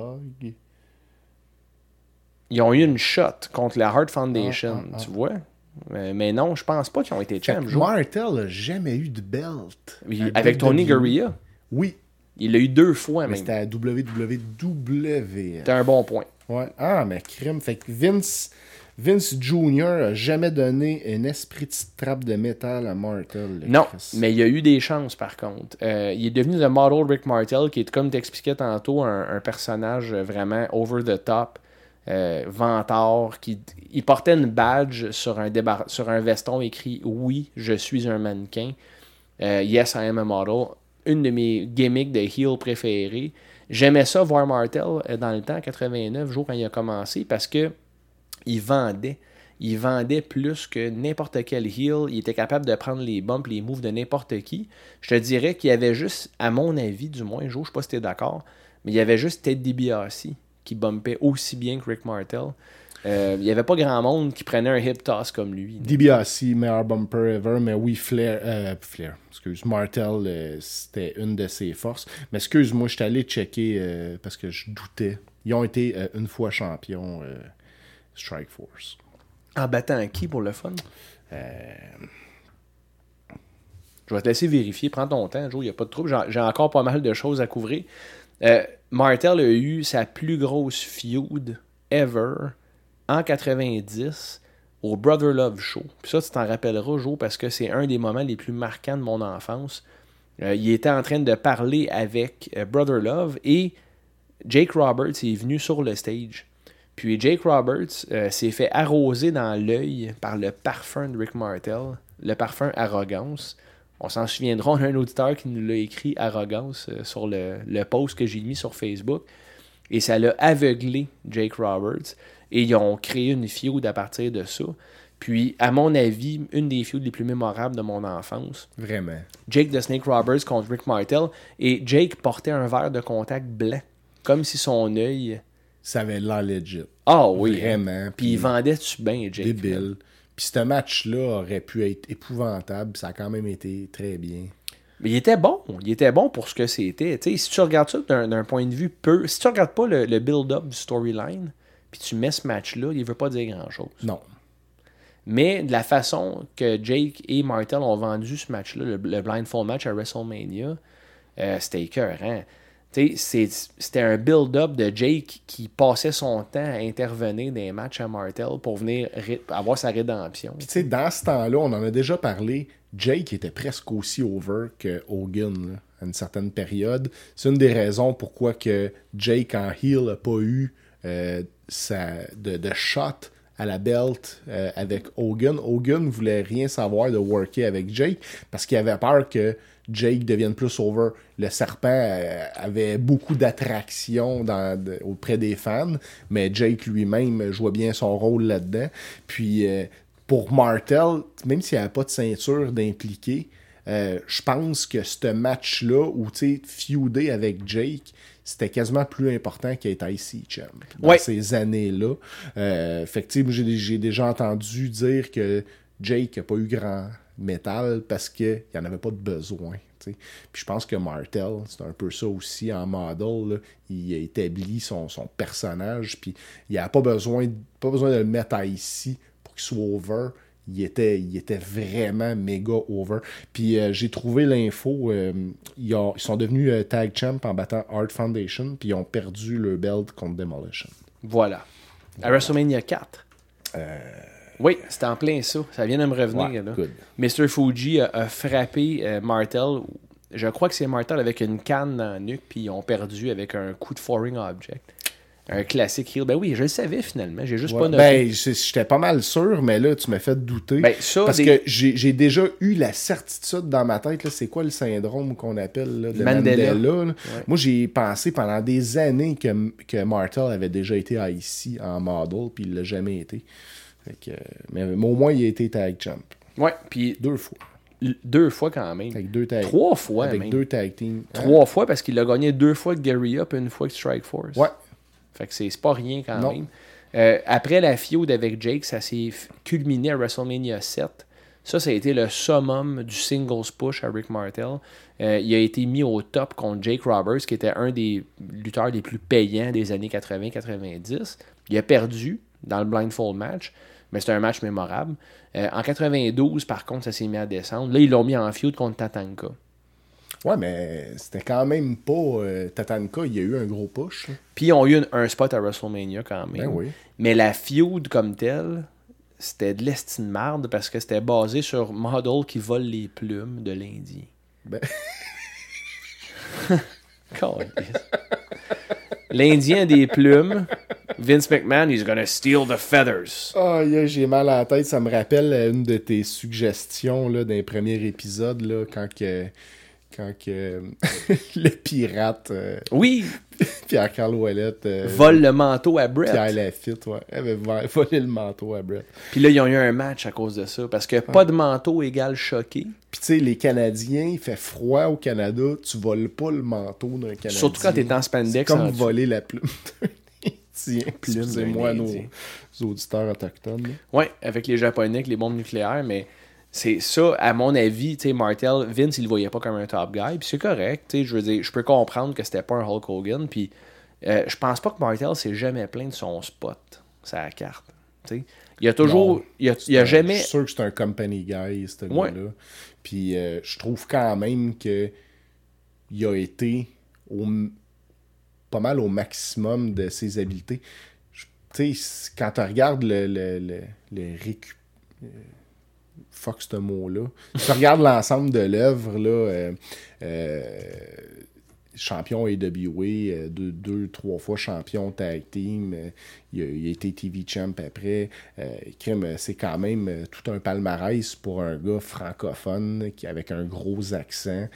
Bulldogs. Ils ont eu une shot contre la Hart Foundation, tu vois? Mais non, je pense pas qu'ils ont été champs. Martel n'a jamais eu de belt. Avec Tony Gurria? Oui. Il l'a eu 2 fois, mais même. C'était à WWE. C'était un bon point. Ouais. Ah, mais crime. Fait que Vince Jr. a jamais donné un esprit de trappe de métal à Martel. Non, mais il y a eu des chances, par contre. Il est devenu le model Rick Martel, qui est, comme tu expliquais tantôt, un personnage vraiment over the top, vantard, il portait une badge sur un veston écrit « Oui, je suis un mannequin. Yes, I am a model ». Une de mes gimmicks de heel préférés. J'aimais ça voir Martel dans le temps, 89 jours quand il a commencé, parce que il vendait. Il vendait plus que n'importe quel heel. Il était capable de prendre les bumps, les moves de n'importe qui. Je te dirais qu'il y avait juste, à mon avis du moins, Jo, je sais pas si t'es d'accord, mais il y avait juste Ted DiBiase qui bumpait aussi bien que Rick Martel. Il n'y avait pas grand monde qui prenait un hip toss comme lui. DiBiase, meilleur bumper ever, mais oui, Martel, c'était une de ses forces. Mais excuse-moi, je suis allé checker parce que je doutais. Ils ont été une fois champions Strike Force. En battant qui pour le fun? Je vais te laisser vérifier. Prends ton temps, Joe, il n'y a pas de trouble. J'ai encore pas mal de choses à couvrir. Martel a eu sa plus grosse feud ever en 90 au Brother Love Show. Puis ça, tu t'en rappelleras, Joe, parce que c'est un des moments les plus marquants de mon enfance. Il était en train de parler avec Brother Love et Jake Roberts est venu sur le stage. Puis Jake Roberts s'est fait arroser dans l'œil par le parfum de Rick Martel, le parfum Arrogance. On s'en souviendra, on a un auditeur qui nous l'a écrit Arrogance sur le post que j'ai mis sur Facebook. Et ça l'a aveuglé Jake Roberts. Et ils ont créé une feud à partir de ça. Puis, à mon avis, une des feuds les plus mémorables de mon enfance. Vraiment. Jake the Snake Roberts contre Rick Martel. Et Jake portait un verre de contact blanc. Comme si son œil... Ça avait l'air legit. Ah oui. Vraiment. Puis il vendait-tu bien, Jake? Débile. Puis ce match-là aurait pu être épouvantable. Ça a quand même été très bien. Mais il était bon. Il était bon pour ce que c'était. T'sais, si tu regardes ça d'un point de vue peu... Si tu regardes pas le build-up du storyline, puis tu mets ce match-là, il veut pas dire grand-chose. Non. Mais de la façon que Jake et Martel ont vendu ce match-là, le blindfold match à WrestleMania, c'était écœurant. C'était un build-up de Jake qui passait son temps à intervenir dans les matchs à Martel pour venir avoir sa rédemption. Puis dans ce temps-là, on en a déjà parlé, Jake était presque aussi over que Hogan là, à une certaine période. C'est une des raisons pourquoi que Jake en heel n'a pas eu de shot à la belt avec Hogan. Hogan voulait rien savoir de worker avec Jake parce qu'il avait peur que Jake devienne plus over. Le serpent avait beaucoup d'attraction auprès des fans, mais Jake lui-même jouait bien son rôle là-dedans. Puis pour Martel, même s'il n'y avait pas de ceinture d'impliqué, je pense que ce match-là, où tu sais, feuder avec Jake, c'était quasiment plus important qu'être IC champ dans ces années-là. Fait que j'ai déjà entendu dire que Jake n'a pas eu grand métal parce qu'il n'y en avait pas de besoin. T'sais. Puis je pense que Martel, c'est un peu ça aussi en model. Là. Il a établi son personnage, puis il n'a pas besoin de le mettre à ici pour qu'il soit over. Il était vraiment méga over. Puis j'ai trouvé l'info. Ils sont devenus tag champ en battant Hart Foundation, puis ils ont perdu le belt contre Demolition. Voilà. À WrestleMania 4. Oui, c'était en plein ça. Ça vient de me revenir. Ouais, là. Good. Mr. Fuji a frappé Martel. Je crois que c'est Martel avec une canne dans la nuque, puis ils ont perdu avec un coup de foreign object. Un classique heel. Ben oui, je le savais finalement. J'ai juste pas noté. Ben, j'étais pas mal sûr, mais là, tu m'as fait douter. Ben, ça, parce que j'ai déjà eu la certitude dans ma tête. Là, c'est quoi le syndrome qu'on appelle là, de Mandela? Ouais. Moi, j'ai pensé pendant des années que Martel avait déjà été IC en model, puis il l'a jamais été. Fait que, mais au moins, il a été tag champ. Ouais, puis 2 fois. 2 fois quand même. Avec 2 tag. 3 fois avec même. 2 tag teams. 3 fois parce qu'il a gagné 2 fois avec Gary Up et 1 fois avec Strike Force. Ouais. Fait que c'est pas rien quand même. Après la feud avec Jake, ça s'est culminé à WrestleMania 7. Ça a été le summum du singles push à Rick Martel. Il a été mis au top contre Jake Roberts, qui était un des lutteurs les plus payants des années 80-90. Il a perdu dans le blindfold match. Mais c'était un match mémorable. En 92, par contre, ça s'est mis à descendre. Là, ils l'ont mis en feud contre Tatanka. Ouais, mais c'était quand même pas... Tatanka, il y a eu un gros push. Là. Puis ils ont eu un spot à WrestleMania quand même. Ben oui. Mais la feud comme telle, c'était de l'estime marde parce que c'était basé sur Model qui vole les plumes de l'Indien. Ben... L'Indien a des plumes. Vince McMahon, he's gonna steal the feathers. Oh, yeah, j'ai mal à la tête. Ça me rappelle une de tes suggestions là, d'un premier épisode, là, quand le pirate... Oui! Pierre-Carl Ouellette... vole le manteau à Brett. Pierre Lafitte, ouais. Elle avait volé le manteau à Brett. Puis là, ils ont eu un match à cause de ça. Parce que pas de manteau égale choqué. Puis tu sais, les Canadiens, il fait froid au Canada, tu voles pas le manteau d'un Canadien. Surtout quand t'es en spandex. C'est comme voler la plume d'un Indien. Excusez-moi, nos auditeurs autochtones. Oui, avec les Japonais, avec les bombes nucléaires, mais c'est ça, à mon avis, tu sais, Martel, Vince, il le voyait pas comme un top guy, puis c'est correct, tu sais, je veux dire, je peux comprendre que c'était pas un Hulk Hogan, puis je pense pas que Martel s'est jamais plaint de son spot, sa carte, tu sais. Il y a toujours, il y a jamais... Je suis sûr que c'est un company guy, ce gars-là. Puis je trouve quand même que il a été pas mal au maximum de ses habiletés. Tu sais, quand tu regardes le fuck ce mot-là. Si tu regardes l'ensemble de l'œuvre, là, champion AWA, deux, 3 fois champion tag team, il a été TV champ après. C'est quand même tout un palmarès pour un gars francophone avec un gros accent.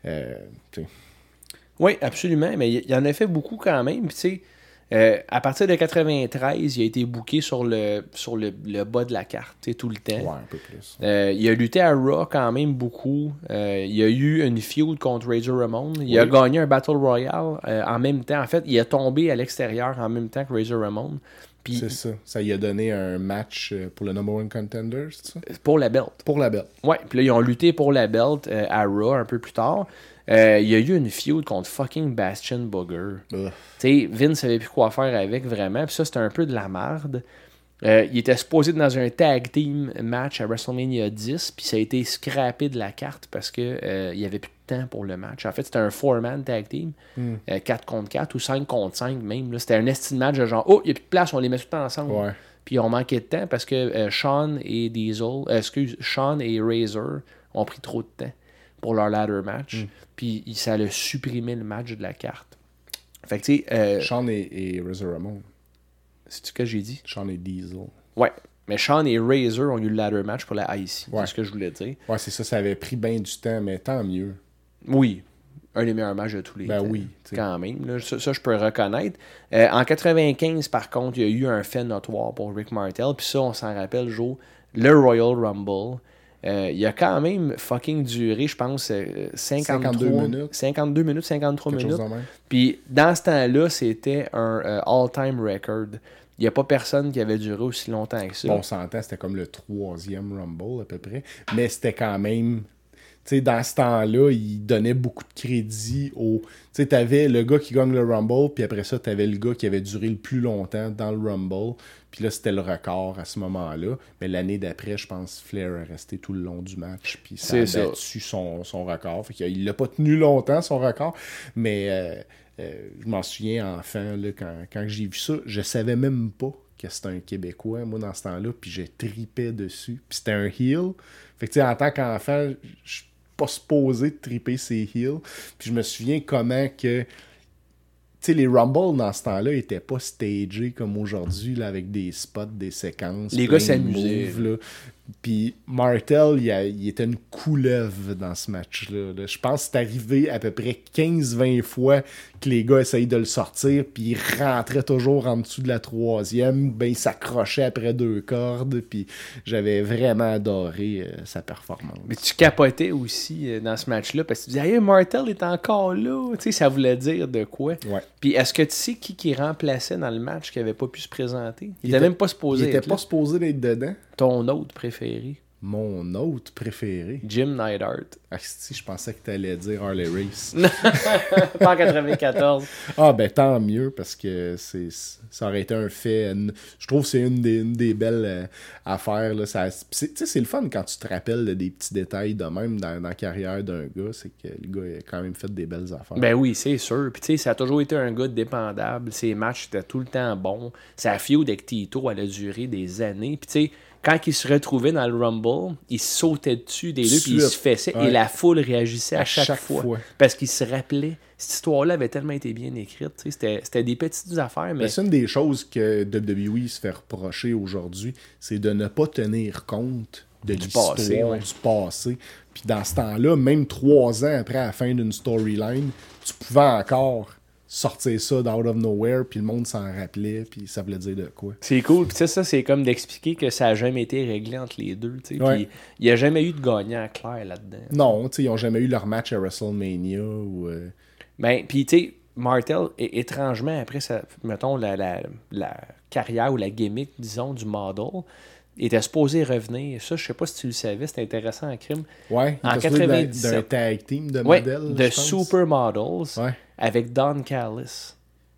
Oui, absolument, mais il en a fait beaucoup quand même. Tu sais, à partir de 93, il a été booké sur le bas de la carte, tout le temps. Ouais, un peu plus. Il a lutté à Raw quand même beaucoup. Il a eu une feud contre Razor Ramon. Il a gagné un Battle Royale en même temps. En fait, il a tombé à l'extérieur en même temps que Razor Ramon. Puis, c'est ça. Ça lui a donné un match pour le number one contender, c'est ça? Pour la belt. Pour la belt. Ouais, puis là, ils ont lutté pour la belt à Raw un peu plus tard. Il y a eu une feud contre fucking Bastion Booger. Tu sais, Vince savait plus quoi faire avec vraiment. Puis ça, c'était un peu de la merde. Il était supposé être dans un tag team match à WrestleMania 10. Puis ça a été scrappé de la carte parce que il y avait plus de temps pour le match. En fait, c'était un 4-man tag team. 4 contre 4 ou 5 contre 5 même. Là. C'était un estime match de genre, oh, il n'y a plus de place, on les met tout ensemble. Ouais. Puis on manquait de temps parce que Sean et Razor ont pris trop de temps pour leur ladder match. Puis ça a supprimé le match de la carte. Fait que tu sais... Sean et Razor Ramon. C'est ce que j'ai dit? Sean et Diesel. Ouais. Mais Sean et Razor ont eu le ladder match pour la IC. Ouais. C'est ce que je voulais dire. Ouais, c'est ça. Ça avait pris bien du temps, mais tant mieux. Oui. Un des meilleurs matchs de tous les temps. Oui. T'sais. Quand même. Là, ça, je peux reconnaître. En 95, par contre, il y a eu un fait notoire pour Rick Martel. Puis ça, on s'en rappelle, Joe. Le Royal Rumble. Il a quand même fucking duré, je pense, 52 minutes, 53 minutes. Puis dans ce temps-là, c'était un all-time record. Il n'y a pas personne qui avait duré aussi longtemps que ça. Bon, on s'entend, c'était comme le 3e Rumble à peu près. Mais c'était quand même... Tu sais, dans ce temps-là, il donnait beaucoup de crédit au... Tu sais, t'avais le gars qui gagne le Rumble, puis après ça, t'avais le gars qui avait duré le plus longtemps dans le Rumble. Puis là, c'était le record à ce moment-là. Mais l'année d'après, je pense, Flair est resté tout le long du match, puis ça a battu son record. Fait qu'il l'a pas tenu longtemps, son record. Mais je m'en souviens, enfant, là, quand j'ai vu ça, je savais même pas que c'était un Québécois, moi, dans ce temps-là, puis je tripais dessus. Puis c'était un heel. Fait que, tu sais, en tant qu'enfant, je pas supposé de triper ses heels. Puis je me souviens comment que... Tu sais, les Rumble dans ce temps-là étaient pas stagés comme aujourd'hui, là, avec des spots, des séquences. Les gars s'amusaient. Puis Martel, il était une couleuvre dans ce match-là. Là. Je pense que c'est arrivé à peu près 15-20 fois que les gars essayaient de le sortir, puis il rentrait toujours en dessous de la 3e, ben il s'accrochait après 2 cordes, puis j'avais vraiment adoré sa performance. Mais tu capotais aussi dans ce match-là, parce que tu disais « Hey, Martel est encore là! » Tu sais, ça voulait dire de quoi? Ouais. Puis est-ce que tu sais qui remplaçait dans le match qui n'avait pas pu se présenter? Il était même pas supposé Il était pas supposé d'être dedans? Ton autre préféré? Mon autre préféré. Jim Neidhart. Ah, si, je pensais que t'allais dire Harley Race. Pas en 94. Ah, ben tant mieux, parce que ça aurait été un fait. Je trouve que c'est une des belles affaires. Là. C'est le fun quand tu te rappelles des petits détails de même dans la carrière d'un gars. C'est que le gars a quand même fait des belles affaires. Ben oui, c'est sûr. Puis tu sais, ça a toujours été un gars dépendable. Ses matchs étaient tout le temps bons. Sa feud avec Tito, elle a duré des années. Puis tu sais, quand il se retrouvait dans le Rumble, il sautait dessus des deux, puis il se fessait, ouais. Et la foule réagissait à chaque fois. Parce qu'il se rappelait. Cette histoire-là avait tellement été bien écrite. C'était des petites affaires. Mais c'est une des choses que WWE se fait reprocher aujourd'hui, c'est de ne pas tenir compte de l'histoire du passé. Puis dans ce temps-là, même 3 ans après la fin d'une storyline, tu pouvais encore sortir ça d'out of nowhere, puis le monde s'en rappelait, puis ça voulait dire de quoi. C'est cool. Puis ça, c'est comme d'expliquer que ça n'a jamais été réglé entre les deux. Ouais. Puis il n'y a jamais eu de gagnant clair là-dedans. Non, ils n'ont jamais eu leur match à WrestleMania. Ou Ben, puis tu sais, Martel, étrangement, après, mettons, la carrière ou la gimmick, disons, du model, était supposé revenir. Ça, je sais pas si tu le savais, c'était intéressant en crime. Ouais, en 97. d'un tag team de De modèles. De Supermodels, avec Don Callis.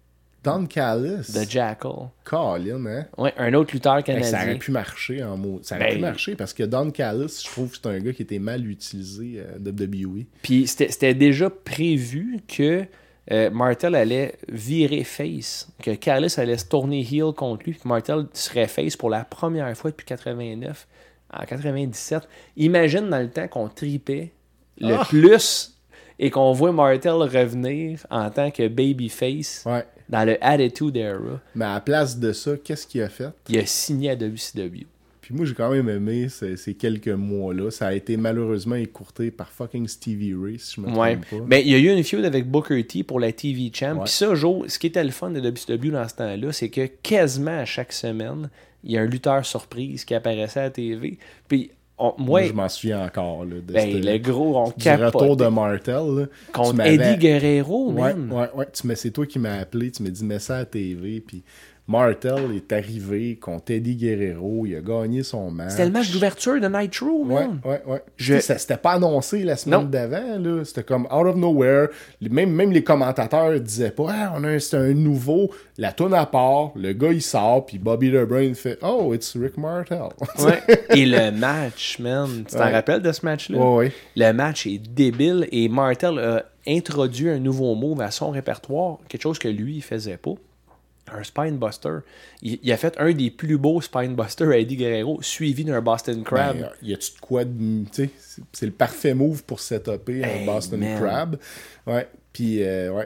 Don Callis? De Jackal. Colin, hein? Ouais, un autre lutteur canadien. Ça aurait pu marcher en mot. Ça aurait pu marcher parce que Don Callis, je trouve que c'est un gars qui était mal utilisé de WWE. Puis c'était déjà prévu que Martel allait virer face, que Callis allait se tourner heel contre lui, puis que Martel serait face pour la première fois depuis 89, en 97. Imagine dans le temps qu'on tripait le plus et qu'on voit Martel revenir en tant que babyface dans le Attitude Era. Mais à la place de ça, qu'est-ce qu'il a fait? Il a signé à WCW. Puis moi, j'ai quand même aimé ces quelques mois-là. Ça a été malheureusement écourté par fucking Stevie Ray, si je me trompe pas. Ben, il y a eu une feud avec Booker T pour la TV Champ. Puis ça, Joe, ce qui était le fun de WCW dans ce temps-là, c'est que quasiment à chaque semaine, il y a un lutteur surprise qui apparaissait à la TV. Puis moi, je m'en souviens encore. Là, le gros, on du retour de Martel. Là, contre Eddie Guerrero, man. Ouais. C'est toi qui m'as appelé, tu m'as dit, mets ça à la TV, puis Martel est arrivé contre Eddie Guerrero, il a gagné son match. C'était le match d'ouverture de Nitro, man. Ouais. C'était pas annoncé la semaine d'avant, là. C'était comme out of nowhere. Même les commentateurs disaient pas, c'est un nouveau. La tourne à part, le gars il sort, puis Bobby the Brain fait, oh, it's Rick Martel. Et le match, man. Tu t'en rappelles de ce match-là? Ouais. Le match est débile et Martel a introduit un nouveau move à son répertoire, quelque chose que lui, il faisait pas. Un Spinebuster. Il a fait un des plus beaux Spinebusters à Eddie Guerrero, suivi d'un Boston Crab. Ben, y a-tu de quoi de. Tu sais, c'est le parfait move pour setuper un Boston Crab. Ouais. Puis,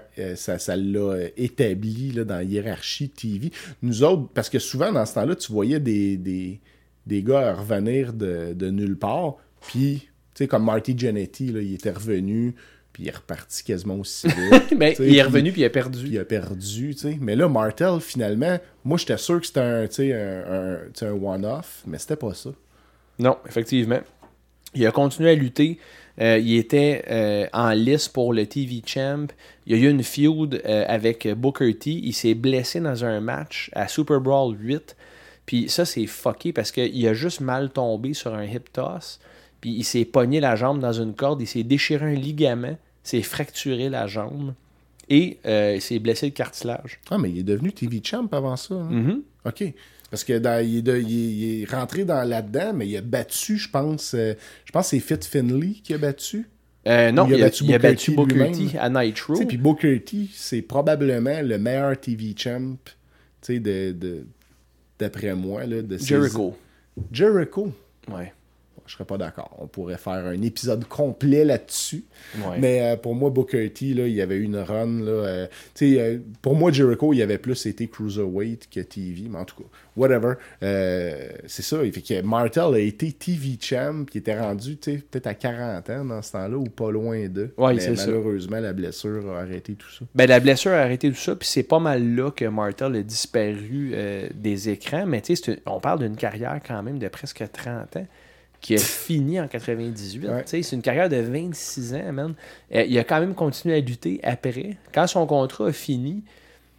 ça l'a établi là, dans la hiérarchie TV. Nous autres, parce que souvent, dans ce temps-là, tu voyais des gars revenir de nulle part. Puis, tu sais, comme Marty Jannetty, là, il était revenu. Puis il est reparti quasiment aussi vite. Ben, il est revenu puis il a perdu. Puis il a perdu, tu sais. Mais là, Martel, finalement, moi, j'étais sûr que c'était un one-off, mais c'était pas ça. Non, effectivement. Il a continué à lutter. Il était en lice pour le TV Champ. Il y a eu une feud avec Booker T. Il s'est blessé dans un match à Super Brawl 8. Puis ça, c'est fucké parce qu'il a juste mal tombé sur un hip toss. Puis il s'est pogné la jambe dans une corde, il s'est déchiré un ligament, s'est fracturé la jambe et il s'est blessé le cartilage. Ah, mais il est devenu TV Champ avant ça. Hein? Mm-hmm. OK. Parce que il est rentré là-dedans, mais il a battu, je pense que c'est Fit Finlay qui a battu. Non, il a battu Booker T à Nitro. Puis Booker T, c'est probablement le meilleur TV Champ, d'après moi. Là, de Jericho. Ouais. Je serais pas d'accord. On pourrait faire un épisode complet là-dessus. Ouais. Mais pour moi, Booker T, là, il y avait une run. Là, pour moi, Jericho, il avait plus été Cruiserweight que TV. Mais en tout cas, whatever. C'est ça. Fait que Martel a été TV Champ, qui était rendu peut-être à 40 ans dans ce temps-là, ou pas loin d'eux. Ouais, mais malheureusement, la blessure a arrêté tout ça. Ben, la blessure a arrêté tout ça, puis c'est pas mal là que Martel a disparu des écrans. Mais on parle d'une carrière quand même de presque 30 ans. Qui a fini en 98. Ouais. C'est une carrière de 26 ans, man. Il a quand même continué à lutter après. Quand son contrat a fini,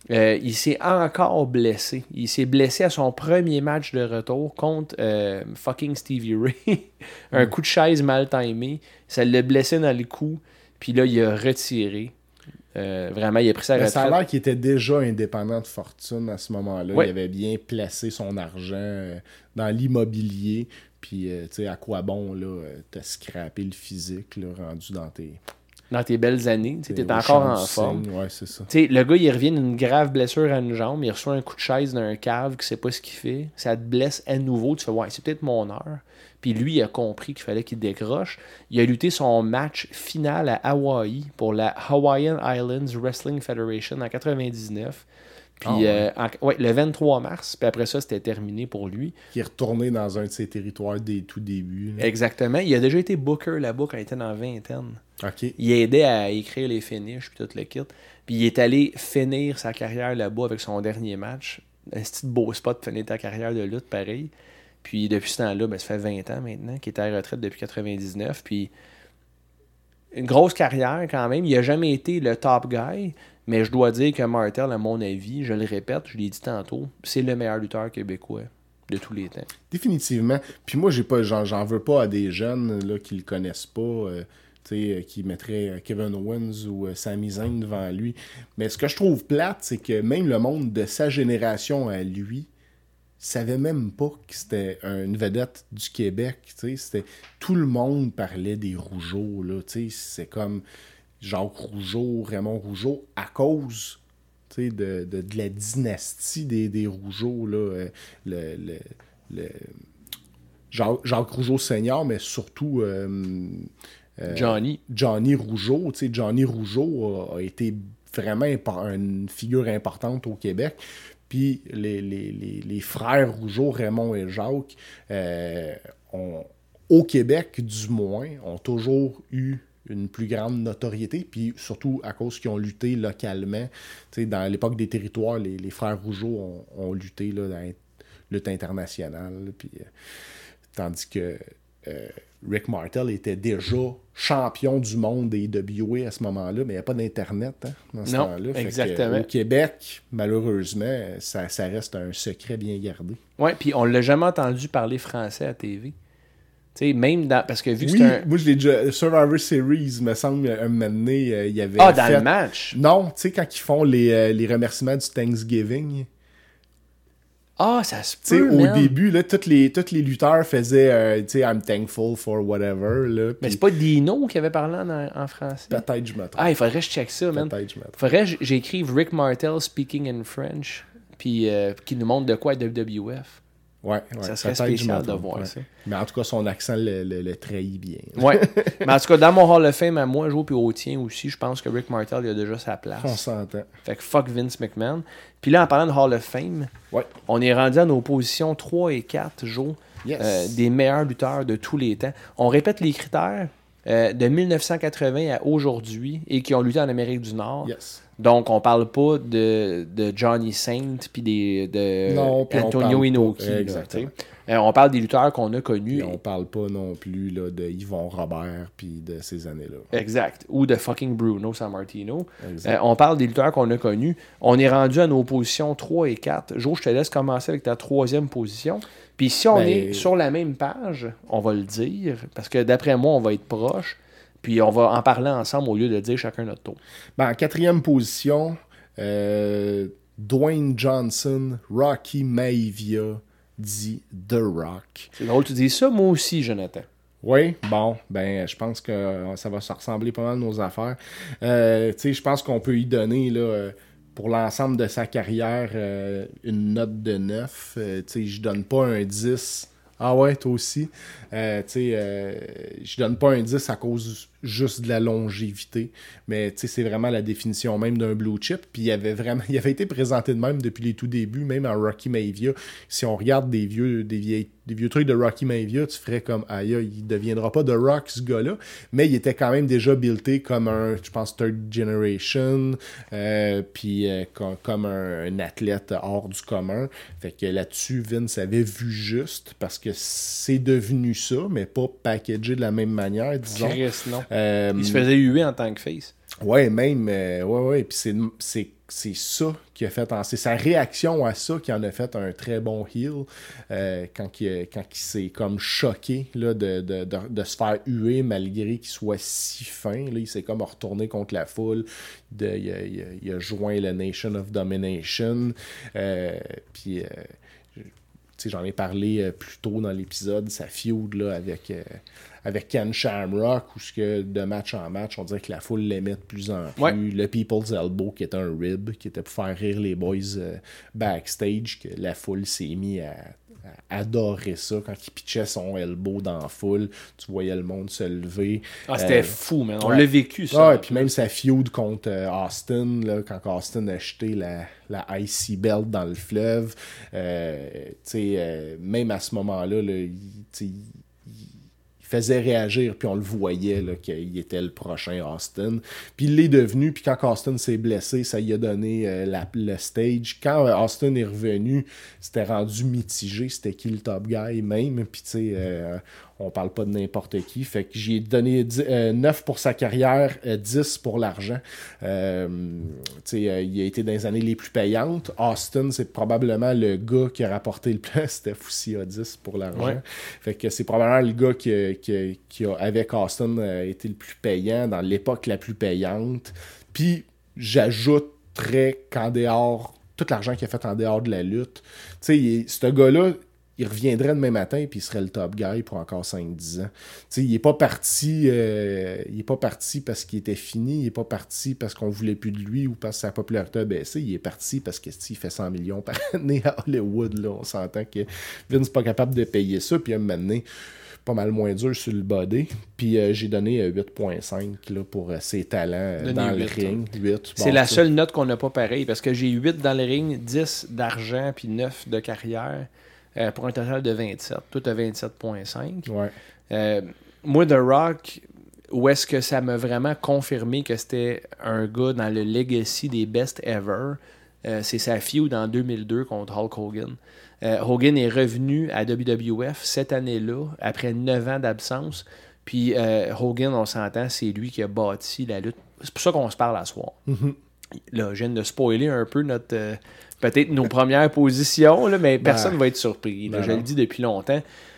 Il s'est encore blessé. Il s'est blessé à son premier match de retour contre fucking Stevie Ray. Un coup de chaise mal timé. Ça l'a blessé dans le cou. Puis là, il a retiré. Vraiment, il a pris sa retraite. Ça a l'air qu'il était déjà indépendant de fortune à ce moment-là. Oui. Il avait bien placé son argent dans l'immobilier. Puis, tu sais, à quoi bon, là, te scraper le physique, là, rendu dans tes belles années. Tu es encore en forme. Ouais, c'est ça. T'sais, le gars, il revient d'une grave blessure à une jambe. Il reçoit un coup de chaise d'un cave qui sait pas ce qu'il fait. Ça te blesse à nouveau. Tu fais, ouais, c'est peut-être mon heure. Puis lui, il a compris qu'il fallait qu'il décroche. Il a lutté son match final à Hawaï pour la Hawaiian Islands Wrestling Federation en 99. Puis le 23 mars. Puis après ça, c'était terminé pour lui. Il est retourné dans un de ses territoires des tout débuts. Là. Exactement. Il a déjà été booker là-bas quand il était dans la vingtaine. OK. Il a aidé à écrire les finishes puis tout le kit. Puis il est allé finir sa carrière là-bas avec son dernier match. Un petit beau spot de finir ta carrière de lutte, pareil. Puis depuis ce temps-là, ben, ça fait 20 ans maintenant qu'il est à la retraite depuis 99. Puis une grosse carrière quand même. Il n'a jamais été le top guy. Mais je dois dire que Martel, à mon avis, je le répète, je l'ai dit tantôt, c'est le meilleur lutteur québécois de tous les temps. Définitivement. Puis moi, j'en veux pas à des jeunes là, qui le connaissent pas, qui mettraient Kevin Owens ou Sami Zayn devant lui. Mais ce que je trouve plate, c'est que même le monde de sa génération à lui savait même pas que c'était une vedette du Québec. Tout le monde parlait des Rougeaux. Là, c'est comme Jacques Rougeau, Raymond Rougeau, à cause de la dynastie des Rougeaux. Là, Jacques Rougeau senior, mais surtout Johnny Rougeau. Johnny Rougeau a été vraiment une figure importante au Québec. Puis les frères Rougeau, Raymond et Jacques, au Québec du moins, ont toujours eu une plus grande notoriété, puis surtout à cause qu'ils ont lutté localement. Dans l'époque des territoires, les frères Rougeau ont lutté là, dans la lutte internationale. Puis, tandis que Rick Martel était déjà champion du monde des IWA à ce moment-là, mais il n'y a pas d'Internet dans ce temps-là. Exactement. Au Québec, malheureusement, ça reste un secret bien gardé. Oui, puis on ne l'a jamais entendu parler français à TV. Même parce que vu que moi je l'ai déjà. Survivor Series, me semble, un moment donné, il y avait. dans le match? Non, tu sais, quand ils font les remerciements du Thanksgiving. Ça se peut, au début, là, tous les lutteurs faisaient, I'm thankful for whatever. Là, mais c'est pas Dino qui avait parlé en français? Peut-être je me trompe. Il faudrait que je check ça, man. Faudrait que j'écrive Rick Martel speaking in French, puis qu'il nous montre de quoi WWF. Ouais, ça serait spécial de voir ça. Mais en tout cas, son accent le trahit bien. Ouais. Mais en tout cas, dans mon Hall of Fame à moi, puis au tien aussi, je pense que Rick Martel il a déjà sa place. On s'entend. Fait que fuck Vince McMahon. Puis là, en parlant de Hall of Fame, on est rendu à nos positions 3 et 4, Joe, des meilleurs lutteurs de tous les temps. On répète les critères de 1980 à aujourd'hui et qui ont lutté en Amérique du Nord. Yes. Donc, on parle pas de Johnny Saint puis de Antonio Inoki. Exactement. On parle des lutteurs qu'on a connus. Et on parle pas non plus là, de Yvon Robert puis de ces années-là. Exact. Ou de fucking Bruno Sammartino. On parle des lutteurs qu'on a connus. On est rendu à nos positions 3 et 4. Jo, je te laisse commencer avec ta 3e position. Puis si on est sur la même page, on va le dire, parce que d'après moi, on va être proche. Puis on va en parler ensemble au lieu de dire chacun notre tour. En 4e position, Dwayne Johnson, Rocky Maivia, dit The Rock. C'est drôle, tu dis ça, moi aussi, Jonathan. Oui, bon, je pense que ça va se ressembler pas mal nos affaires. Je pense qu'on peut y donner, là, pour l'ensemble de sa carrière, une note de 9. Je donne pas un 10. Ah ouais, toi aussi. Je donne pas un 10 à cause juste de la longévité, mais c'est vraiment la définition même d'un blue chip. Puis il avait été présenté de même depuis les tout débuts, même en Rocky Maivia. Si on regarde des vieux trucs de Rocky Maivia, tu ferais comme aïe, il deviendra pas The Rock ce gars-là, mais il était quand même déjà buildé comme un, je pense, third generation, puis comme un athlète hors du commun. Fait que là-dessus, Vince avait vu juste, parce que c'est devenu ça, mais pas packagé de la même manière, disons. Chris, non. Il se faisait huer en tant que face. Ouais, même. Ouais. Puis c'est ça qui a fait... C'est sa réaction à ça qui en a fait un très bon heel quand il s'est comme choqué là, de se faire huer malgré qu'il soit si fin. Là, il s'est comme retourné contre la foule. Il a joint le Nation of Domination. Puis... j'en ai parlé plus tôt dans l'épisode, sa feud là, avec Ken Shamrock, où de match en match, on dirait que la foule l'aimait de plus en plus. Ouais. Le People's Elbow, qui était un rib, qui était pour faire rire les boys backstage, que la foule s'est mis à adorer ça. Quand il pitchait son elbow dans la foule, tu voyais le monde se lever. C'était fou, man. On ouais. l'a vécu, ça. Ouais, puis même sa feud contre Austin, là, quand Austin a jeté la IC Belt dans le fleuve, même à ce moment-là, là, il faisait réagir, puis on le voyait là, qu'il était le prochain Austin. Puis il l'est devenu, puis quand Austin s'est blessé, ça lui a donné le stage. Quand Austin est revenu, c'était rendu mitigé, c'était qui le top guy même, puis tu sais... on parle pas de n'importe qui. Fait que j'ai donné 9 pour sa carrière, 10 pour l'argent. Il a été dans les années les plus payantes. Austin, c'est probablement le gars qui a rapporté le plus. Steph aussi a 10 pour l'argent. Ouais. Fait que c'est probablement le gars qui a, avec Austin, été le plus payant dans l'époque la plus payante. Puis, j'ajouterais qu'en dehors, tout l'argent qu'il a fait en dehors de la lutte, ce gars-là, il reviendrait demain matin puis il serait le top guy pour encore 5-10 ans. T'sais, il est pas parti parce qu'il était fini, il est pas parti parce qu'on voulait plus de lui ou parce que sa popularité a baissé, il est parti parce que il fait 100 millions par année à Hollywood. Là. On s'entend que Vince n'est pas capable de payer ça, puis à un moment donné, pas mal moins dur sur le body. Puis j'ai donné 8.5 là, pour ses talents dans 8, le ring. 8, c'est la seule note qu'on n'a pas pareil, parce que j'ai 8 dans le ring, 10 d'argent puis 9 de carrière. Pour un total de 27. Toi, tu as 27.5. Ouais. Moi, The Rock, où est-ce que ça m'a vraiment confirmé que c'était un gars dans le legacy des best ever, c'est sa feud en 2002 contre Hulk Hogan. Hogan est revenu à WWF cette année-là, après 9 ans d'absence. Puis Hogan, on s'entend, c'est lui qui a bâti la lutte. C'est pour ça qu'on se parle à soir. Mm-hmm. Là, je viens de spoiler un peu peut-être nos premières positions, là, mais personne ne va être surpris. Là, je le dis depuis longtemps.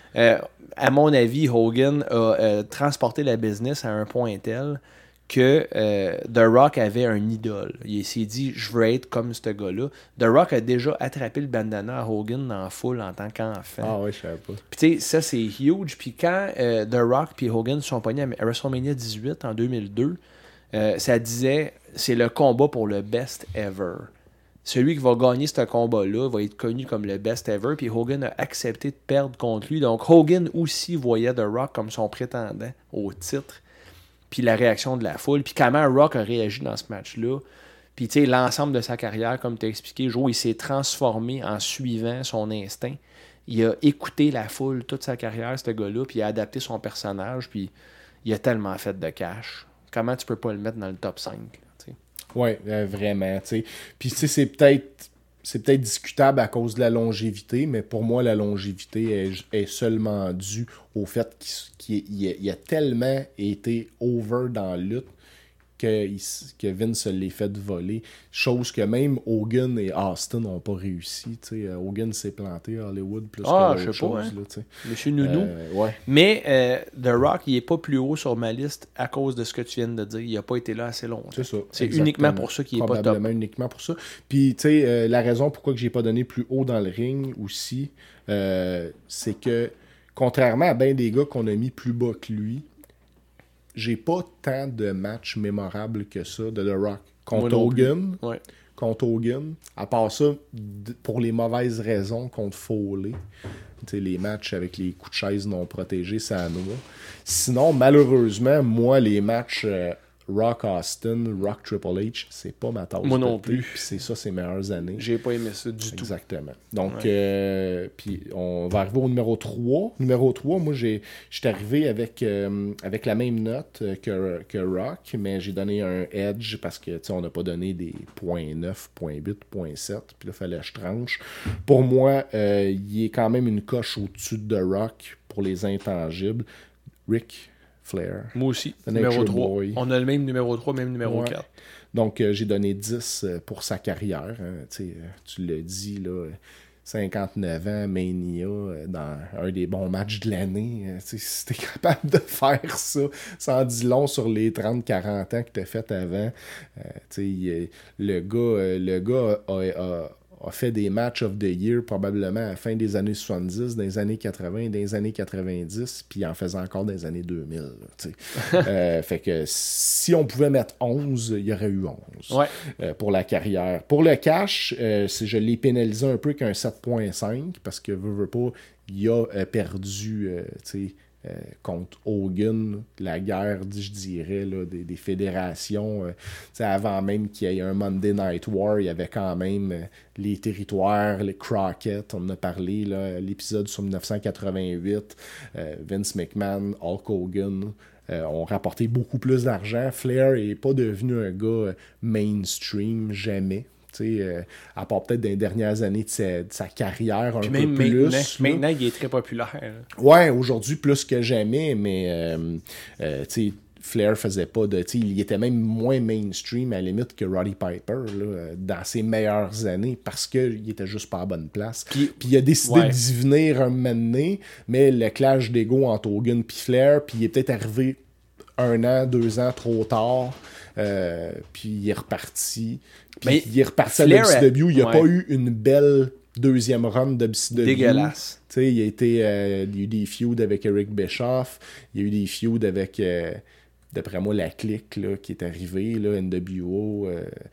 À mon avis, Hogan a transporté la business à un point tel que The Rock avait un idole. Il s'est dit, je veux être comme ce gars-là. The Rock a déjà attrapé le bandana à Hogan dans la foule en tant qu'enfant. Ah oui, je savais pas. Puis tu sais, ça c'est huge. Puis quand The Rock et Hogan se sont pognés à WrestleMania 18 en 2002, ça disait, c'est le combat pour le best ever. Celui qui va gagner ce combat-là va être connu comme le best ever, puis Hogan a accepté de perdre contre lui. Donc Hogan aussi voyait The Rock comme son prétendant au titre, puis la réaction de la foule, puis comment Rock a réagi dans ce match-là. Puis tu sais, l'ensemble de sa carrière, comme tu as expliqué, Joe, il s'est transformé en suivant son instinct. Il a écouté la foule toute sa carrière, ce gars-là, puis il a adapté son personnage, puis il a tellement fait de cash. Comment tu peux pas le mettre dans le top 5? Oui, vraiment. T'sais. Puis c'est peut-être discutable à cause de la longévité, mais pour moi, la longévité est seulement due au fait qu'il a tellement été over dans la lutte que Vince l'ait fait voler. Chose que même Hogan et Austin n'ont pas réussi. T'sais. Hogan s'est planté à Hollywood plus que d'autres choses. Hein. Monsieur Nounou. Ouais. Mais The Rock, il n'est pas plus haut sur ma liste à cause de ce que tu viens de dire. Il n'a pas été là assez longtemps. C'est ça. C'est uniquement pour ça qu'il n'est pas top. Probablement uniquement pour ça. Puis, tu sais, la raison pourquoi je n'ai pas donné plus haut dans le ring aussi, c'est que, contrairement à bien des gars qu'on a mis plus bas que lui, j'ai pas tant de matchs mémorables que ça de The Rock. Contre Hogan. Ouais. Contre Hogan. À part ça, pour les mauvaises raisons, contre Foley. T'sais, les matchs avec les coups de chaise non protégés, ça noie. Sinon, malheureusement, moi, les matchs Rock Austin, Rock Triple H, c'est pas ma tasse. Moi non plus. Puis c'est ça, ces meilleures années. J'ai pas aimé ça du tout. Exactement. Donc, puis on va arriver au numéro 3. Numéro 3, moi, j'étais arrivé avec la même note que Rock, mais j'ai donné un edge parce que, tu sais, on n'a pas donné des .9, .8, .7, puis là, il fallait que je tranche. Pour moi, il est quand même une coche au-dessus de Rock pour les intangibles. Ric Flair. Moi aussi, The numéro Nature 3. Boy. On a le même numéro 3, même numéro Ouais. 4. Donc, j'ai donné 10 pour sa carrière. Hein. Tu l'as dit, là, 59 ans, Mania, dans un des bons matchs de l'année. Si t'es capable de faire ça, ça en dit long sur les 30-40 ans que t'as fait avant. Le gars a fait des matchs of the year probablement à la fin des années 70, dans les années 80, dans les années 90, puis il en faisait encore dans les années 2000. Fait que si on pouvait mettre 11, il y aurait eu 11 pour la carrière. Pour le cash, je l'ai pénalisé un peu qu'un 7.5 parce que veut pas, il a perdu contre Hogan, la guerre, je dirais, là, des fédérations. Avant même qu'il y ait un Monday Night War, il y avait quand même les territoires, les Crockett, on en a parlé, là, l'épisode sur 1988, Vince McMahon, Hulk Hogan, ont rapporté beaucoup plus d'argent. Flair n'est pas devenu un gars mainstream, jamais. À part peut-être dans les dernières années de sa carrière, Puis un même peu plus. maintenant, il est très populaire. Ouais, aujourd'hui, plus que jamais, mais Flair faisait pas de... Il était même moins mainstream, à la limite, que Roddy Piper, là, dans ses meilleures années, parce qu'il était juste pas à bonne place. Puis il a décidé d'y venir un moment donné, mais le clash d'ego entre Hogan et Flair, puis il est peut-être arrivé 1 an, 2 ans trop tard, puis il est reparti. Puis il est reparti à WCW. Il n'y a pas eu une belle deuxième run de WCW. Dégueulasse. Il y a eu des feuds avec Eric Bischoff. Il y a eu des feuds avec, d'après moi, la clique là, qui est arrivée, là, NWO,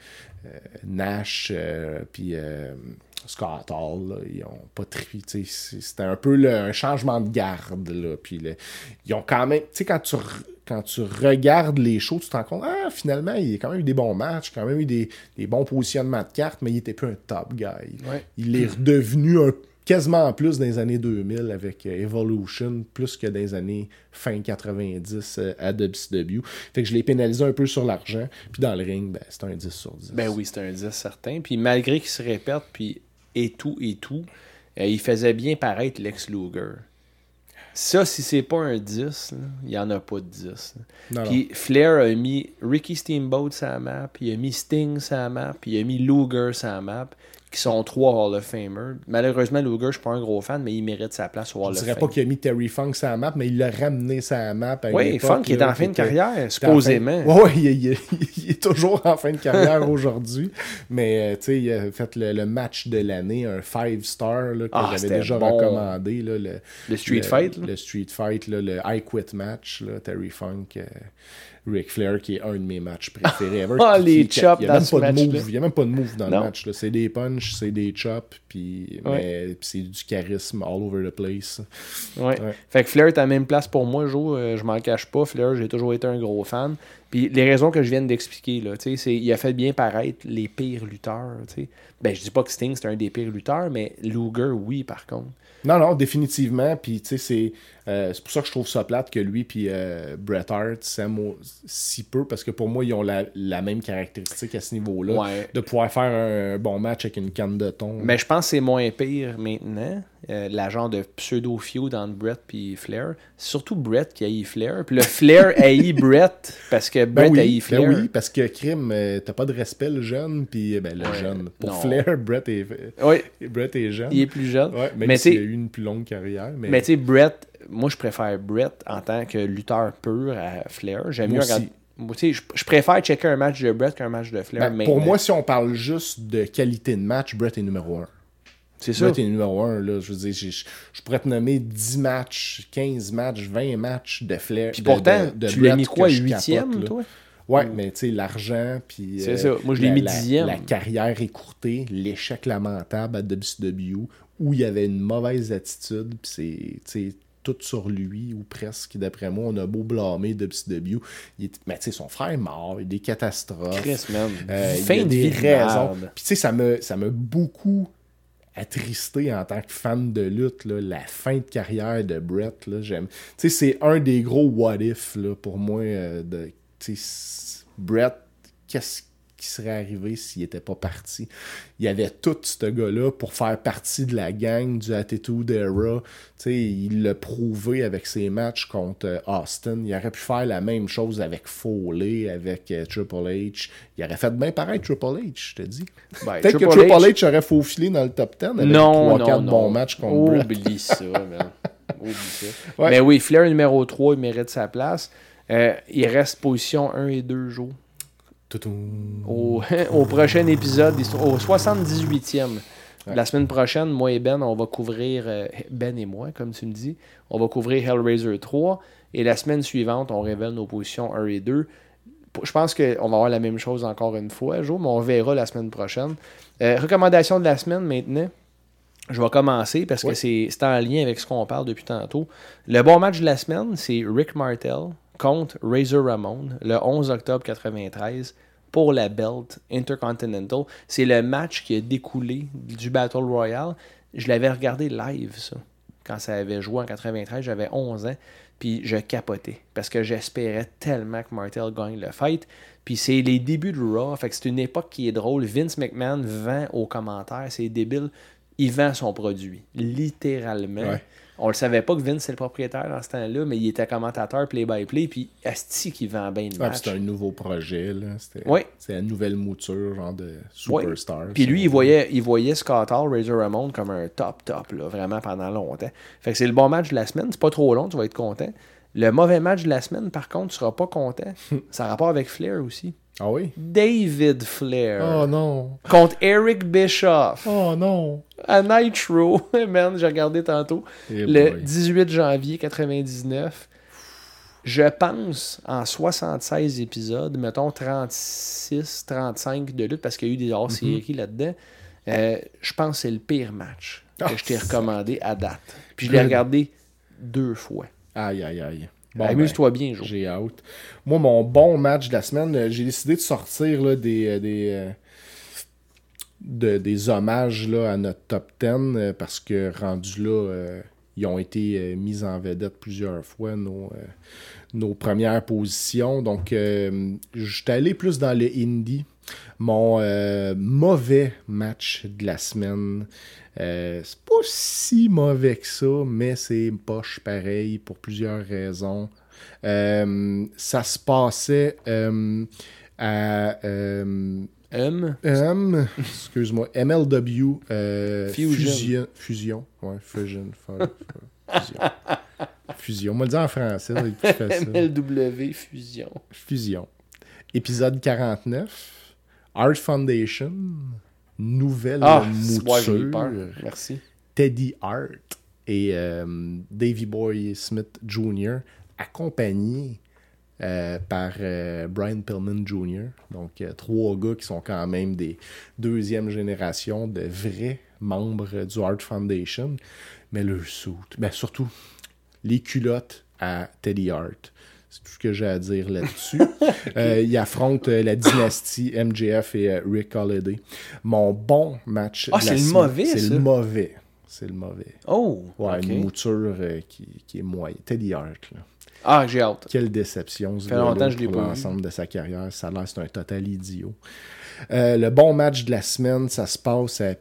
Nash, puis Scott Hall. Là, ils ont pas trié. C'était un peu un changement de garde. Là, puis ils ont quand même... Quand tu regardes les shows, tu te rends compte, finalement, il y a quand même eu des bons matchs, quand même eu des bons positionnements de cartes, mais il était plus un top guy. Ouais. Il est redevenu quasiment plus dans les années 2000 avec Evolution, plus que dans les années fin 90 à WCW. Fait que je l'ai pénalisé un peu sur l'argent, puis dans le ring, c'est un 10 sur 10. Ben oui, c'est un 10 certain. Puis malgré qu'il se répète, puis et tout, il faisait bien paraître Lex Luger. Ça, si c'est pas un 10, il n'y en a pas de 10. Puis Flair a mis Ricky Steamboat sur la map, il a mis Sting sur la map, puis il a mis Luger sur la map, qui sont 3 Hall of Famers. Malheureusement, Luger, je suis pas un gros fan, mais il mérite sa place au Hall of Fame. Je dirais pas qu'il a mis Terry Funk sur la map, mais il l'a ramené sur la map. Oui, Funk est en fin de carrière, supposément. Oui, il est toujours en fin de carrière aujourd'hui. Mais il a fait le match de l'année, un 5-star là, que j'avais déjà recommandé. Là, le Street Fight. Le Street Fight, là, le I Quit match, là, Terry Funk, Ric Flair, qui est un de mes matchs préférés ever. Les chops dans ce match. Il n'y a même pas de move dans le match. Là. C'est des punches, c'est des chops, puis c'est du charisme all over the place. Ouais. Fait que Flair est à la même place pour moi, Joe. Je m'en cache pas. Flair, j'ai toujours été un gros fan. Puis les raisons que je viens d'expliquer, là, il a fait bien paraître les pires lutteurs. T'sais. Ben, je dis pas que Sting, c'est un des pires lutteurs, mais Luger, oui, par contre. Non, définitivement. Puis, c'est pour ça que je trouve ça plate que lui puis Bret Hart s'aiment si peu, parce que pour moi, ils ont la même caractéristique à ce niveau-là, de pouvoir faire un bon match avec une canne de thon. Mais je pense que c'est moins pire maintenant, la genre de pseudo-feud entre Bret puis Flair. C'est surtout Bret qui haït Flair, puis le Flair haït Bret, parce que Bret haït Flair. Ben oui, parce que Crime, t'as pas de respect, le jeune, puis le jeune. Pour Flair, Bret est jeune. Il est plus jeune. Ouais, mais il a eu une plus longue carrière. Mais tu sais, Bret, moi je préfère Bret en tant que lutteur pur à Flair. J'aime mieux regarder. Je préfère checker un match de Bret qu'un match de Flair. Pour moi, si on parle juste de qualité de match, Bret est numéro 1. C'est ça. Bret est numéro 1. Là, je veux dire, je pourrais te nommer 10 matchs, 15 matchs, 20 matchs de Flair. Puis pourtant, tu l'as mis quoi, 8e, toi? Ouais, mais tu sais, l'argent, puis... c'est ça. Moi, je l'ai mis 10e. La carrière écourtée, l'échec lamentable à WCW, où il y avait une mauvaise attitude, puis c'est tout sur lui, ou presque, d'après moi. On a beau blâmer WCW. Mais tu sais, son frère est mort, il y a des catastrophes. Chris, man. Il y a des raisons. Puis tu sais, ça m'a beaucoup attristé en tant que fan de lutte, là, la fin de carrière de Bret. Là, j'aime. Tu sais, c'est un des gros what if là, pour moi. Bret, qu'est-ce qui serait arrivé s'il n'était pas parti. Il y avait tout ce gars-là pour faire partie de la gang du Attitude Era. T'sais, il l'a prouvé avec ses matchs contre Austin. Il aurait pu faire la même chose avec Foley, avec Triple H. Il aurait fait bien pareil Triple H, je te dis. Ben, Peut-être que Triple H aurait faufilé dans le top 10 avec 3-4 bons matchs contre Brett. Oublie ça, man. Oublie ça. Ouais. Mais oui, Flair numéro 3, il mérite sa place. Il reste position 1 et 2 jours. Au prochain épisode, au 78e. Ouais. La semaine prochaine, moi et Ben, on va couvrir, Ben et moi, comme tu me dis, on va couvrir Hellraiser 3. Et la semaine suivante, on révèle nos positions 1 et 2. Je pense qu'on va avoir la même chose encore une fois, Joe, mais on verra la semaine prochaine. Recommandation de la semaine maintenant. Je vais commencer parce que c'est en lien avec ce qu'on parle depuis tantôt. Le bon match de la semaine, c'est Rick Martel contre Razor Ramon le 11 octobre 1993 pour la belt Intercontinental. C'est le match qui a découlé du Battle Royale. Je l'avais regardé live, ça. Quand ça avait joué en 93, j'avais 11 ans. Puis je capotais parce que j'espérais tellement que Martel gagne le fight. Puis c'est les débuts de Raw. Fait que c'est une époque qui est drôle. Vince McMahon vend aux commentaires. C'est débile. Il vend son produit. Littéralement. Ouais. On le savait pas que Vince c'est le propriétaire dans ce temps-là, mais il était commentateur play-by-play, puis asti qui vend bien le match. C'était un nouveau projet, là. C'était la nouvelle mouture, genre de superstar. Puis lui, il voyait Scott Hall, Razor Ramon comme un top, là, vraiment pendant longtemps. Fait que c'est le bon match de la semaine. C'est pas trop long, tu vas être content. Le mauvais match de la semaine, par contre, tu seras pas content. Ça a rapport avec Flair aussi. Ah oui? David Flair. Oh non. Contre Eric Bischoff. Oh non. À Nitro. Man, j'ai regardé tantôt. Le 18 janvier 99. Je pense, en 76 épisodes, mettons 36, 35 de lutte, parce qu'il y a eu des hors-séries là-dedans, je pense que c'est le pire match que je t'ai recommandé à date. Puis je l'ai regardé 2 fois. Aïe, aïe, aïe. Bon, amuse-toi bien, Jo. J'ai hâte. Moi, mon bon match de la semaine, j'ai décidé de sortir là, des hommages là, à notre top 10 parce que rendu là, ils ont été mis en vedette plusieurs fois, nos premières positions. Donc, je suis allé plus dans le indie. Mon mauvais match de la semaine, c'est pas si mauvais que ça, mais c'est poche pareil pour plusieurs raisons. Ça se passait à excuse-moi, MLW Fusion. Ouais, Fusion. Fusion. On va le dire en français, c'est plus facile. MLW Fusion. Épisode 49. Art Foundation, nouvelle mouture. Merci. Teddy Hart et Davey Boy Smith Jr., accompagnés par Brian Pillman Jr. Donc, 3 gars qui sont quand même des deuxième génération de vrais membres du Art Foundation. Mais le suit, surtout les culottes à Teddy Hart. C'est tout ce que j'ai à dire là-dessus. Il affronte la dynastie MJF et Rick Holiday. Mon bon match de la semaine. C'est le mauvais. C'est le mauvais. Oh! Ouais, okay. Une mouture qui est moyenne. Teddy Hart, là. Ah, j'ai hâte. Quelle déception. Ça fait longtemps que je l'ai pour pas l'ensemble de sa carrière. Ça a l'air c'est un total idiot. Le bon match de la semaine, ça se passe à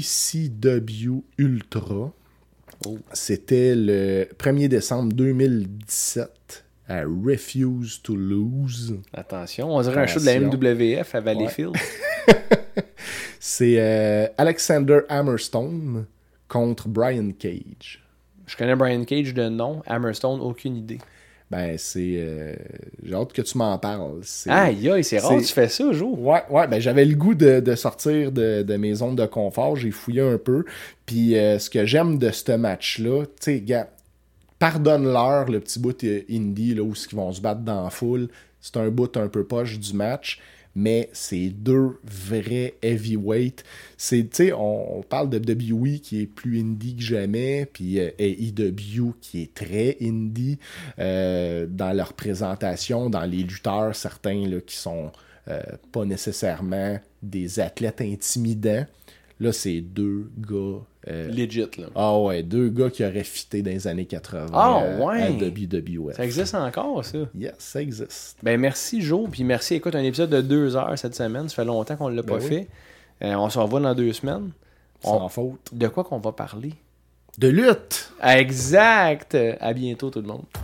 PCW Ultra. Oh. C'était le 1er décembre 2017 à Refuse to Lose. Attention, on dirait un show de la MWF à Valleyfield. Ouais. C'est Alexander Hammerstone contre Brian Cage. Je connais Brian Cage de nom, Hammerstone, aucune idée. Ben, c'est... j'ai hâte que tu m'en parles. Aïe, c'est rare que tu fais ça, Jo. Ouais, ben j'avais le goût de sortir de mes zones de confort. J'ai fouillé un peu. Puis ce que j'aime de ce match-là, tu sais, gars, pardonne-leur le petit bout indie, là, où ils vont se battre dans la foule. C'est un bout un peu poche du match. Mais c'est 2 vrais heavyweights. Tu sais, on parle de WWE qui est plus indie que jamais, puis AEW qui est très indie dans leur présentation, dans les lutteurs, certains là, qui sont pas nécessairement des athlètes intimidants. Là, c'est deux gars... Legit, là. Ah ouais, deux gars qui auraient fité dans les années 80 ouais. à WWF. Ça existe encore, ça? Yes, ça existe. Ben merci, Joe. Puis merci, écoute, un épisode de 2 heures cette semaine. Ça fait longtemps qu'on l'a pas fait. On se revoit dans 2 semaines. Sans faute. De quoi qu'on va parler? De lutte! Exact! À bientôt, tout le monde.